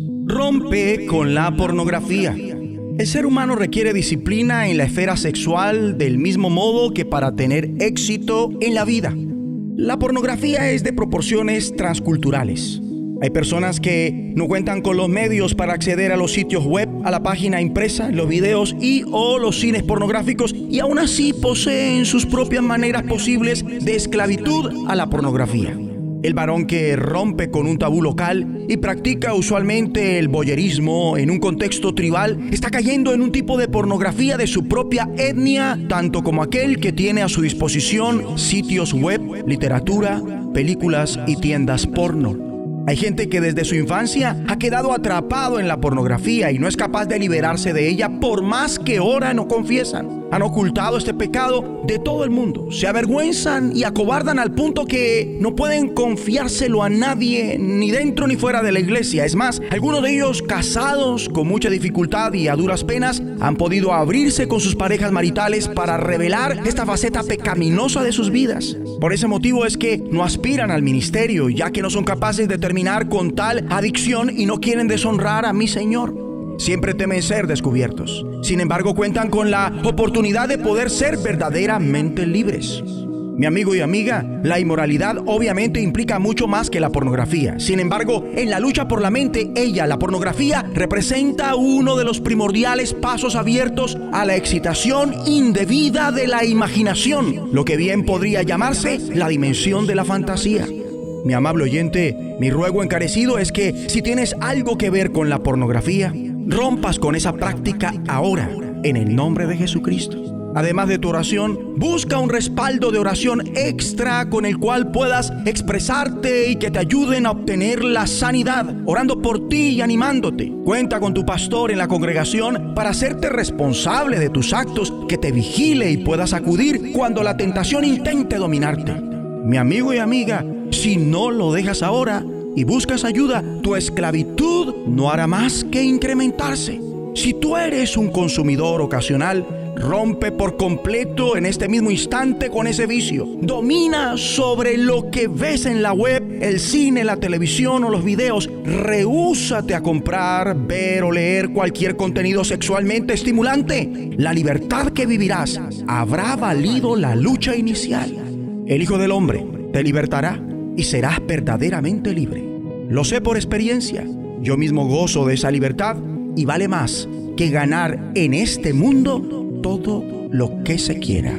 Rompe con la pornografía. El ser humano requiere disciplina en la esfera sexual del mismo modo que para tener éxito en la vida. La pornografía es de proporciones transculturales. Hay personas que no cuentan con los medios para acceder a los sitios web, a la página impresa, los videos y o los cines pornográficos, y aún así poseen sus propias maneras posibles de esclavitud a la pornografía. El varón que rompe con un tabú local y practica usualmente el voyerismo en un contexto tribal está cayendo en un tipo de pornografía de su propia etnia, tanto como aquel que tiene a su disposición sitios web, literatura, películas y tiendas porno. Hay gente que desde su infancia ha quedado atrapado en la pornografía y no es capaz de liberarse de ella por más que oran o confiesan. Han ocultado este pecado de todo el mundo. Se avergüenzan y acobardan al punto que no pueden confiárselo a nadie, ni dentro ni fuera de la iglesia. Es más, algunos de ellos, casados con mucha dificultad y a duras penas, han podido abrirse con sus parejas maritales para revelar esta faceta pecaminosa de sus vidas. Por ese motivo es que no aspiran al ministerio, ya que no son capaces de terminar con tal adicción y no quieren deshonrar a mi Señor. Siempre temen ser descubiertos. Sin embargo, cuentan con la oportunidad de poder ser verdaderamente libres. Mi amigo y amiga, la inmoralidad obviamente implica mucho más que la pornografía. Sin embargo, en la lucha por la mente, ella, la pornografía, representa uno de los primordiales pasos abiertos a la excitación indebida de la imaginación, lo que bien podría llamarse la dimensión de la fantasía. Mi amable oyente, mi ruego encarecido es que si tienes algo que ver con la pornografía, rompas con esa práctica ahora, en el nombre de Jesucristo. Además de tu oración, busca un respaldo de oración extra con el cual puedas expresarte y que te ayuden a obtener la sanidad, orando por ti y animándote. Cuenta con tu pastor en la congregación para hacerte responsable de tus actos, que te vigile y puedas acudir cuando la tentación intente dominarte. Mi amigo y amiga, si no lo dejas ahora y buscas ayuda, tu esclavitud no hará más que incrementarse. Si tú eres un consumidor ocasional, rompe por completo en este mismo instante con ese vicio. Domina sobre lo que ves en la web, el cine, la televisión o los videos. Rehúsate a comprar, ver o leer cualquier contenido sexualmente estimulante. La libertad que vivirás habrá valido la lucha inicial. El Hijo del Hombre te libertará y serás verdaderamente libre. Lo sé por experiencia. Yo mismo gozo de esa libertad y vale más que ganar en este mundo todo lo que se quiera.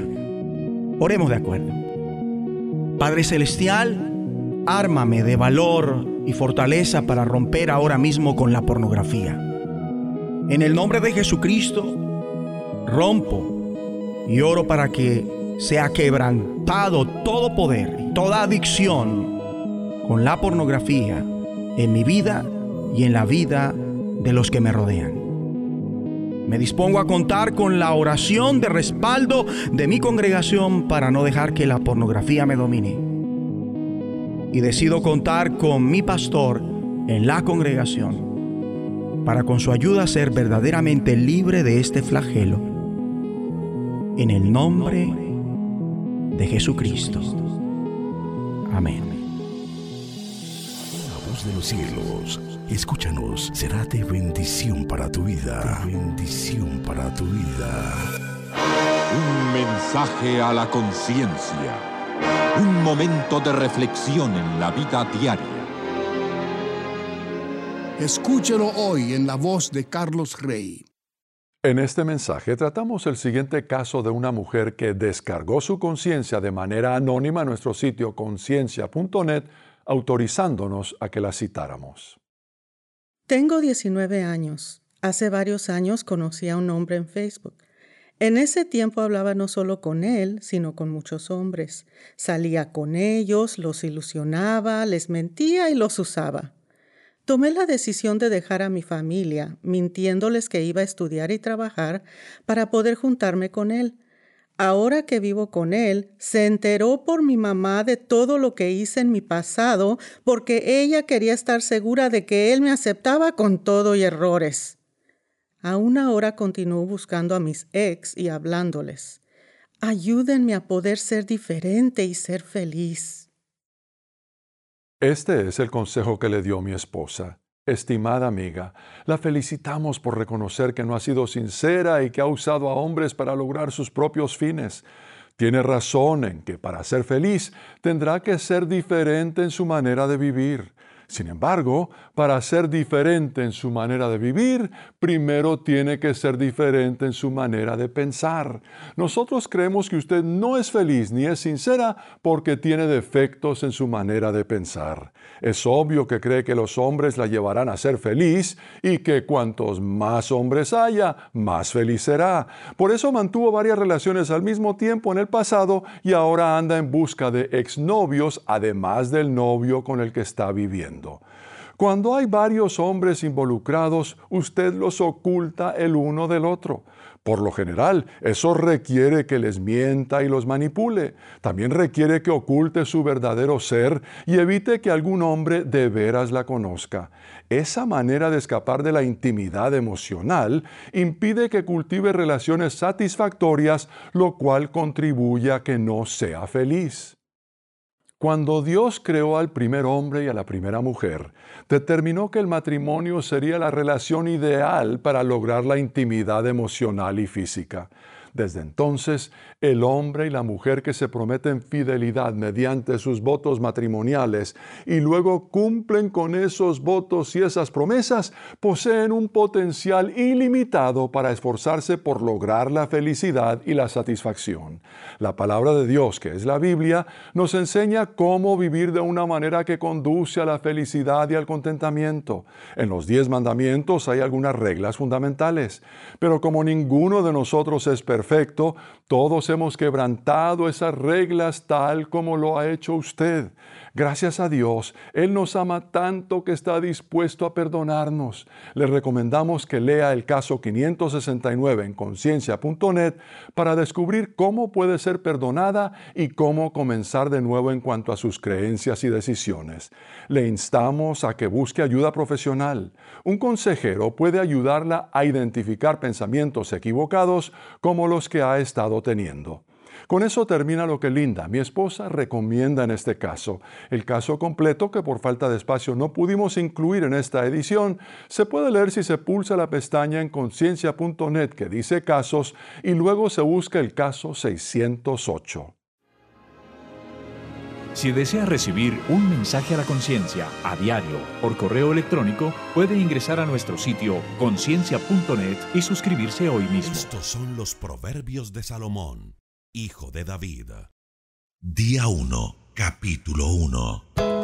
Oremos de acuerdo. Padre Celestial, ármame de valor y fortaleza para romper ahora mismo con la pornografía. En el nombre de Jesucristo, rompo y oro para que sea quebrantado todo poder, toda adicción con la pornografía en mi vida y en la vida de los que me rodean. Me dispongo a contar con la oración de respaldo de mi congregación para no dejar que la pornografía me domine. Y decido contar con mi pastor en la congregación para con su ayuda ser verdaderamente libre de este flagelo. En el nombre de Jesucristo. Amén. La voz de los cielos, escúchanos, será de bendición para tu vida. De bendición para tu vida. Un mensaje a la conciencia. Un momento de reflexión en la vida diaria. Escúchelo hoy en la voz de Carlos Rey. En este mensaje tratamos el siguiente caso de una mujer que descargó su conciencia de manera anónima a nuestro sitio conciencia punto net, autorizándonos a que la citáramos. Tengo diecinueve años. Hace varios años conocí a un hombre en Facebook. En ese tiempo hablaba no solo con él, sino con muchos hombres. Salía con ellos, los ilusionaba, les mentía y los usaba. Tomé la decisión de dejar a mi familia, mintiéndoles que iba a estudiar y trabajar para poder juntarme con él. Ahora que vivo con él, se enteró por mi mamá de todo lo que hice en mi pasado porque ella quería estar segura de que él me aceptaba con todo y errores. Aún ahora continúo buscando a mis ex y hablándoles. Ayúdenme a poder ser diferente y ser feliz. Este es el consejo que le dio mi esposa. Estimada amiga, la felicitamos por reconocer que no ha sido sincera y que ha usado a hombres para lograr sus propios fines. Tiene razón en que para ser feliz tendrá que ser diferente en su manera de vivir. Sin embargo, para ser diferente en su manera de vivir, primero tiene que ser diferente en su manera de pensar. Nosotros creemos que usted no es feliz ni es sincera porque tiene defectos en su manera de pensar. Es obvio que cree que los hombres la llevarán a ser feliz y que cuantos más hombres haya, más feliz será. Por eso mantuvo varias relaciones al mismo tiempo en el pasado y ahora anda en busca de exnovios, además del novio con el que está viviendo. Cuando hay varios hombres involucrados, usted los oculta el uno del otro. Por lo general, eso requiere que les mienta y los manipule. También requiere que oculte su verdadero ser y evite que algún hombre de veras la conozca. Esa manera de escapar de la intimidad emocional impide que cultive relaciones satisfactorias, lo cual contribuye a que no sea feliz. Cuando Dios creó al primer hombre y a la primera mujer, determinó que el matrimonio sería la relación ideal para lograr la intimidad emocional y física. Desde entonces, el hombre y la mujer que se prometen fidelidad mediante sus votos matrimoniales y luego cumplen con esos votos y esas promesas, poseen un potencial ilimitado para esforzarse por lograr la felicidad y la satisfacción. La palabra de Dios, que es la Biblia, nos enseña cómo vivir de una manera que conduce a la felicidad y al contentamiento. En los diez mandamientos hay algunas reglas fundamentales, pero como ninguno de nosotros es perfecto, Perfecto, todos hemos quebrantado esas reglas tal como lo ha hecho usted. Gracias a Dios, Él nos ama tanto que está dispuesto a perdonarnos. Le recomendamos que lea el caso quinientos sesenta y nueve en conciencia punto net para descubrir cómo puede ser perdonada y cómo comenzar de nuevo en cuanto a sus creencias y decisiones. Le instamos a que busque ayuda profesional. Un consejero puede ayudarla a identificar pensamientos equivocados como los que ha estado teniendo. Con eso termina lo que Linda, mi esposa, recomienda en este caso. El caso completo, que por falta de espacio no pudimos incluir en esta edición, se puede leer si se pulsa la pestaña en conciencia punto net que dice casos y luego se busca el caso seiscientos ocho. Si desea recibir un mensaje a la conciencia a diario por correo electrónico, puede ingresar a nuestro sitio conciencia punto net y suscribirse hoy mismo. Estos son los proverbios de Salomón, hijo de David. Día uno, capítulo uno.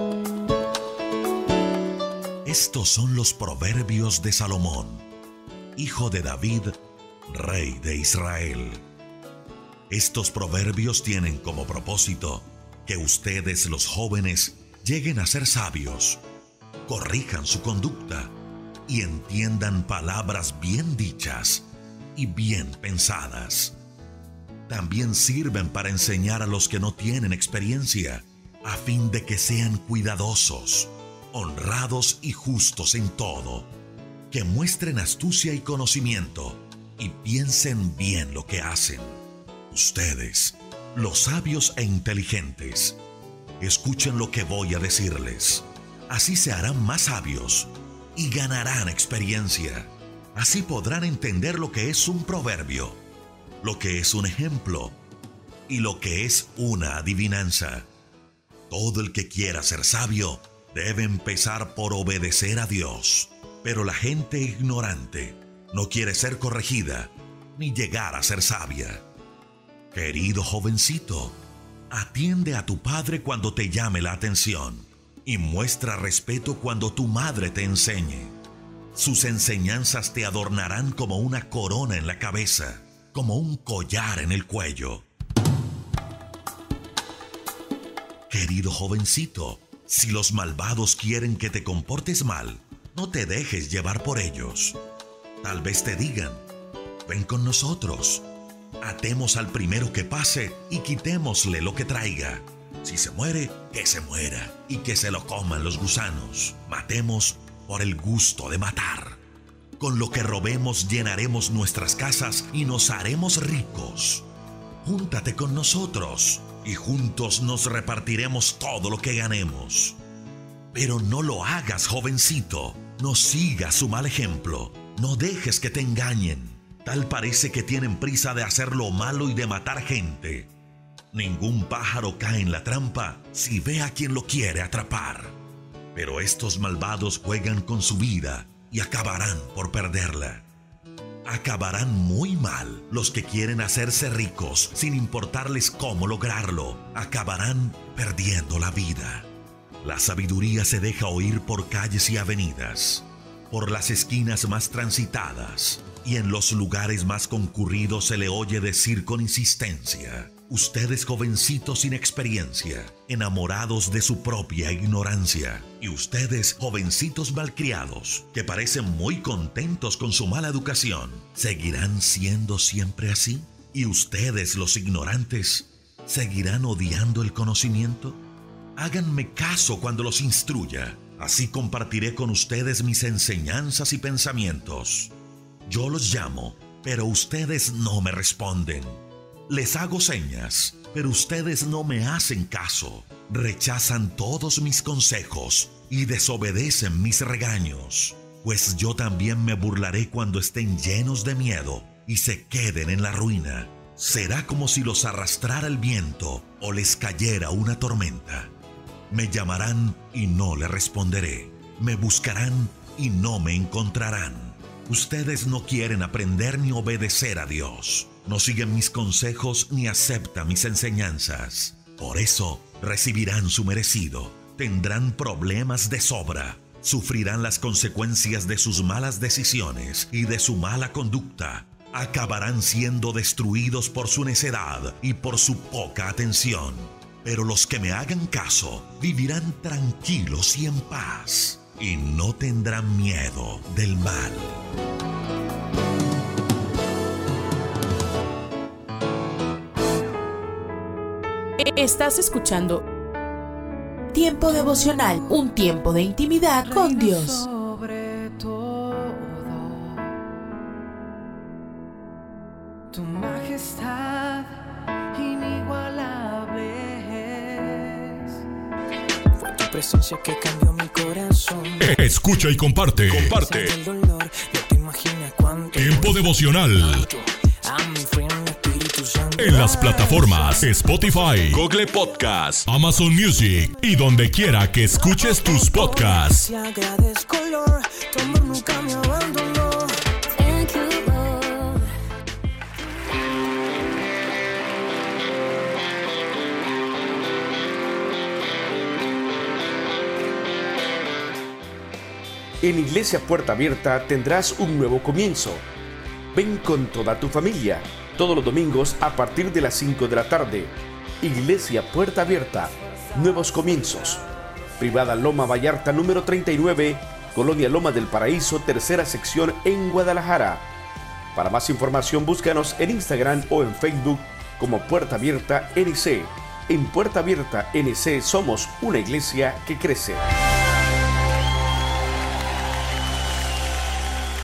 Estos son los proverbios de Salomón, hijo de David, rey de Israel. Estos proverbios tienen como propósito que ustedes, los jóvenes, lleguen a ser sabios, corrijan su conducta y entiendan palabras bien dichas y bien pensadas. También sirven para enseñar a los que no tienen experiencia, a fin de que sean cuidadosos, honrados y justos en todo, que muestren astucia y conocimiento y piensen bien lo que hacen. Ustedes, los sabios e inteligentes, escuchen lo que voy a decirles. Así se harán más sabios y ganarán experiencia. Así podrán entender lo que es un proverbio, lo que es un ejemplo y lo que es una adivinanza. Todo el que quiera ser sabio debe empezar por obedecer a Dios. Pero la gente ignorante no quiere ser corregida ni llegar a ser sabia. Querido jovencito, atiende a tu padre cuando te llame la atención y muestra respeto cuando tu madre te enseñe. Sus enseñanzas te adornarán como una corona en la cabeza, como un collar en el cuello. Querido jovencito, si los malvados quieren que te comportes mal, no te dejes llevar por ellos. Tal vez te digan, ven con nosotros. Atemos al primero que pase y quitémosle lo que traiga. Si se muere, que se muera y que se lo coman los gusanos. Matemos por el gusto de matar. Con lo que robemos llenaremos nuestras casas y nos haremos ricos. Júntate con nosotros y juntos nos repartiremos todo lo que ganemos. Pero no lo hagas, jovencito. No sigas su mal ejemplo. No dejes que te engañen. Tal parece que tienen prisa de hacer lo malo y de matar gente. Ningún pájaro cae en la trampa si ve a quien lo quiere atrapar. Pero estos malvados juegan con su vida y acabarán por perderla. Acabarán muy mal los que quieren hacerse ricos sin importarles cómo lograrlo. Acabarán perdiendo la vida. La sabiduría se deja oír por calles y avenidas, por las esquinas más transitadas, y en los lugares más concurridos se le oye decir con insistencia: ustedes jovencitos sin experiencia, enamorados de su propia ignorancia, y ustedes jovencitos malcriados, que parecen muy contentos con su mala educación, ¿seguirán siendo siempre así? ¿Y ustedes, los ignorantes, seguirán odiando el conocimiento? Háganme caso cuando los instruya, así compartiré con ustedes mis enseñanzas y pensamientos. Yo los llamo, pero ustedes no me responden. Les hago señas, pero ustedes no me hacen caso. Rechazan todos mis consejos y desobedecen mis regaños. Pues yo también me burlaré cuando estén llenos de miedo y se queden en la ruina. Será como si los arrastrara el viento o les cayera una tormenta. Me llamarán y no les responderé. Me buscarán y no me encontrarán. Ustedes no quieren aprender ni obedecer a Dios. No siguen mis consejos ni aceptan mis enseñanzas. Por eso recibirán su merecido. Tendrán problemas de sobra. Sufrirán las consecuencias de sus malas decisiones y de su mala conducta. Acabarán siendo destruidos por su necedad y por su poca atención. Pero los que me hagan caso vivirán tranquilos y en paz, y no tendrán miedo del mal. Estás escuchando Tiempo Devocional, un tiempo de intimidad con Dios. Sobre todo, tu majestad inigualable es. Fue tu presencia que cambió mi corazón. Escucha y comparte. Comparte. El dolor, no te imaginas cuánto. Tiempo Devocional. A mi friend Espíritu Santo. En las plataformas Spotify, Google Podcast, Amazon Music y donde quiera que escuches tus podcasts. Te agradezco, Lord, tu amor nunca me abandonó. Thank you, Lord. En Iglesia Puerta Abierta tendrás un nuevo comienzo. Ven con toda tu familia, todos los domingos a partir de las cinco de la tarde. Iglesia Puerta Abierta, nuevos comienzos. Privada Loma Vallarta número treinta y nueve, Colonia Loma del Paraíso, tercera sección en Guadalajara. Para más información búscanos en Instagram o en Facebook como Puerta Abierta N C. En Puerta Abierta N C somos una iglesia que crece.